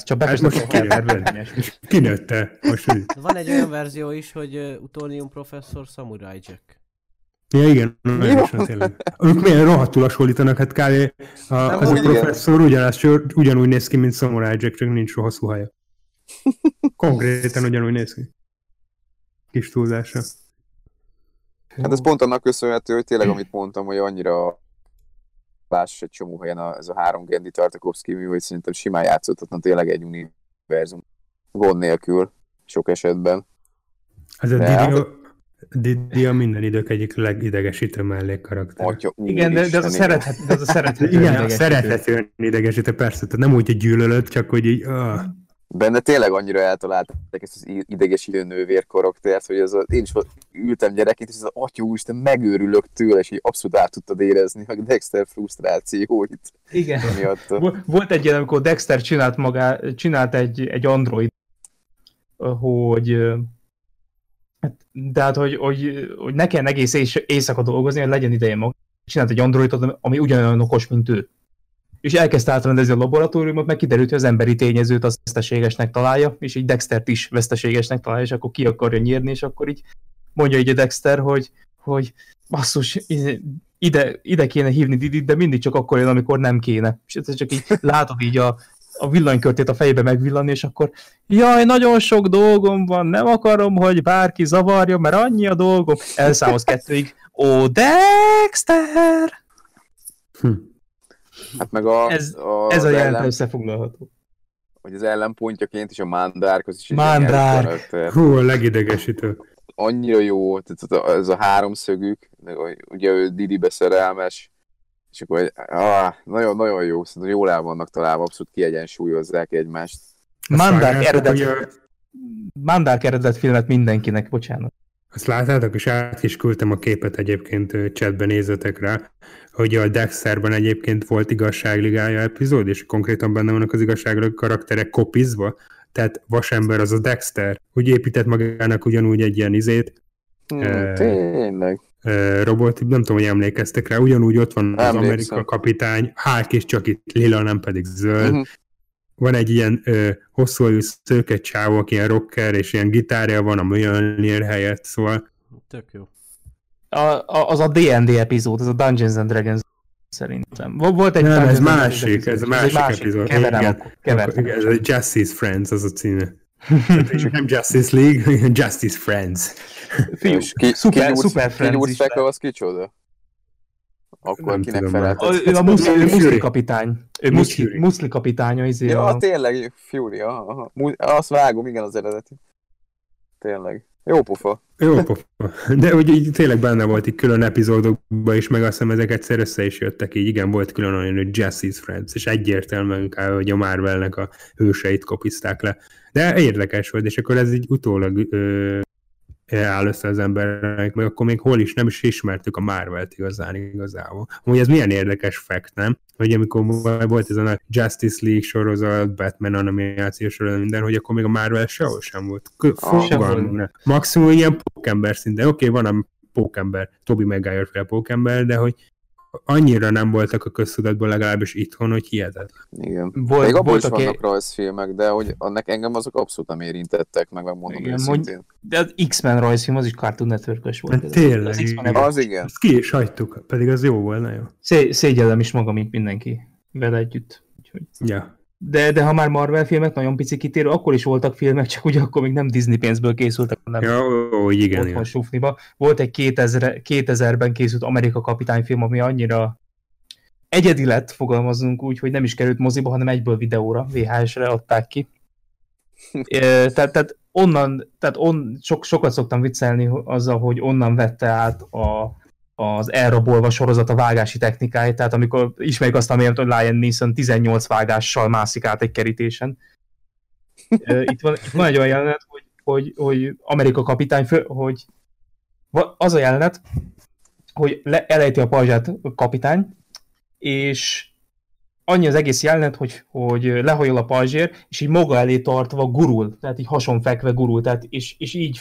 Kinőtte. Van egy olyan verzió is, hogy Utónium professzor Samurai Jack. Ja, igen, tényleg. Ők milyen rohadtul hasonlítanak, hát kb. Az a professzor ugyanúgy néz ki, mint Samurai Jack, csak nincs hosszú haja. Konkrétan ugyanúgy néz ki. Kis túlzása. Hát ez pont annak köszönhető, hogy tényleg, amit mondtam, hogy annyira láss egy csomó helyen ez a 3 Genndy Tartakovsky mű, hogy szerintem simán játszottatna tényleg egy univerzum gond nélkül, sok esetben. Ez a Didi a minden idők egyik legidegesítő mellékkarakter. Igen, de ez a szerethető. Igen, szerethetően idegesítő, persze, tehát nem úgy, hogy gyűlölöd, csak hogy így... Benne tényleg annyira eltalálták ezt az idegesítő nővér karaktert, hogy én is ültem gyerekként, és ez az atyúisten, megőrülök tőle, és így abszolút át tudtad érezni a Dexter frusztrációit. Igen. Volt egy ilyen, amikor Dexter csinált egy android, hogy ne kelljen egész éjszaka dolgozni, hogy legyen ideje maga. Csinált egy androidot, ami ugyanolyan okos, mint ő. És elkezdte átrendezni a laboratóriumot, meg kiderült, hogy az emberi tényezőt az veszteségesnek találja, és így Dextert is veszteségesnek találja, és akkor ki akarja nyírni, és akkor így mondja így a Dexter, hogy basszus, ide kéne hívni Didit, de mindig csak akkor jön, amikor nem kéne. És ez csak így látod így a villanykörtét a fejbe megvillanni, és akkor jaj, nagyon sok dolgom van, nem akarom, hogy bárki zavarja, mert annyi a dolgom. Elszámolsz 2-ig. Ó, Dexter! Hát meg ez a jelent összefoglalható. Hogy az ellenpontjaként is a Mandark, az is Mandark. Hú, a legidegesítő. Annyira jó, tehát ez a háromszögük, ugye ő Didibe szerelmes, és akkor nagyon-nagyon jó, szerintem jól el vannak találva, abszolút kiegyensúlyozzák egymást. Mandark eredet filmet mindenkinek, bocsánat. Azt láttátok, és át is küldtem a képet egyébként chatben, nézzetek rá, hogy a Dexterben egyébként volt igazságligája epizód, és konkrétan benne vannak az igazságos karakterek kopizva, tehát Vasember az a Dexter, hogy épített magának ugyanúgy egy ilyen Tényleg. robot, nem tudom, hogy emlékeztek rá, ugyanúgy ott van az Emlékszem. Amerika kapitány, Hulk is csak itt lila, nem pedig zöld. Van egy ilyen hosszú szőke csávó, aki ilyen rocker, és ilyen gitárja van a Mjölnir helyett, szóval Tök jó. Az a D&D epizód, az a Dungeons and Dragons szerintem. Volt egy nem, ez Dungeons and másik, Dragons ez a másik epizód. Keverem. Ez a Justice Friends, az a címe. És nem Justice League, Justice Friends. Fiú, Super Friends is. Az kicsoda? Akkor Nem kinek tudom, felelt? Ő a muszli kapitány. Ő muszli kapitánya, izé. Ja, tényleg, Fury, aha. Azt vágom, igen, az eredeti. Tényleg. Jó pofa. Jó pofa. De úgy így tényleg benne volt így külön epizódokban is, meg azt hiszem ezek egyszer össze is jöttek így. Igen, volt külön olyan, hogy Justice Friends, és egyértelműen kell, hogy a Marvelnek a hőseit kopizták le. De érdekes volt, és akkor ez így utólag áll össze az embernek, meg akkor még hol is nem is ismertük a Marvelt igazából. Amúgy ez milyen érdekes fact, nem? Hogy amikor volt ez a nagy Justice League sorozat, Batman animációs sorozat, minden, hogy akkor még a Marvel sehol sem volt. Maximum ilyen pókember szinten. Oké, van a pókember, Tobey Maguire féle pókember, de hogy annyira nem voltak a köztudatban legalábbis itthon, hogy hihetetlen. Igen. Még abból is vannak rajzfilmek, de hogy engem azok abszolút nem érintettek, megmondom őszintén. De az X-Men rajzfilm, az is Cartoon Network-ös volt. Hát tényleg. Az igen. Azt ki is hagytuk, pedig az jó volt, nagyon. Szégyellem is magam, mint mindenki vele együtt. Ja. De ha már Marvel filmek, nagyon pici kitérő, akkor is voltak filmek, csak ugye akkor még nem Disney pénzből készültek, hanem igen. Sufniba. Volt egy 2000-ben készült Amerika kapitány film, ami annyira egyedi lett, fogalmazunk úgy, hogy nem is került moziba, hanem egyből videóra, VHS-re adták ki. Tehát sokat szoktam viccelni azzal, hogy onnan vette át az elrabolva sorozat a vágási technikáit, tehát amikor ismerjük azt a mért, hogy Liam Neeson 18 vágással mászik át egy kerítésen. Itt van egy olyan jelenet, hogy Amerika kapitány, hogy az a jelenet, hogy elejti a pajzsát a kapitány, és annyi az egész jelenet, hogy lehajol a pajzsér, és így maga elé tartva gurul, tehát így hasonfekve gurul, tehát és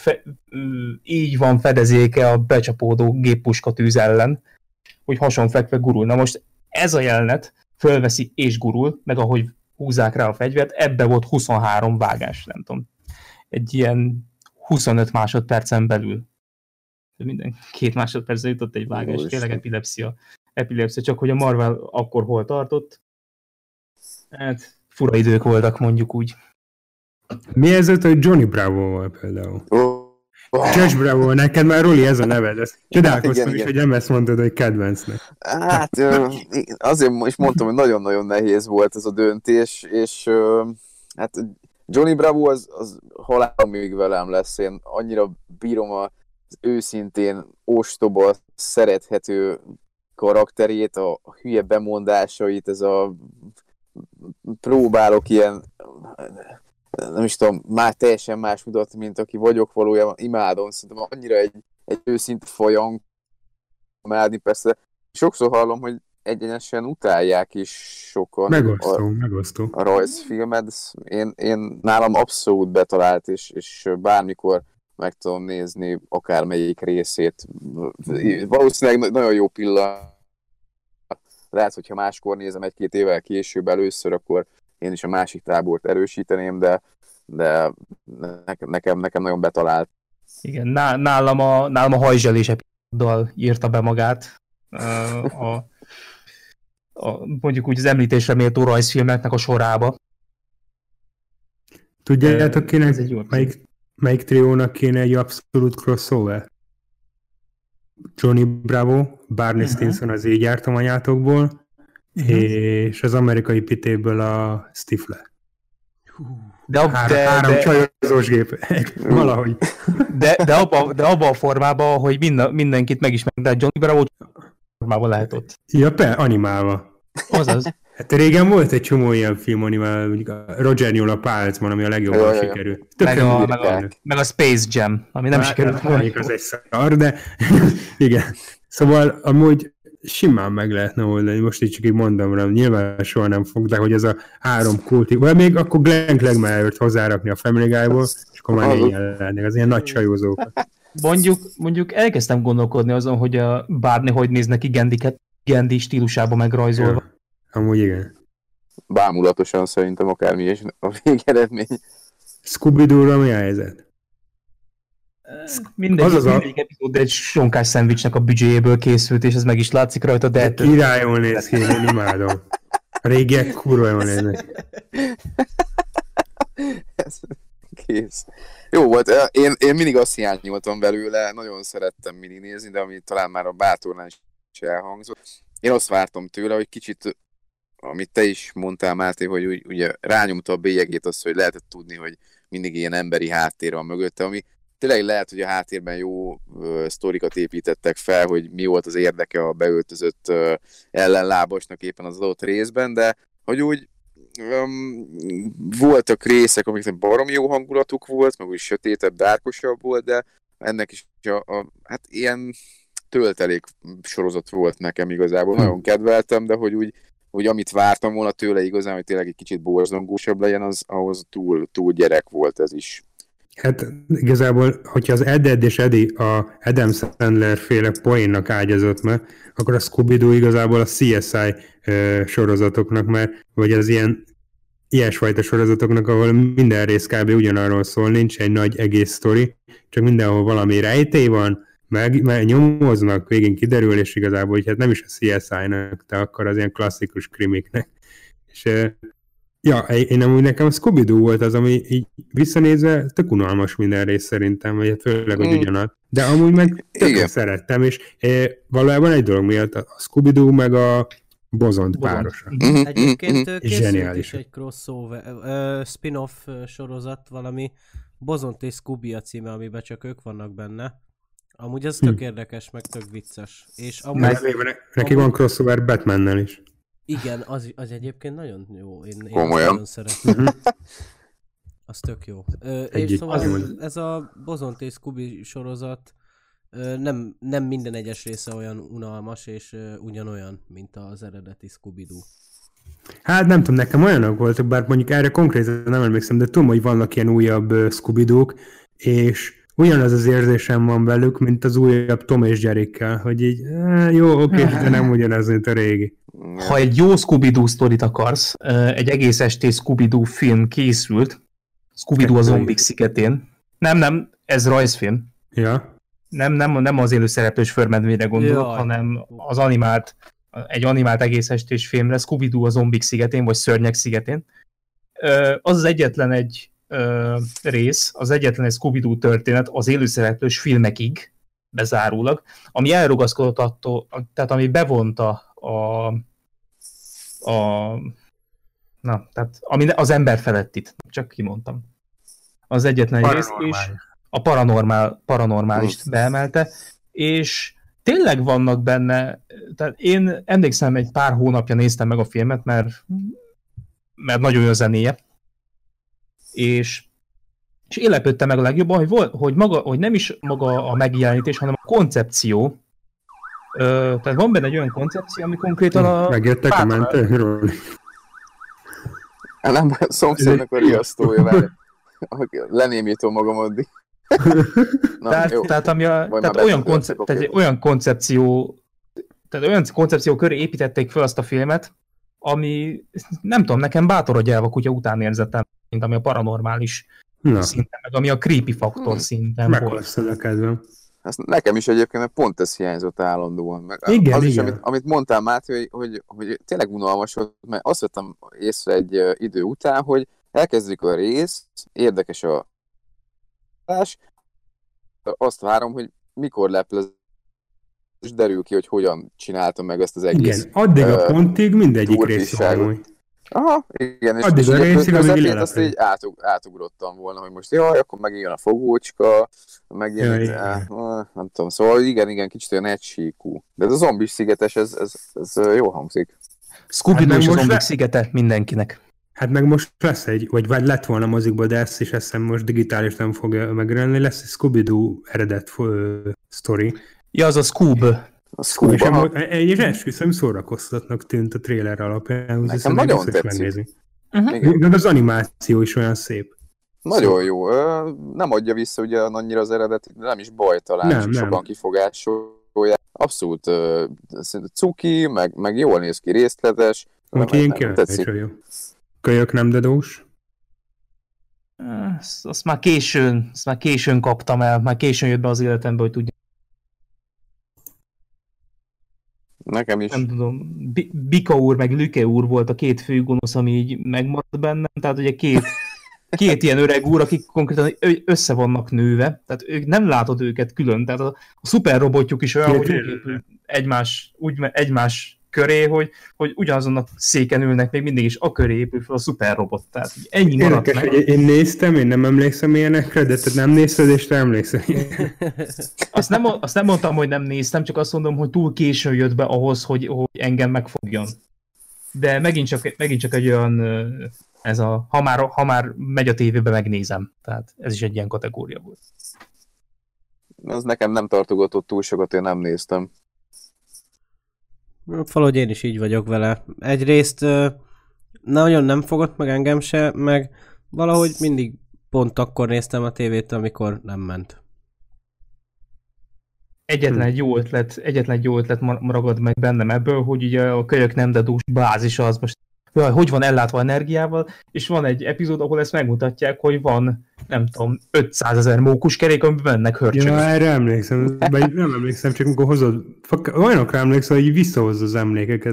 így van fedezéke a becsapódó géppuska tűz ellen, hogy hasonfekve gurul. Na most ez a jelenet fölveszi és gurul, meg ahogy húzzák rá a fegyvert, ebbe volt 23 vágás, nem tudom. Egy ilyen 25 másodpercen belül. Minden 2 másodpercen jutott egy vágás, tényleg epilepszia, csak hogy a Marvel akkor hol tartott. Hát, fura idők voltak, mondjuk úgy. Mi ez ott, hogy Johnny Bravo-val például? Josh Bravo, neked már Roli ez a neved. Csodálkoztam is, hogy nem ezt mondtad, hogy kedvencnek. Hát azért is mondtam, hogy nagyon-nagyon nehéz volt ez a döntés, és hát Johnny Bravo az halálomig velem lesz. Én annyira bírom az őszintén ostoba, szerethető karakterét, a hülye bemondásait, ez a próbálok ilyen, nem is tudom, már teljesen más mutatni, mint aki vagyok valójában, imádom, szerintem annyira egy őszinte folyam imádni, persze sokszor hallom, hogy egyenesen utálják is sokan megosztó. A rajzfilmet, én nálam abszolút betalált, és bármikor meg tudom nézni akármelyik részét. Valószínűleg nagyon jó pillanat. Lehet, hogyha máskor nézem 1-2 évvel később először, akkor én is a másik tábort erősíteném, de nekem nagyon betalált. Igen, nálam a hajzselés epizóddal írta be magát. Mondjuk úgy az említésre méltó rajzfilmeknek a sorába. Tudjátok kinek, melyik triónak kéne egy abszolút crossover? Johnny Bravo, Barney Stinson az Így jártam anyátokból, és az amerikai pitéből a Stifler. Három csajozós gép. Valahogy. De abban a formában, hogy mindenkit megismerünk, de Johnny Bravo formában lehet ott. Ja, animálva. Azaz. Hát régen volt egy csomó ilyen film animálva, Roger Nyola Pálcman, ami a legjobban sikerült. Meg a Space Jam, ami nem sikerült. Az egy szar, de igen. Szóval amúgy simán meg lehetne oldani, most így csak így mondom rá, nyilván soha nem fog, de hogy ez a 3 kulti, vagy még akkor Glenn Clegg hozzárakni a Family Guy-ból, és akkor már így lennék, az ilyen nagy csajózókat. Mondjuk elkezdtem gondolkodni azon, hogy a Barney hogy néznek ki Gandhi stílusába megrajzolva. Ja, amúgy igen. Bámulatosan szerintem akármi is a végeredmény. Scooby-Doo-ra mi a helyzet? Mindegyik epizód egy sonkás szendvicsnek a büdzséjéből készült, és ez meg is látszik rajta, de... Király jól néz ki, én imádom. A régiek kurva jól néznek. Kész. Jó volt, én mindig azt hiányoltam belőle, nagyon szerettem mindig nézni, de ami talán már a bátornál is elhangzott. Én azt vártam tőle, hogy kicsit, amit te is mondtál, Máté, hogy ugye rányomta a bélyegét azt, hogy lehetett tudni, hogy mindig ilyen emberi háttér van mögötte, ami tényleg lehet, hogy a háttérben jó sztorikat építettek fel, hogy mi volt az érdeke a beöltözött ellenlábasnak éppen az adott részben, de hogy úgy voltak részek, amiknek baromi jó hangulatuk volt, meg úgy sötétebb, dárkosabb volt, de ennek is hát ilyen töltelék sorozat volt nekem igazából. Nagyon kedveltem, de hogy úgy amit vártam volna tőle igazán, hogy tényleg egy kicsit borzongósabb legyen, ahhoz túl gyerek volt ez is. Hát igazából, hogyha az Ed és Eddie a Adam Sandler féle poénnak ágyazott meg, akkor a Scooby-Doo igazából a CSI sorozatoknak, vagy az ilyesfajta sorozatoknak, ahol minden rész kb. Ugyanarról szól, nincs egy nagy egész sztori, csak mindenhol valami rejtély van, meg nyomoznak, végén kiderül, és igazából, hogy hát nem is a CSI-nak, de akkor az ilyen klasszikus krimiknek. És én amúgy nekem a Scooby-Doo volt az, ami így visszanézve tök unalmas minden rész szerintem, vagy főleg, hogy ugyanaz. De amúgy meg tökre szerettem, és valójában egy dolog miatt a Scooby-Doo meg a Bozont párosa. Egyébként készült is egy crossover, spin-off sorozat, valami Bozont és Scooby a címe, amiben csak ők vannak benne. Amúgy az tök érdekes, meg tök vicces. És amúgy, neki van crossover Batmannel is. Igen, az egyébként nagyon jó. Én nagyon szeretem. Az tök jó. És szóval ez a Bozont és Scooby sorozat nem minden egyes része olyan unalmas, és ugyanolyan, mint az eredeti Scooby-Doo. Hát nem tudom, nekem olyanok voltak, bár mondjuk erre konkrétan nem emlékszem, de tudom, hogy vannak ilyen újabb Scooby-Dook, és ugyanaz az érzésem van velük, mint az újabb Tom és Jerry-kkel, hogy így jó, oké, de nem ugyanaz, mint a régi. Ha egy jó Scooby-Doo sztorit akarsz, egy egész estés Scooby-Doo film készült, Scooby-Doo a zombik szigetén. Nem, ez rajzfilm. Ja. Nem az élő szereplős förmedvényre gondolok, hanem az egy animált egész estés filmre, Scooby-Doo a zombik szigetén, vagy szörnyek szigetén. Az egyetlen egy rész, az egyetlen egy Scooby-Doo történet az élőszereplős filmekig, bezárólag, ami elrugaszkodott attól, tehát ami bevonta tehát ami az ember felettit, csak kimondtam. Az egyetlen egy rész, és a paranormálist beemelte, és tényleg vannak benne, tehát én emlékszem, egy pár hónapja néztem meg a filmet, mert nagyon jó a zenéje, és én lepődtem meg a legjobban, hogy nem is maga a megjelenítés, hanem a koncepció. Tehát van benne egy olyan koncepció, ami konkrétan a... Megjöttek a mentőről. Nem, a szomszédnak a riasztója, várj. Lenémítom magam addig. Tehát olyan koncepció köré építették fel azt a filmet, ami, nem tudom, nekem bátor a gyelva kutya után érzettem, mint ami a paranormális szinten, meg ami a creepy faktor szinten volt. Meghosszad a kedvem. Nekem is egyébként pont ez hiányzott állandóan. Meg igen, az igen. Is, amit mondtál, Máté, hogy tényleg unalmas volt, mert azt vettem észre egy idő után, hogy elkezdjük a rész, érdekes a azt várom, hogy mikor leplez, és derül ki, hogy hogyan csináltam meg ezt az egész. Igen, addig a pontig mindegyik rész van. Aha, igen, és addig a részig, amíg azt így átugrottam volna, hogy most akkor megint jön a fogócska, megint, nem tudom, szóval igen, kicsit olyan egysíkú. De ez a zombis szigetes, ez jól hangzik. Scooby-Doo és a zombik szigete mindenkinek. Hát meg most lesz vagy lett volna mozikból, de ezt is azt hiszem most digitális nem fogja megjelenni, lesz egy Scooby-Doo eredet sztori. Ja, az a Scoob. A Scooby sem Scuba. volt, egy esküszöm szórakoztatnak tűnt a trailer alapján. Nekem nagyon tetszik. Megnézni. Igen. De az animáció is olyan szép. Nagyon jó. Nem adja vissza ugye annyira az eredetit, de nem is baj talán, Nem, csak nem. sokan kifogásolják. Abszolút szerintem cuki, meg jól néz ki, részletes. Úgyhogy én Nagyon tetszik. kíváncsi vagyok. Kölyök nem dedós. Azt már későn kaptam el, már későn jött be az életembe, hogy tudja. Nekem is. Nem tudom, Bika úr meg Lüke úr volt a két fő gonosz, ami így megmaradt bennem, tehát ugye két ilyen öreg úr, akik konkrétan össze vannak nőve, tehát ők nem látod őket külön, tehát a szuperrobotjuk is olyan, hogy egymás köré, hogy ugyanazon a széken ülnek, még mindig is a köré épül fel a szuperrobot, tehát ennyi maradt Érdekes, meg. hogy én néztem, én nem emlékszem ilyenekre, de te nem nézted, és te emlékszel. Azt nem mondtam, hogy nem néztem, csak azt mondom, hogy túl későn jött be ahhoz, hogy engem megfogjon. De megint csak egy olyan, ez a, ha már megy a tévébe, megnézem. Tehát ez is egy ilyen kategória volt. Ez nekem nem tartogatott túl sokat, én nem néztem. Valahogy én is így vagyok vele. Egyrészt nagyon nem fogott meg engem se, meg valahogy mindig pont akkor néztem a tévét, amikor nem ment. Egyetlen egy jó ötlet ragad meg bennem ebből, hogy ugye a kölyök nem dedós bázisa az most hogy van ellátva energiával, és van egy epizód, ahol ezt megmutatják, hogy van, nem tudom, 500 000 mókuskerék, amiben mennek hörcsögök. Ja, erre emlékszem, vagy nem emlékszem, csak amikor hozod, olyanokra emlékszem, hogy visszahozza az emlékeket.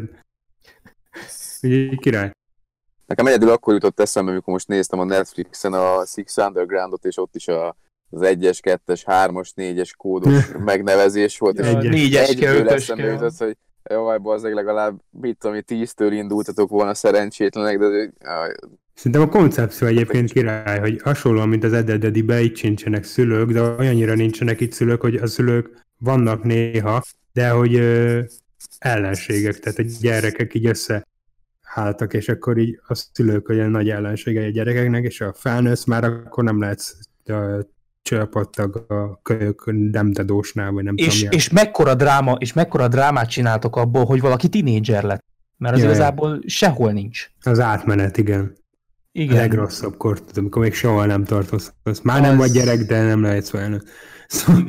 Ugye király. Nekem egyedül akkor jutott eszembe, amikor most néztem a Netflixen a Six Undergroundot, és ott is az 1-es, 2-es, 3-as, 4-es kódos megnevezés volt, és Ja, 4-es, egyből 5-ös eszembe jutott, hogy jaj, bazzeg, legalább mit tudom, 10-től indultatok volna szerencsétlenek, de... Szerintem a koncepció egyébként király, hogy hasonlóan, mint az eredetibe, itt sincsenek szülők, de olyannyira nincsenek itt szülők, hogy a szülők vannak néha, de hogy ellenségek, tehát a gyerekek így összeálltak, és akkor így a szülők olyan nagy ellenségei a gyerekeknek, és a felnősz már akkor nem lehetsz csapattag a kölyök demdedósnál, vagy nem tudom. És mekkora drámát csináltok abból, hogy valaki tinédzser lett. Mert az igazából sehol nincs. Az átmenet, igen. Igen. A legrosszabb kor, amikor még soha nem tartoztatsz. Már nem vagy gyerek, de nem lehetsz felnőtt. Szóval...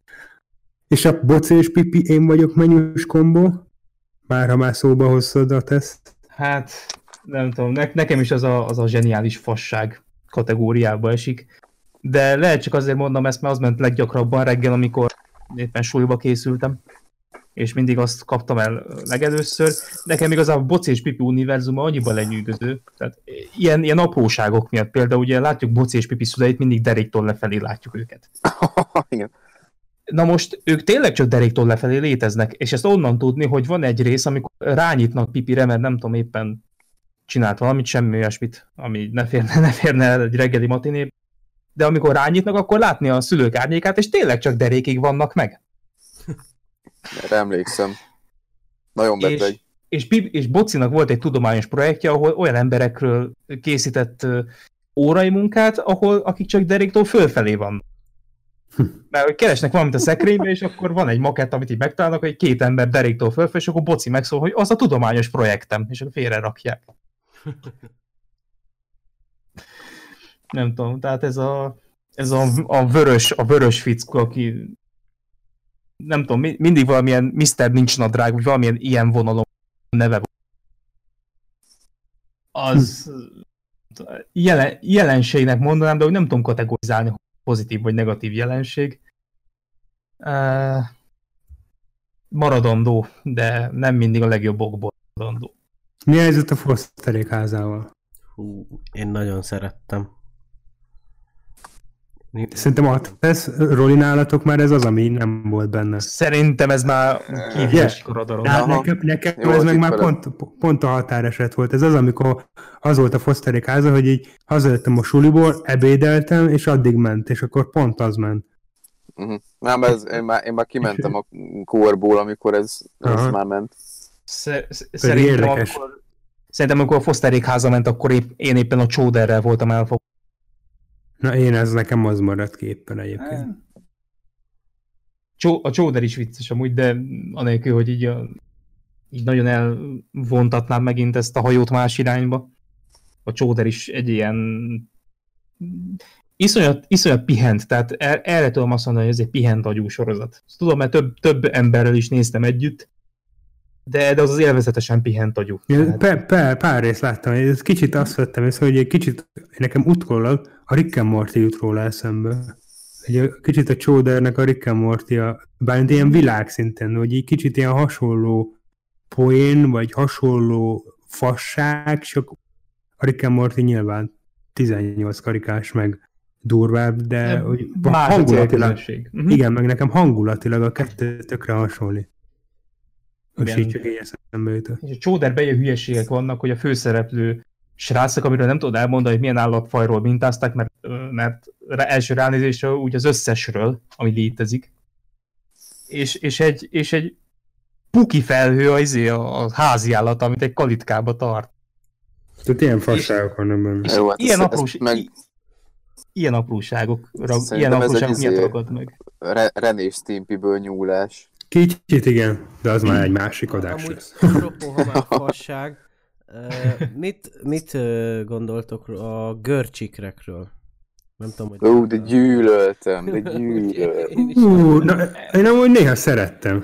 És a boci és pipi én vagyok menüs kombó? Bár ha már szóba hoztad a teszt. Hát, nem tudom, nekem is az a zseniális fasság kategóriába esik. De lehet csak azért mondom ezt, mert az ment leggyakrabban reggel, amikor éppen suliba készültem. És mindig azt kaptam el legelőször. Nekem igazából Boci és Pipi univerzuma annyiban lenyűgöző. Tehát ilyen apróságok miatt. Például ugye látjuk Boci és Pipi szüleit, mindig deréktől lefelé látjuk őket. Igen. Na most ők tényleg csak deréktől lefelé léteznek, és ezt onnan tudni, hogy van egy rész, amikor rányitnak Pipire, mert nem tudom, éppen csinált valamit, semmi olyasmit, ami ne férne el egy reggeli matiné. De amikor rányitnak, akkor látni a szülők árnyékát, és tényleg csak derékig vannak meg. Erre emlékszem. Nagyon beteg. És Bocinak volt egy tudományos projektje, ahol olyan emberekről készített órai munkát, akik csak deréktől fölfelé vannak. Mert hogy keresnek valamit a szekrénybe, és akkor van egy makett, amit így megtalálnak, hogy 2 ember deréktől fölfelé, és akkor Boci megszól, hogy az a tudományos projektem, és akkor félre rakják. Nem tudom, tehát ez a vörös fickó, aki nem tudom, mindig valamilyen Mr. Nincs nadrág, vagy valamilyen ilyen vonalom neve van. Az jelenségnek mondanám, de hogy nem tudom kategorizálni, hogy pozitív vagy negatív jelenség. Maradandó, de nem mindig a legjobb okból maradandó. Mi a helyzet a Fosterék házával? Hú, én nagyon szerettem. Szerintem a tesz, Roli, nálatok már ez az, ami nem volt benne. Szerintem ez már kívüles koradaron. Nekem ez meg már pont a határeset volt. Ez az, amikor az volt a Fosterék háza, hogy így hazajöttem a suliból, ebédeltem, és addig ment, és akkor pont az ment. Nem, én már kimentem a korból, amikor ez már ment. Szerintem amikor a Fosterék háza ment, akkor én éppen a Csóderrel voltam elfoglalva. Na ez nekem az maradt ki éppen egyébként. A Chowder is vicces amúgy, de anélkül, hogy így nagyon elvontatnám megint ezt a hajót más irányba. A Chowder is egy ilyen iszonyat pihent, tehát erre tudom azt mondani, hogy ez egy pihent agyú sorozat. Ezt tudom, mert több emberrel is néztem együtt, de az élvezetesen pihent agyú. Pár részt láttam, ez kicsit azt vettem észre, hogy egy kicsit nekem utólag a Rick and Morty jut róla eszembe. Egy kicsit a Chowdernek a Rick and Morty-a, bár ilyen világszinten, hogy egy kicsit ilyen hasonló poén, vagy hasonló fasság, csak a Rick and Morty nyilván 18 karikás, meg durvább, de hangulatilag, igen, meg nekem hangulatilag a kettő tökre hasonlít. Most így csak így eszembe jutott. És a Chowderben ilyen hülyeségek vannak, hogy a főszereplő srácok, amiről nem tudod elmondani, hogy milyen állatfajról mintázták, mert első ránézésre úgy az összesről, ami létezik. És egy puki felhő a házi állat, amit egy kalitkába tart. Tehát ilyen fasságok vannak benne. Ilyen apróságokra miatt ragad meg. René és Stimpyből nyúlás. Kicsit igen, de az már egy másik adás lesz. Apropó, ha már fasság, mit gondoltok a görcsikrekről? Nem tudom, hogy... De gyűlöltem. Én amúgy néha szerettem.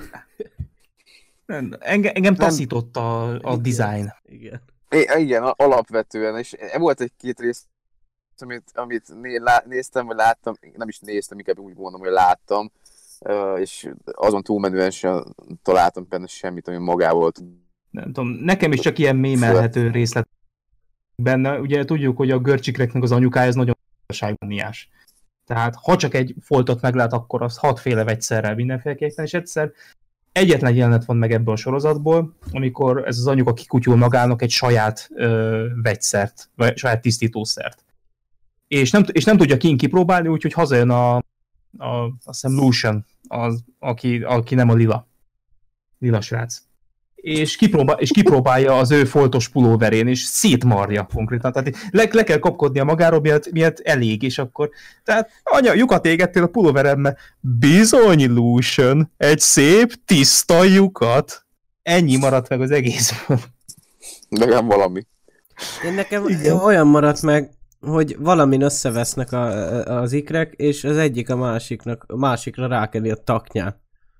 Engem taszított a design. Igen. Igen, alapvetően, és volt egy-két rész, amit néztem, vagy láttam, nem is néztem, inkább úgy mondom, hogy láttam, és azon túlmenően sem találtam benne semmit, ami magával. Nem tudom, nekem is csak ilyen mémelhető részlet benne. Ugye tudjuk, hogy a görcsikreknek az anyukája az nagyon gazdaságmaniás. Tehát ha csak egy foltot meglát, akkor az 6 féle vegyszerrel mindenféleképpen, és egyszer egyetlen jelenet van meg ebből a sorozatból, amikor ez az anyuka kikutyul magának egy saját vegyszert, vagy saját tisztítószert. És nem tudja kipróbálni, úgyhogy hazajön azt hiszem Lucian, aki nem a lila srác. És kipróbálja az ő foltos pulóverén, és szétmarja konkrétan. Tehát le kell kapkodnia magáról, miatt elég, és akkor... Tehát, anya, lyukat égettél a pulóverembe. Bizony, Lucian, egy szép, tiszta lyukat. Ennyi maradt meg az egészből. Legalább valami. Én nekem olyan maradt meg, hogy valamin összevesznek az ikrek, és az egyik a másikra rákeli a taknyát.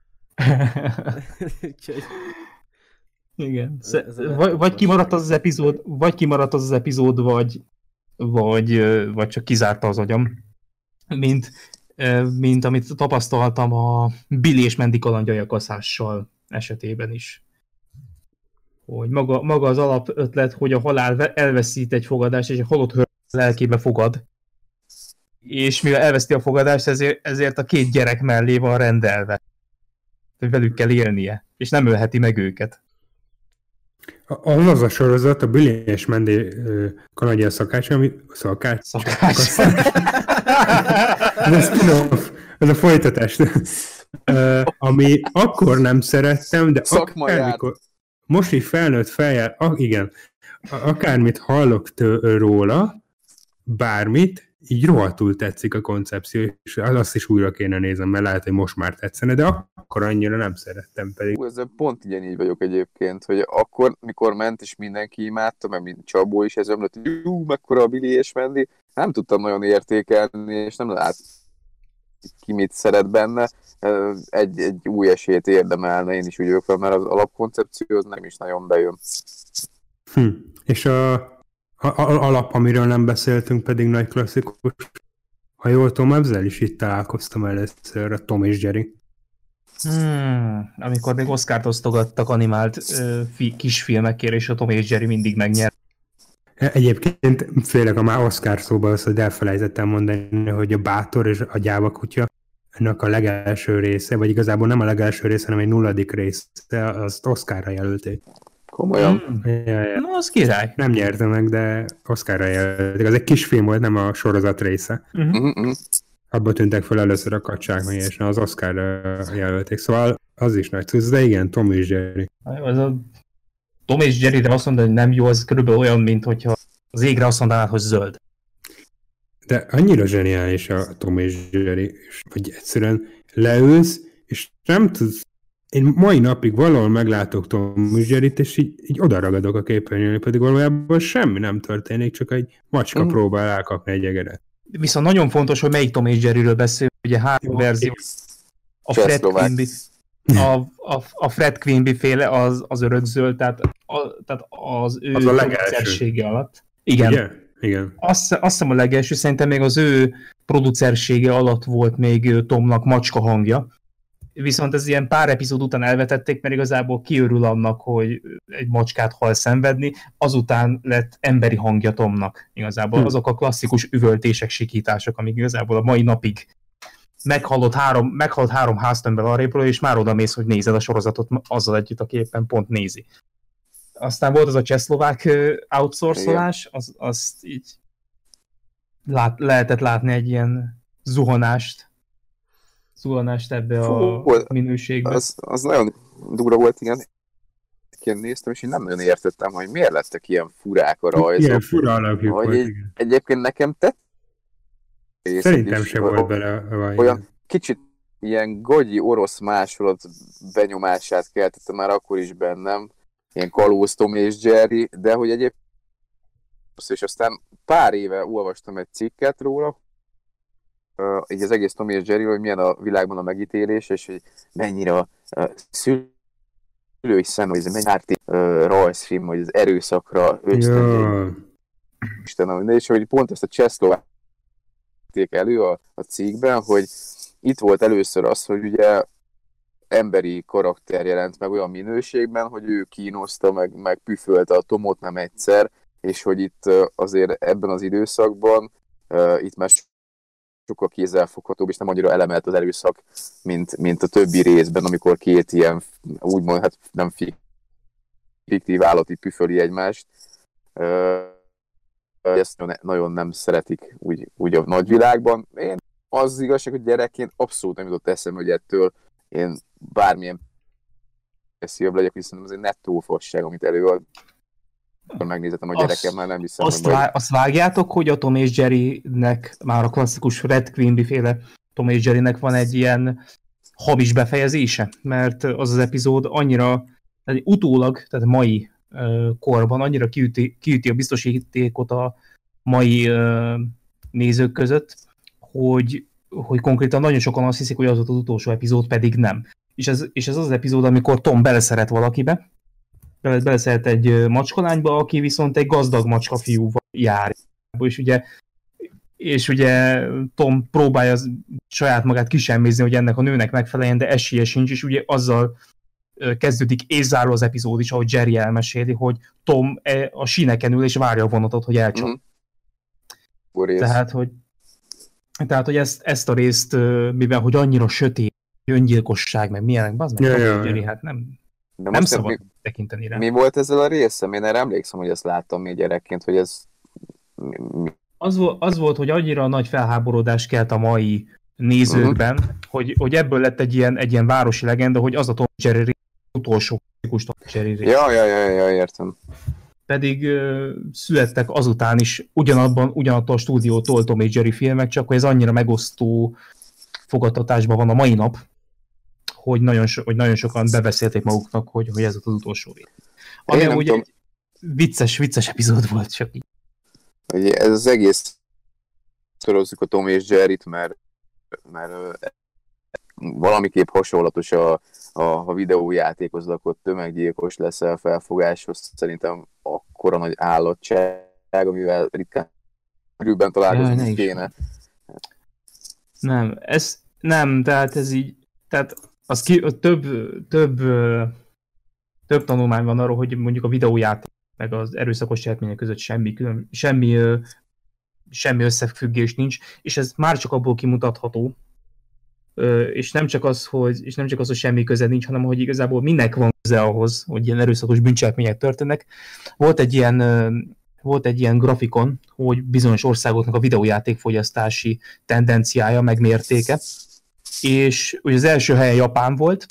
Igen. Vagy kimaradt az az epizód, vagy csak kizárta az agyam. Mint amit tapasztaltam a Billy és Mandy kalandjai a kaszással esetében is. Hogy maga az alapötlet, hogy a halál elveszít egy fogadást, és a halott hölgy lelkébe fogad. És mivel elveszti a fogadást, ezért a 2 gyerek mellé van rendelve. Hogy velük kell élnie, és nem ölheti meg őket. Az a sorozat, a Billy és Mandy kalandja szakács, ami... Szakács. Ez a folytatás. Ami akkor nem szerettem, de akármikor... Most így felnőtt feljel... Igen. Akármit hallok róla, bármit, így rohadtul tetszik a koncepció, és azt is újra kéne nézem, mert lehet, hogy most már tetszene, de akkor annyira nem szerettem pedig. Ezzel pont így vagyok egyébként, hogy akkor, mikor ment, és mindenki imádta, meg mint Csabó is ez ömlött, mekkora a Billy és Mandy, nem tudtam nagyon értékelni, és nem lát ki mit szeret benne. Egy új esélyt érdemelne, én is úgy vagyok fel, mert az alapkoncepció az nem is nagyon bejön. És alap, amiről nem beszéltünk, pedig nagy klasszikus. Ha jól tudom, ezzel is itt találkoztam először, a Tom és Jerry. Amikor még Oscart osztogattak animált kisfilmekért, és a Tom és Jerry mindig megnyer. Egyébként félek, ha már Oscar szóba az, hogy elfelejtettem mondani, hogy a Bátor és a Gyáva kutya, ennek a legelső része, vagy igazából nem a legelső része, hanem egy 0. része, azt Oscarra jelölték. Komolyan? Ja. No, az király. Nem nyerte meg, de Oscarra jelölték. Az egy kis film volt, nem a sorozat része. Abba tűntek fel először a kacsák, és az Oscarra jelölték. Szóval az is nagy cucc, de igen, Tom és Jerry. Az a Tom és Jerryre azt mondani, hogy nem jó, az körülbelül olyan, mint hogyha az égre azt mondanád, hogy zöld. De annyira zseniális a Tom és Jerry, hogy egyszerűen leülsz, és nem tudsz, én mai napig valahol meglátok Tom és Jerryt, és így odaragadok a képernyőn, pedig valójában semmi nem történik, csak egy macska próbál elkapni egy egeret. Viszont nagyon fontos, hogy melyik Tom és Jerryről beszél, ugye három verzió. A Fred Quimby, a Fred Quimby féle az örökzöld, tehát az ő producersége alatt. Igen. Azt hiszem a legelső, szerintem még az ő producersége alatt volt még Tomnak macska hangja. Viszont ez ilyen pár epizód után elvetették, mert igazából kiörül annak, hogy egy macskát hal szenvedni, azután lett emberi hangja Tomnak. Igazából azok a klasszikus üvöltések, sikítások, amik igazából a mai napig meghalt három háztömbben arrépről, és már oda mész, hogy nézed a sorozatot azzal együtt, aki éppen pont nézi. Aztán volt az a csehszlovák outsourcolás, azt így lehetett látni egy ilyen zuhanást ebbe a minőségbe. Az nagyon durva volt, igen. Én néztem, és én nem nagyon értettem, hogy miért lettek ilyen furák a rajzok. Ilyen fura alakjuk volt, egyébként nekem tett. Szerintem se volt bele olyan kicsit ilyen gagyi orosz másolat benyomását keltette már akkor is bennem, ilyen kalóz Tom és Jerry, de hogy egyébként és aztán pár éve olvastam egy cikket róla, így az egész Tom és Jerry, hogy milyen a világban a megítélés, és hogy mennyire a szülői szem, hogy ez egy márti rajzfilm, hogy az erőszakra ösztönjék. Istenem, és hogy pont ezt a csehszlovák elő a cikkben, hogy itt volt először az, hogy ugye emberi karakter jelent meg olyan minőségben, hogy ő kínoszta, meg püfölte a Tomot nem egyszer, és hogy itt azért ebben az időszakban itt már sokkal kézzelfoghatóbb, és nem annyira elemelt az erőszak, mint a többi részben, amikor két ilyen, úgymond, hát nem fiktív állati püföli egymást. Ezt nagyon nem szeretik úgy a nagyvilágban. Én az igazság, hogy gyerekként abszolút nem jutott eszembe, hogy ettől én bármilyen passzívabb legyek, hiszen ez egy nettó fasság, amit előad. Akkor megnézettem a gyerekemmel, nem hiszem, azt vágjátok, hogy a Tom és Jerrynek, már a klasszikus Red Quimby féle Tom és Jerrynek van egy ilyen hamis befejezése, mert az epizód annyira, tehát utólag, tehát mai korban annyira kiüti a biztosítékot a mai nézők között, hogy konkrétan nagyon sokan azt hiszik, hogy az volt az utolsó epizód, pedig nem. És ez az epizód, amikor Tom beleszeret valakibe, beleszeret egy macskalányba, aki viszont egy gazdag macska fiúval jár. És ugye Tom próbálja saját magát kisemmizni, hogy ennek a nőnek megfeleljen, de esélye sincs, és ugye azzal kezdődik és zárul az epizód is, ahogy Jerry elmeséli, hogy Tom a síneken ül és várja a vonatot, hogy elcsap. Tehát, hogy ezt a részt, mivel hogy annyira sötét, öngyilkosság, meg milyenek, bazd meg, Jerry, hát nem szabad tekinteni rá. Mi volt ezzel a részem? Én erre emlékszem, hogy ezt láttam még gyerekként, hogy ez... Az volt, hogy annyira nagy felháborodás kelt a mai nézőkben, hogy ebből lett egy ilyen városi legenda, hogy az a Tom Jerry utolsó Tom Jerry rész. Ja, értem. Pedig születtek azután is ugyanattól a stúdiótól Tom és Jerry filmek, csak hogy ez annyira megosztó fogadtatásban van a mai nap, hogy nagyon sokan bebeszélték maguknak, hogy ez az utolsó rész. Ami ugye egy vicces epizód volt, csak így. Ez az egész szorozzuk a Tom és Jerryt, mert valamiképp hasonlatos a videójátékhoz lakott tömeggyilkos leszel felfogáshoz, szerintem akkora nagy állatság, amivel ritkán körülben találkozni kéne. Nem, tehát ez így, tehát több tanulmány van arról, hogy mondjuk a videójáték meg az erőszakos cselekmények között semmi összefüggés nincs, és ez már csak abból kimutatható, és nem csak az, hogy semmi köze nincs, hanem hogy igazából minek van köze ahhoz, hogy ilyen erőszakos bűncselekmények történnek. Volt egy ilyen grafikon, hogy bizonyos országoknak a videójátékfogyasztási tendenciája, meg mértéke, és ugye az első helyen Japán volt,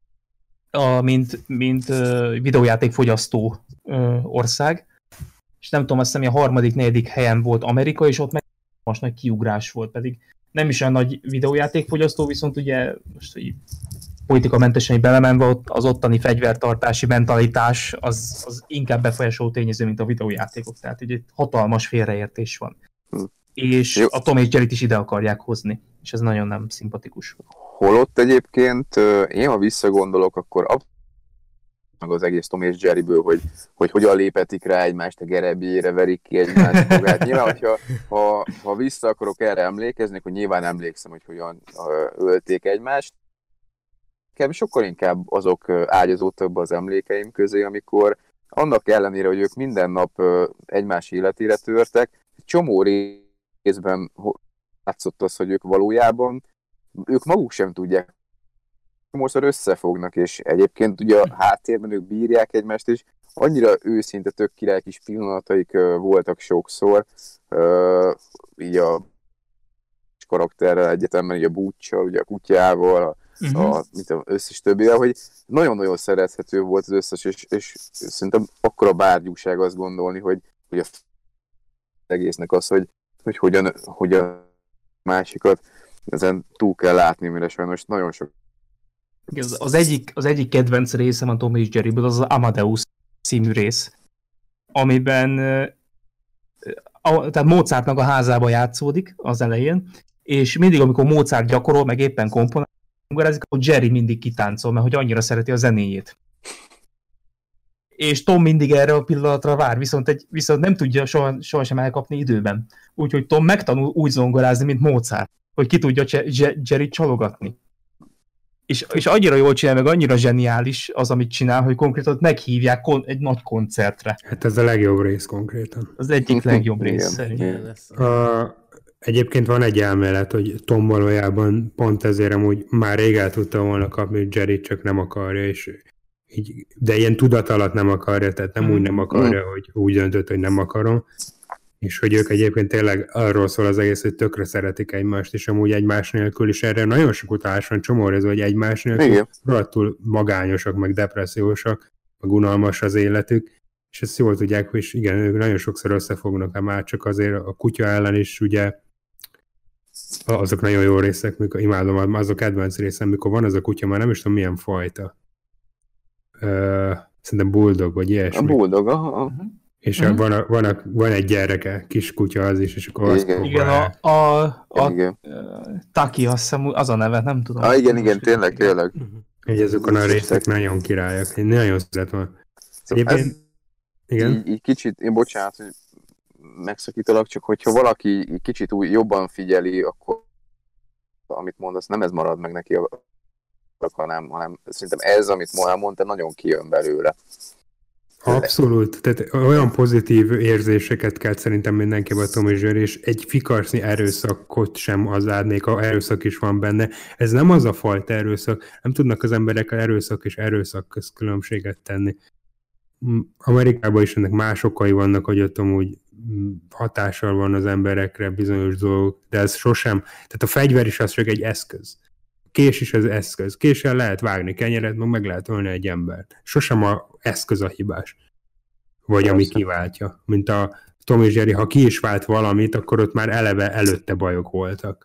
mint videójátékfogyasztó ország, és nem tudom, azt hiszem, a harmadik, negyedik helyen volt Amerika, és ott meg most nagy kiugrás volt, pedig nem is olyan nagy videójátékfogyasztó, viszont ugye most így politikamentesen belemenve, az ottani fegyvertartási mentalitás az inkább befolyásoló tényező, mint a videójátékok. Tehát egy hatalmas félreértés van. És jó. a Tom és Jerryt is ide akarják hozni, és ez nagyon nem szimpatikus. Holott egyébként én, ha visszagondolok, akkor meg az egész Tom és Jerryből, hogy hogyan lépetik rá egymást, a gerebjére verik ki egymást magát. Nyilván, hogyha ha vissza akarok erre emlékezni, akkor nyilván emlékszem, hogy hogyan ölték egymást. Sokkal inkább azok ágyazódtak be az emlékeim közé, amikor annak ellenére, hogy ők minden nap egymás életére törtek, csomó részben látszott az, hogy ők valójában, ők maguk sem tudják, csomószor összefognak, és egyébként ugye a háttérben ők bírják egymást, és annyira őszinte, tök király kis pillanataik voltak sokszor, így a karakterrel egyetemben, így a Butch-sal, ugye a kutyával, az összes többivel, hogy nagyon-nagyon szerethető volt az összes, és szerintem akkora bárgyúság azt gondolni, hogy a egésznek az, hogy hogyan másikat ezen túl kell látni, mire sajnos nagyon sok. Az egyik kedvenc részem a Tom és Jerryből az Amadeus című rész, amiben tehát Mozartnak a házába játszódik az elején, és mindig, amikor Mozart gyakorol, meg éppen komponál, akkor Jerry mindig kitáncol, mert hogy annyira szereti a zenéjét. És Tom mindig erre a pillanatra vár, viszont nem tudja sohasem elkapni időben. Úgyhogy Tom megtanul úgy zongorázni, mint Mozart, hogy ki tudja Jerryt csalogatni. És annyira jól csinál, meg annyira zseniális az, amit csinál, hogy konkrétan meghívják egy nagy koncertre. Hát ez a legjobb rész konkrétan. Az egyik legjobb rész szerintem. Egyébként van egy elmélet, hogy Tom valójában pont ezért amúgy már rég el tudta volna kapni, hogy Jerry csak nem akarja, és de ilyen tudat alatt nem akarja, tehát nem úgy nem akarja, hogy úgy döntött, hogy nem akarom. És hogy ők egyébként tényleg arról szól az egész, hogy tökre szeretik egymást, és amúgy egymás nélkül is erre nagyon sok utalás van, csomó rész, hogy egymás nélkül rohadtul magányosak, meg depressziósak, meg unalmas az életük, és ezt jól tudják, hogy igen, ők nagyon sokszor összefognak, már csak azért a kutya ellen is, ugye, azok nagyon jó részek, mikor imádom, az a kedvenc részem, mikor van az a kutya, már nem is tudom milyen fajta. Szerintem bulldog, vagy ilyesmi. A bulldog, aha. És van egy gyereke, kis kutya az is, és akkor azt igen, a Taki, azt hiszem, az a neve, nem tudom. Igen, tényleg. Így azokon a részek nagyon királyak. Én nagyon szeretem. Egyébként, igen? Így kicsit, én bocsánat, hogy megszakítalak, csak hogyha valaki kicsit úgy jobban figyeli, akkor amit mondasz, nem ez marad meg neki, hanem szerintem ez, amit elmondta, nagyon kijön belőle. Abszolút, tehát olyan pozitív érzéseket kell szerintem mindenkiben a Tom és Jerry, és egy fikarsznyi erőszakot sem az árnék, a erőszak is van benne. Ez nem az a fajta erőszak, nem tudnak az emberek erőszak és erőszak közt különbséget tenni. Amerikában is ennek más okai vannak, hogy ott amúgy hatással van az emberekre bizonyos dolgok, de ez sosem, tehát a fegyver is az csak egy eszköz. Kés is az eszköz. Késsel lehet vágni kenyeret, meg lehet ölni egy embert. Sosem az eszköz a hibás. Vagy ami kiváltja. Mint a Tom és Jerry, ha ki is vált valamit, akkor ott már eleve előtte bajok voltak.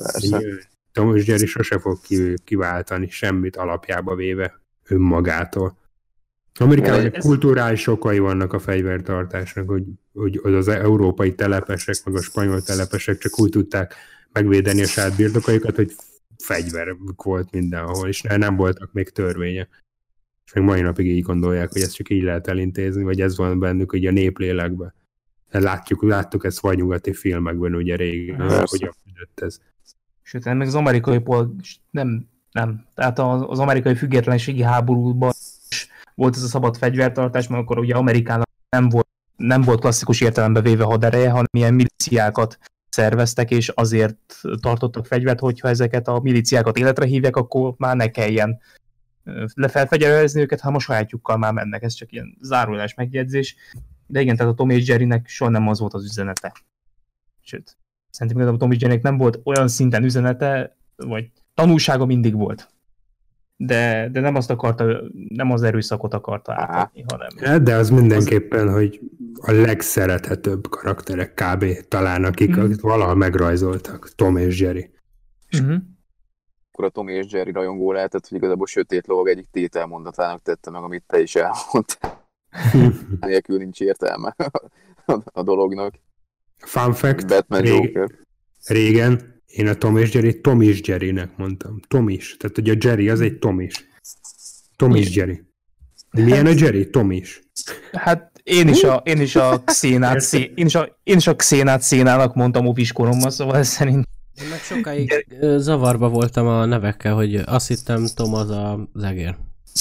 Tom és Jerry sose fog kiváltani semmit alapjába véve önmagától. Amerikában kulturális okai vannak a fegyvertartásnak, hogy az európai telepesek, meg a spanyol telepesek csak úgy tudták megvédeni a saját birtokaikat, hogy fegyverük volt mindenhol, és nem voltak még törvények. És még mai napig így gondolják, hogy ezt csak így lehet elintézni, vagy ez van bennük ugye a néplélekben. Láttuk ezt vagy nyugati filmekben ugye régen, hogyan működött ez. Sőt, meg az amerikai nem. Tehát az amerikai függetlenségi háborúban volt ez a szabad fegyvertartás, mert akkor ugye Amerikának nem volt klasszikus értelembe véve hadereje, hanem ilyen milíciákat szerveztek, és azért tartottak fegyvert, hogyha ezeket a milíciákat életre hívják, akkor már ne kelljen lefelfegyverezni őket, ha most sajátjukkal már mennek. Ez csak ilyen zárulás megjegyzés. De igen, tehát a Tom és Jerrynek soha nem az volt az üzenete. Sőt, szerintem a Tom és Jerrynek nem volt olyan szinten üzenete, vagy tanulsága mindig volt. De nem azt akarta, nem az erőszakot akarta átadni, hanem... De az mindenképpen, hogy a legszerethetőbb karakterek kb. Talán, akik valaha megrajzoltak, Tom és Jerry. akkor a Tom és Jerry rajongó lehetett, hogy igazából Sötét Lovag egyik tételmondatának tette meg, amit te is elmondtál. Nélkül nincs értelme a dolognak. Fun fact, Batman Joker. Régen én a Tom és Jerry Tom és Jerrynek mondtam. Tom is. Tehát, hogy a Jerry az egy Tom is. Tom és Jerry. De milyen a Jerry? Tom is. Hát én is a Xénát Szénának mondtam ofiskoromban, szóval ez szerint... Én meg sokáig zavarba voltam a nevekkel, hogy azt hittem Tom az egér.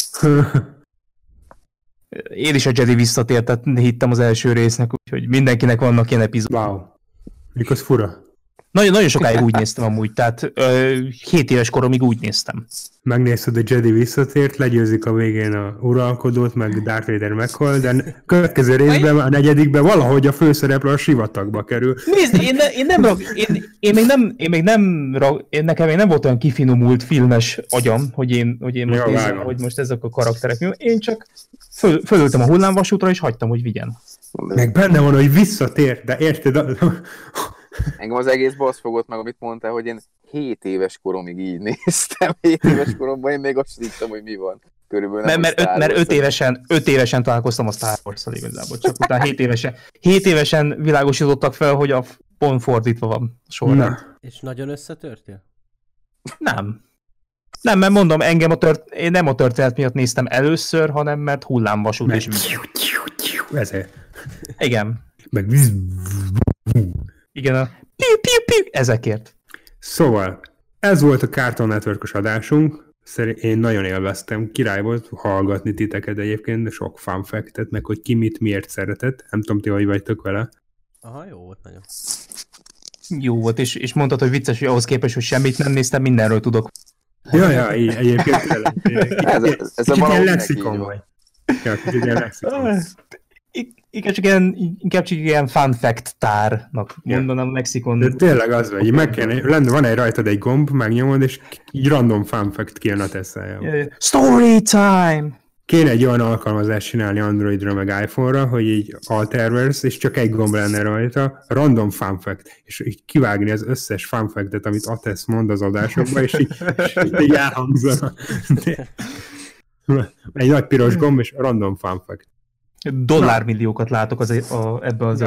Én is a Jedi visszatért, hittem az első résznek, úgyhogy mindenkinek vannak ilyen epizódok. Wow. Mikor az fura. Nagyon sokáig úgy néztem amúgy, tehát 7 éves koromig úgy néztem. Megnézted, a Jedi visszatért, legyőzik a végén a uralkodót, meg Darth Vader meghal, de következő részben, a negyedikben valahogy a főszereplő a sivatagba kerül. Nézd, nekem még nem volt olyan kifinomult filmes agyam, hogy én most nézem, hogy most ezek a karakterek. Én csak fölültem a hullámvasútra, és hagytam, hogy vigyen. Meg benne van, hogy visszatér, de érted? Engem az egész basz fogott meg, amit mondtál, hogy én 7 éves koromig így néztem. 7 éves koromban én még azt hittem, hogy mi van. Körülbelül mert 5 évesen találkoztam a Star Wars-szal igazából, csak utána 7 évesen világosítottak fel, hogy a pont fordítva van a sorrend. És nagyon összetörtél? Nem, mert mondom, én nem a történet miatt néztem először, hanem mert hullámvasút és ezért. Igen. Meg igen, a piu, ezekért. Szóval, ez volt a Cartoon Network-os adásunk. Én nagyon élveztem, király volt hallgatni titeket egyébként, de sok fun fact-et, meg hogy ki mit miért szeretett. Nem tudom, ti hogy vagytok vele. Aha, jó volt nagyon. Jó volt, és mondtad, hogy vicces, hogy ahhoz képest, hogy semmit nem néztem, mindenről tudok. Ja, így, egyébként tényleg. Ez a valahogy lexikon vagy. Ja, kicsit ilyen lexikon. Inkább csak ilyen fun fact tárnak mondanám lexikon. De tényleg az vagy, van egy rajtad egy gomb, megnyomod, és így random fun fact kijön a tesszájába. Story time! Kéne egy olyan alkalmazást csinálni Androidra meg iPhone-ra, hogy így Alterverse, és csak egy gomb lenne rajta, random fun fact, és így kivágni az összes fun fact-et, amit Atesz mond az adásokba, és így elhangzana. Egy nagy piros gomb, és random fun fact. Dollármilliókat látok ebbe az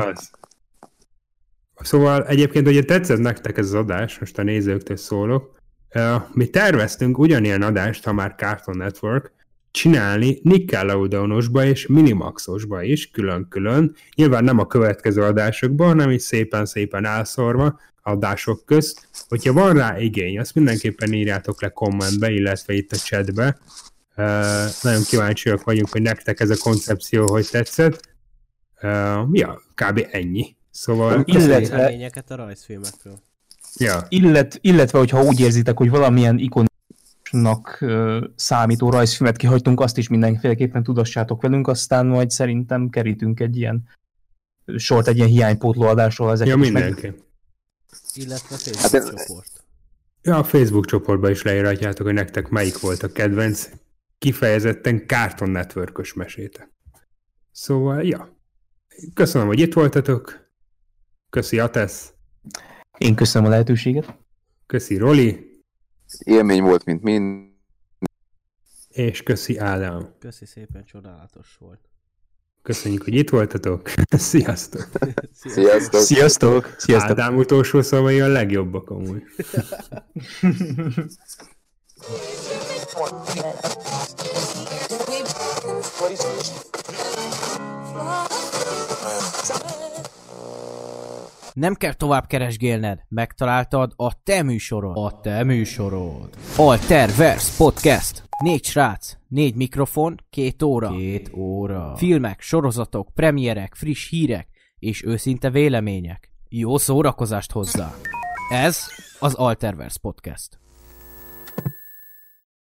Szóval egyébként, ugye tetszett nektek ez az adás, most a nézőktől szólok, mi terveztünk ugyanilyen adást, ha már Cartoon Network, csinálni Nickelodeonosba és Minimaxosba is, külön-külön. Nyilván nem a következő adásokban, hanem is szépen elszórva adások közt. Hogyha van rá igény, azt mindenképpen írjátok le kommentbe, illetve itt a chatbe. Nagyon kíváncsiak vagyunk, hogy nektek ez a koncepció hogy tetszett. Ja, kb. Ennyi. Szóval... Illetve a rajzfilmekről. Ja. Illetve, hogyha úgy érzitek, hogy valamilyen ikonosnak számító rajzfilmet kihagytunk, azt is mindenféleképpen tudassátok velünk, aztán majd szerintem kerítünk egy ilyen sort, egy ilyen hiánypótló adásról. Ja, mindenki. Illetve Facebook csoport. Ja, a Facebook csoportban is leírhatjátok, hogy nektek melyik volt a kedvenc kifejezetten Cartoon Network-ös mesétek. Szóval, ja. Köszönöm, hogy itt voltatok. Köszi, Atesz. Én köszönöm a lehetőséget. Köszi, Roli. Élmény volt, mint mind. És köszi, Ádám. Köszi szépen, csodálatos volt. Köszönjük, hogy itt voltatok. Sziasztok. Sziasztok. Ádám utolsó szavai a legjobbak amúgy. Nem kell tovább keresgélned, megtaláltad a te műsorod. A te műsorod. Alterverse Podcast. 4 srác, 4 mikrofon, 2 óra. 2 óra. Filmek, sorozatok, premierek, friss hírek és őszinte vélemények. Jó szórakozást hozzá. Ez az Alterverse Podcast.